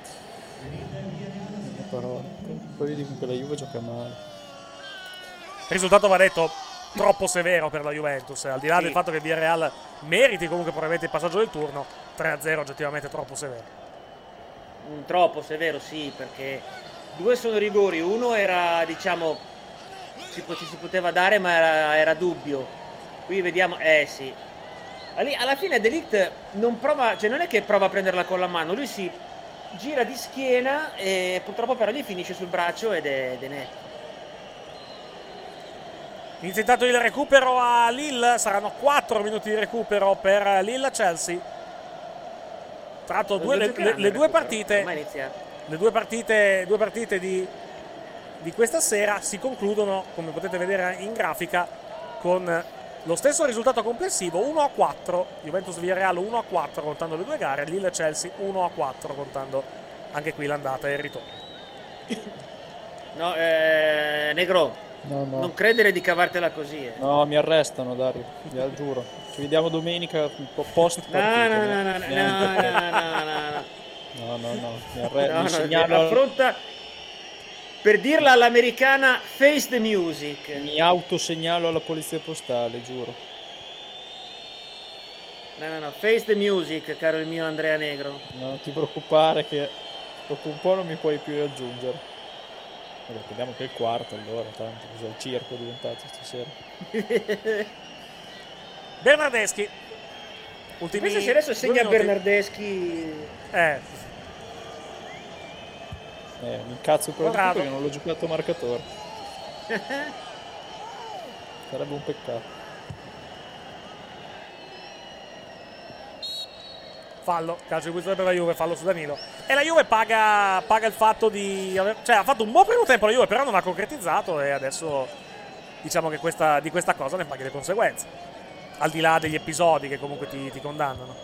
Poi vedi che la Juve gioca male. Il risultato va detto troppo severo per la Juventus, al di là del fatto che il Villarreal meriti comunque probabilmente il passaggio del turno. 3-0 oggettivamente troppo severo. Troppo severo, sì, perché 2 sono rigori, uno era, diciamo, ci si poteva dare ma era dubbio. Qui vediamo, sì. Alla fine De Ligt non prova, cioè non è che prova a prenderla con la mano, lui si gira di schiena e purtroppo però gli finisce sul braccio ed è netto. Inizia intanto il recupero a Lille, saranno 4 minuti di recupero per Lille-Chelsea. Tra l'altro le due partite di questa sera si concludono, come potete vedere in grafica, con lo stesso risultato complessivo, 1-4, Juventus-Villarreal 1-4 contando le due gare, Lille-Chelsea 1-4 contando anche qui l'andata e il ritorno. No, Negro, no. Non credere di cavartela così. No, mi arrestano, Dario, vi giuro. Ci vediamo domenica un po' post partita. No, mi segnalo. Affronta, per dirla all'americana, face the music. Mi autosegnalo alla polizia postale, giuro. No, face the music, caro il mio Andrea Negro. Non ti preoccupare che dopo un po' non mi puoi più raggiungere. Vabbè, vediamo che è il quarto allora, tanto cos'è il circo diventato stasera. Bernardeschi. Ultimi se adesso segna Bernardeschi. Mi incazzo per perché non l'ho giocato marcatore. Sarebbe un peccato. Fallo, calcio di punizione per la Juve, fallo su Danilo. E la Juve paga il fatto di cioè ha fatto un buon primo tempo la Juve, però non ha concretizzato e adesso diciamo che di questa cosa ne paghi le conseguenze. Al di là degli episodi che comunque ti condannano.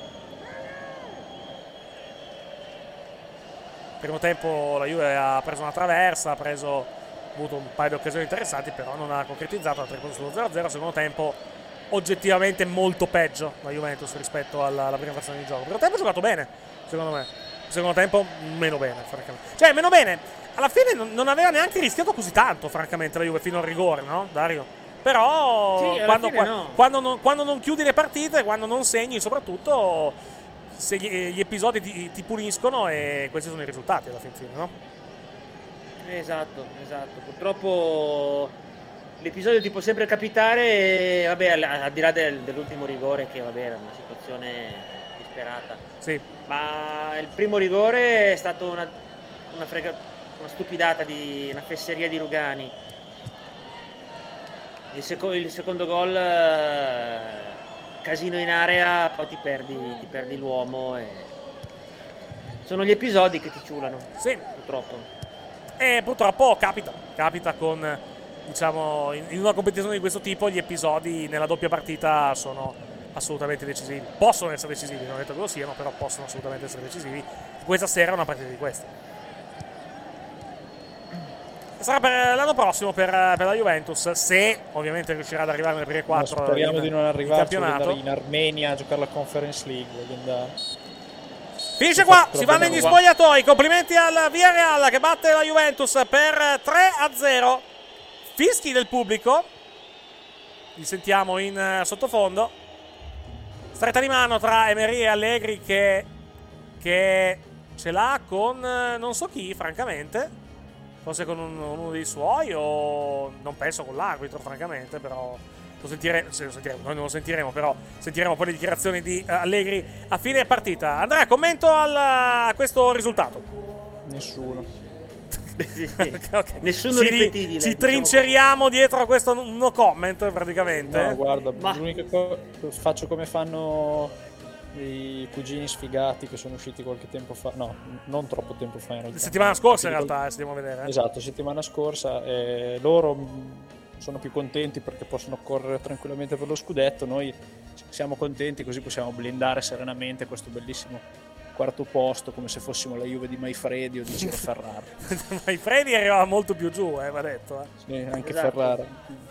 Primo tempo la Juve ha preso una traversa, ha avuto un paio di occasioni interessanti, però non ha concretizzato, ha ripreso sullo 0-0. Secondo tempo oggettivamente molto peggio la Juventus rispetto alla prima versione di gioco. Primo tempo ha giocato bene, secondo me. Secondo tempo meno bene, francamente. Cioè, meno bene. Alla fine non aveva neanche rischiato così tanto, francamente, la Juve fino al rigore, no, Dario? Però sì, quando non chiudi le partite, quando non segni, soprattutto se gli episodi ti puliscono, e questi sono i risultati alla fine, no? Esatto. Purtroppo l'episodio ti può sempre capitare, e, vabbè, al di là dell'ultimo rigore, che vabbè era una situazione disperata. Sì. Ma il primo rigore è stato una stupidata, una fesseria di Rugani. Il secondo gol, casino in area, poi ti perdi l'uomo, e sono gli episodi che ti ciulano. Sì. Purtroppo. E purtroppo capita con, diciamo, in una competizione di questo tipo, gli episodi nella doppia partita sono assolutamente decisivi. Possono essere decisivi, non ho detto che lo siano, però possono assolutamente essere decisivi. Questa sera è una partita di queste. Sarà per l'anno prossimo per la Juventus, se ovviamente riuscirà ad arrivare nelle prime 4. Speriamo di non arrivarci, campionato. In Armenia a giocare la Conference League. Voglio andare. Finisce qua, si va negli spogliatoi. Complimenti al Villarreal che batte la Juventus per 3-0. Fischi del pubblico, li sentiamo in sottofondo. Stretta di mano tra Emery e Allegri che ce l'ha con non so chi, francamente. Forse con uno dei suoi, o non penso con l'arbitro, francamente, però noi non lo sentiremo, però sentiremo poi le dichiarazioni di Allegri a fine partita. Andrea, commento a questo risultato. Nessuno. Okay. Nessuno ripetibile. Ci trinceriamo dietro a questo no comment, praticamente. No, guarda, l'unica cosa faccio come fanno i cugini sfigati che sono usciti qualche tempo fa, no, non troppo tempo fa in realtà. Settimana scorsa in realtà, se andiamo a vedere. Esatto, settimana scorsa, loro sono più contenti perché possono correre tranquillamente per lo scudetto, noi siamo contenti così possiamo blindare serenamente questo bellissimo quarto posto come se fossimo la Juve di Maifredi o di Giro Ferrara. Maifredi arrivava molto più giù, va detto. Sì, anche esatto. Ferrara.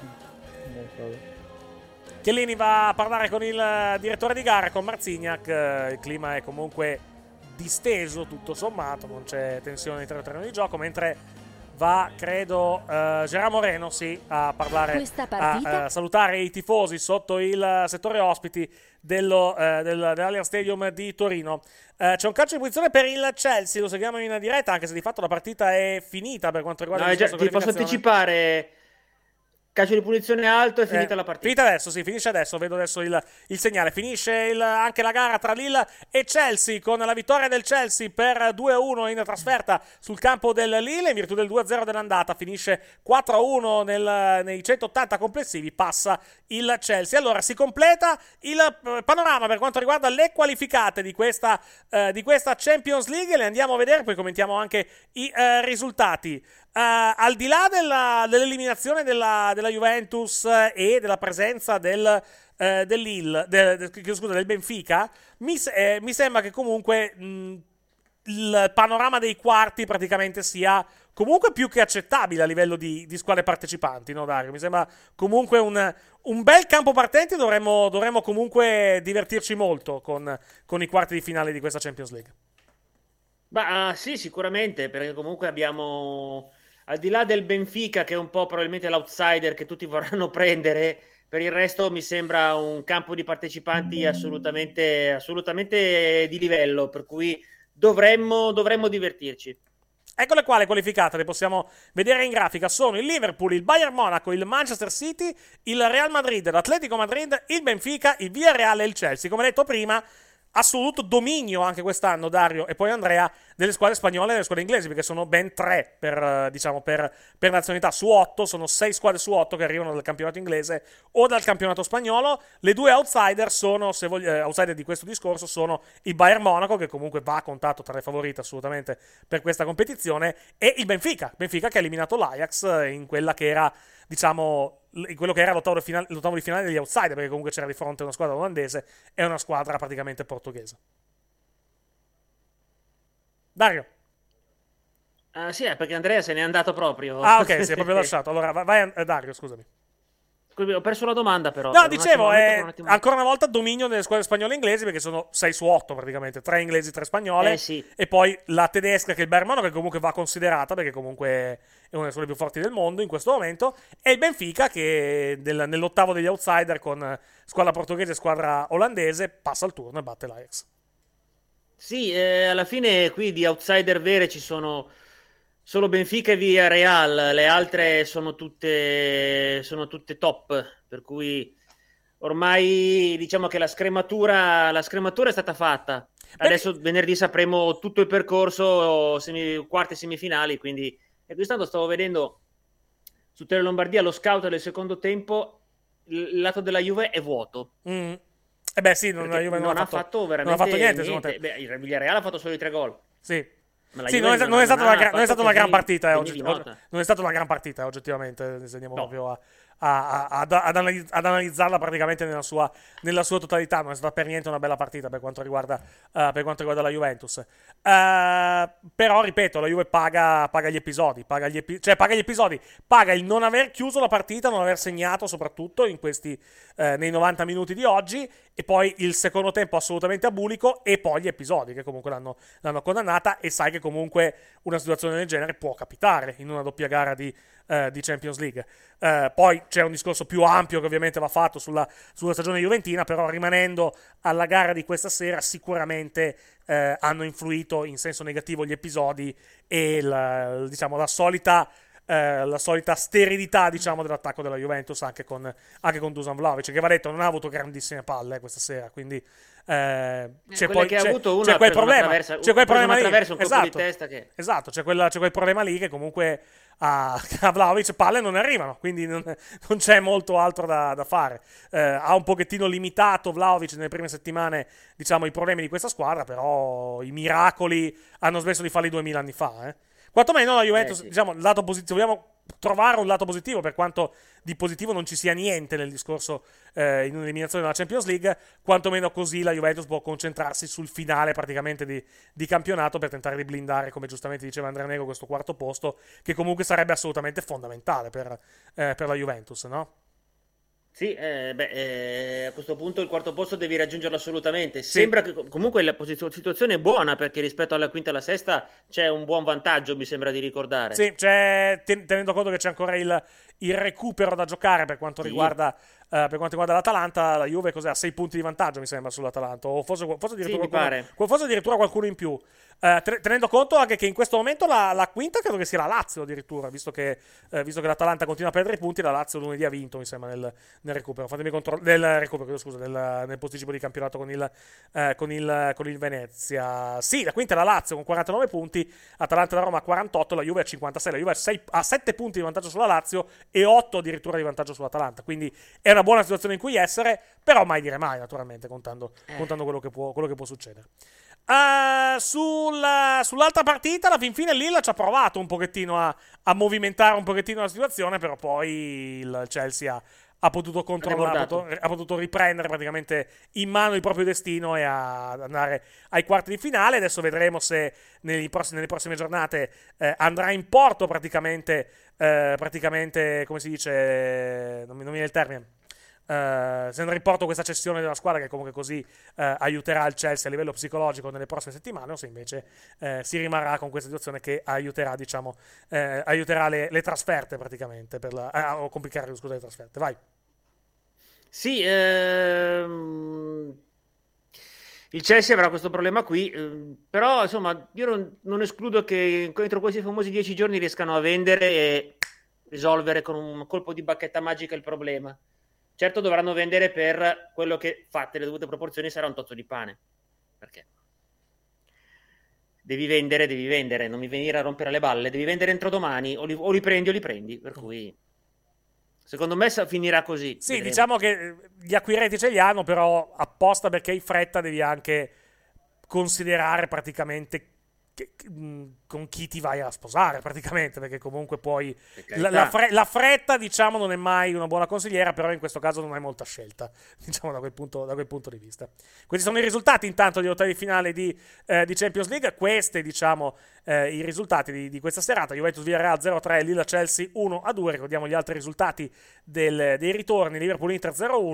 Chiellini va a parlare con il direttore di gara, con Marcignac. Il clima è comunque disteso, tutto sommato, non c'è tensione all'interno del terreno di gioco, mentre va, credo, Gerard Moreno, sì, a parlare, a salutare i tifosi sotto il settore ospiti dell'Allianz Stadium di Torino. C'è un calcio di punizione per il Chelsea, lo seguiamo in diretta, anche se di fatto la partita è finita per quanto riguarda il discorso ti posso anticipare. Calcio di punizione alto, è finita la partita. Finita adesso, sì, finisce adesso. Vedo adesso il segnale. Finisce anche la gara tra Lille e Chelsea, con la vittoria del Chelsea per 2-1 in trasferta sul campo del Lille, in virtù del 2-0 dell'andata. Finisce 4-1 nei 180 complessivi. Passa il Chelsea. Allora si completa il panorama per quanto riguarda le qualificate di questa Champions League. Le andiamo a vedere, poi commentiamo anche i risultati. Al di là dell'eliminazione della Juventus e della presenza del Benfica, mi sembra che comunque il panorama dei quarti praticamente sia comunque più che accettabile a livello di squadre partecipanti, no Dario? Mi sembra comunque un bel campo partenti. Dovremmo comunque divertirci molto con i quarti di finale di questa Champions League. Sì, sicuramente, perché comunque abbiamo, al di là del Benfica, che è un po' probabilmente l'outsider che tutti vorranno prendere, per il resto mi sembra un campo di partecipanti assolutamente di livello, per cui dovremmo divertirci. Eccole qua le qualificate, le possiamo vedere in grafica. Sono il Liverpool, il Bayern Monaco, il Manchester City, il Real Madrid, l'Atletico Madrid, il Benfica, il Villarreal e il Chelsea. Come detto prima, assoluto dominio anche quest'anno, Dario e poi Andrea, delle squadre spagnole e delle squadre inglesi, perché sono ben 3 per nazionalità su 8. Sono 6 squadre su 8 che arrivano dal campionato inglese o dal campionato spagnolo. Le due outsider sono, outsider di questo discorso, sono il Bayern Monaco, che comunque va contato tra le favorite assolutamente per questa competizione, e il Benfica che ha eliminato l'Ajax in quella che era, in quello che era l'ottavo di finale degli outsider, perché comunque c'era di fronte una squadra olandese e una squadra praticamente portoghese. Dario. Sì, perché Andrea se n'è andato proprio. Ah, ok, si è proprio lasciato. Allora, vai Dario, scusami. Ho perso la domanda, però. No, dicevo, ancora una volta dominio delle squadre spagnole e inglesi, perché sono 6 su 8 praticamente, 3 inglesi, 3 spagnole. Sì. E poi la tedesca, che è il Bayern Monaco, che comunque va considerata, perché comunque è una delle squadre più forti del mondo in questo momento, e il Benfica, che nell'ottavo degli outsider, con squadra portoghese e squadra olandese, passa il turno e batte l'Ajax. Sì, alla fine qui di outsider vere ci sono solo Benfica e Villarreal, le altre sono tutte top, per cui ormai diciamo che la scrematura è stata fatta. Adesso venerdì sapremo tutto il percorso, quarti e semifinali, quindi e quest'anno stavo vedendo su Tele Lombardia lo scout del secondo tempo, il lato della Juve è vuoto. Eh beh sì, la Juve non ha fatto veramente niente. niente. Beh, il Villarreal ha fatto solo i 3 gol. Sì, non è stata una gran partita, non è stata una gran partita oggettivamente, se andiamo proprio ad analizzarla praticamente nella sua totalità. Non è stata per niente una bella partita per quanto riguarda la Juventus. Però ripeto, la Juve paga gli episodi, paga il non aver chiuso la partita, non aver segnato soprattutto in questi nei 90 minuti di oggi, e poi il secondo tempo assolutamente abulico, e poi gli episodi che comunque l'hanno condannata. E sai che comunque una situazione del genere può capitare in una doppia gara di Champions League. Poi c'è un discorso più ampio che ovviamente va fatto sulla stagione juventina, però rimanendo alla gara di questa sera, sicuramente hanno influito in senso negativo gli episodi e la solita sterilità, diciamo, dell'attacco della Juventus, anche con Dusan Vlahovic, che va detto non ha avuto grandissime palle questa sera, quindi c'è quel problema lì. Esatto, c'è quel problema lì che comunque a Vlahovic palle non arrivano, quindi non c'è molto altro da fare. Ha un pochettino limitato Vlahovic nelle prime settimane, diciamo, i problemi di questa squadra, però i miracoli hanno smesso di farli 2000 anni fa, Quantomeno la Juventus, diciamo, il lato positivo, vogliamo trovare un lato positivo, per quanto di positivo non ci sia niente nel discorso in un'eliminazione della Champions League, quantomeno così la Juventus può concentrarsi sul finale praticamente di campionato, per tentare di blindare, come giustamente diceva Andrea Nego, questo quarto posto, che comunque sarebbe assolutamente fondamentale per la Juventus, no? Sì, a questo punto il quarto posto devi raggiungerlo assolutamente. Sembra che comunque la situazione è buona, perché rispetto alla quinta e alla sesta c'è un buon vantaggio, mi sembra di ricordare. Sì, tenendo conto che c'è ancora il recupero da giocare per quanto riguarda l'Atalanta. La Juve ha 6 punti di vantaggio, mi sembra, sull'Atalanta, o forse addirittura qualcuno in più. Tenendo conto anche che in questo momento la quinta credo che sia la Lazio, addirittura, visto che l'Atalanta continua a perdere i punti, la Lazio lunedì ha vinto, mi sembra, nel recupero. Fatemi nel posticipo di campionato con il Venezia. Sì, la quinta è la Lazio con 49 punti, Atalanta da Roma 48, la Juve a 56. La Juve ha 7 punti di vantaggio sulla Lazio e 8 addirittura di vantaggio sull'Atalanta, quindi è una buona situazione in cui essere, però mai dire mai, naturalmente, contando quello che può succedere. Sull'altra partita, alla fin fine Lille ci ha provato un pochettino a movimentare un pochettino la situazione, però poi il Chelsea ha potuto controllare, ha potuto riprendere praticamente in mano il proprio destino e ad andare ai quarti di finale. Adesso vedremo se nelle prossime giornate andrà in porto praticamente, come si dice, non mi viene il termine, se andrà in porto questa cessione della squadra, che comunque così aiuterà il Chelsea a livello psicologico nelle prossime settimane, o se invece si rimarrà con questa situazione che aiuterà le trasferte praticamente o complicare le trasferte. Vai. Sì, il Chelsea avrà questo problema qui, però insomma io non escludo che entro questi famosi 10 giorni riescano a vendere e risolvere con un colpo di bacchetta magica il problema. Certo dovranno vendere per quello che, fatte le dovute proporzioni, sarà un tozzo di pane, perché devi vendere, non mi venire a rompere le balle, devi vendere entro domani, o li prendi, per cui secondo me finirà così. Sì, diciamo che gli acquirenti ce li hanno, però apposta perché hai fretta devi anche considerare praticamente con chi ti vai a sposare, praticamente, perché comunque poi la fretta, diciamo, non è mai una buona consigliera, però in questo caso non hai molta scelta, diciamo, da quel punto di vista. Questi sono i risultati intanto di ottavi finale di Champions League. Questi, diciamo, i risultati di questa serata: Juventus Villarreal 0-3, Lille Chelsea 1-2. Ricordiamo gli altri risultati dei ritorni: Liverpool Inter 0-1,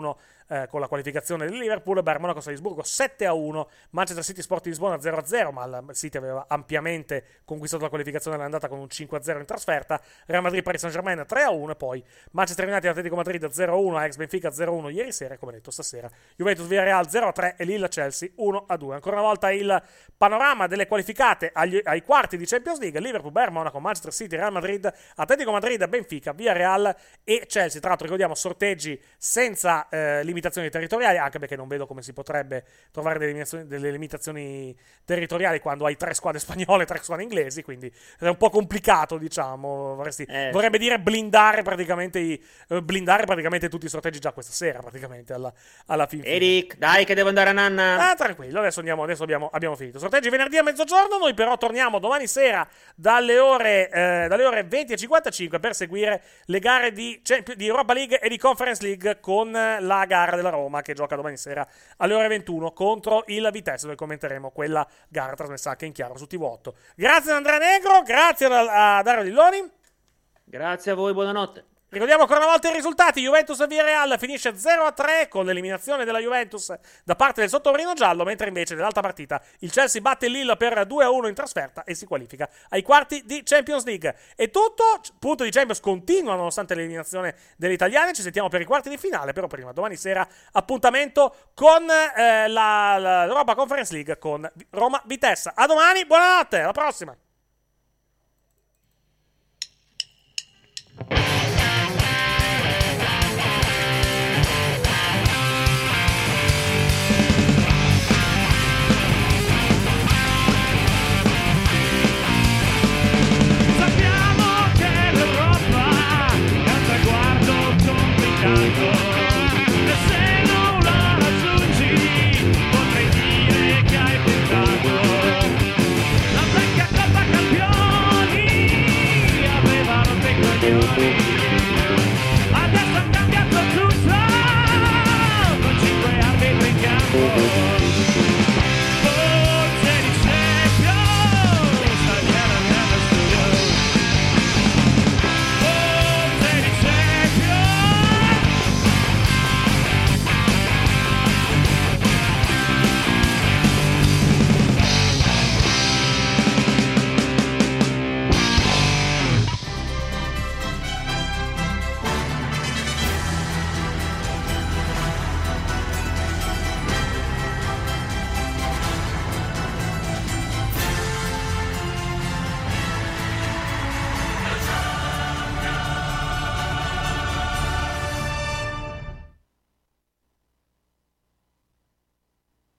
con la qualificazione del Liverpool. Bayern Monaco-Salisburgo 7-1, Manchester City Sporting Lisbona 0-0, ma il City aveva ampiamente conquistato la qualificazione all'andata con un 5-0 in trasferta. Real Madrid-Paris Saint-Germain 3-1, e poi Manchester United-Atletico Madrid 0-1, ex-Benfica 0-1 ieri sera, come detto stasera Juventus-Villarreal 0-3 e Lille-Chelsea 1-2. Ancora una volta il panorama delle qualificate ai quarti di Champions League: Liverpool, Bayern Monaco, Manchester City, Real Madrid, Atletico Madrid, Benfica, Villarreal e Chelsea. Tra l'altro ricordiamo sorteggi senza limitazioni territoriali, anche perché non vedo come si potrebbe trovare delle limitazioni territoriali quando hai 3 squadre spagnole e 3 squadre inglesi, quindi è un po' complicato, diciamo. Vorrebbe dire blindare praticamente tutti i sorteggi già questa sera, praticamente alla fine. Eric, dai che devo andare a nanna. Tranquillo, adesso abbiamo finito. Sorteggi venerdì a mezzogiorno, noi però torniamo domani sera dalle ore 20:55 per seguire le gare di Europa League e di Conference League, con la gara della Roma che gioca domani sera alle ore 21 contro il Vitesse, dove commenteremo quella gara trasmessa anche in chiaro su TV8. Grazie ad Andrea Negro, grazie a Dario Lilloni. Grazie a voi, buonanotte. Ricordiamo ancora una volta i risultati: Juventus-Villarreal finisce 0-3 con l'eliminazione della Juventus da parte del sottomarino giallo, mentre invece nell'altra partita il Chelsea batte il Lille per 2-1 in trasferta e si qualifica ai quarti di Champions League. E tutto, punto di Champions continua nonostante l'eliminazione delle italiane. Ci sentiamo per i quarti di finale, però prima domani sera appuntamento con la Europa Conference League con Roma-Vitesse. A domani, buonanotte, alla prossima.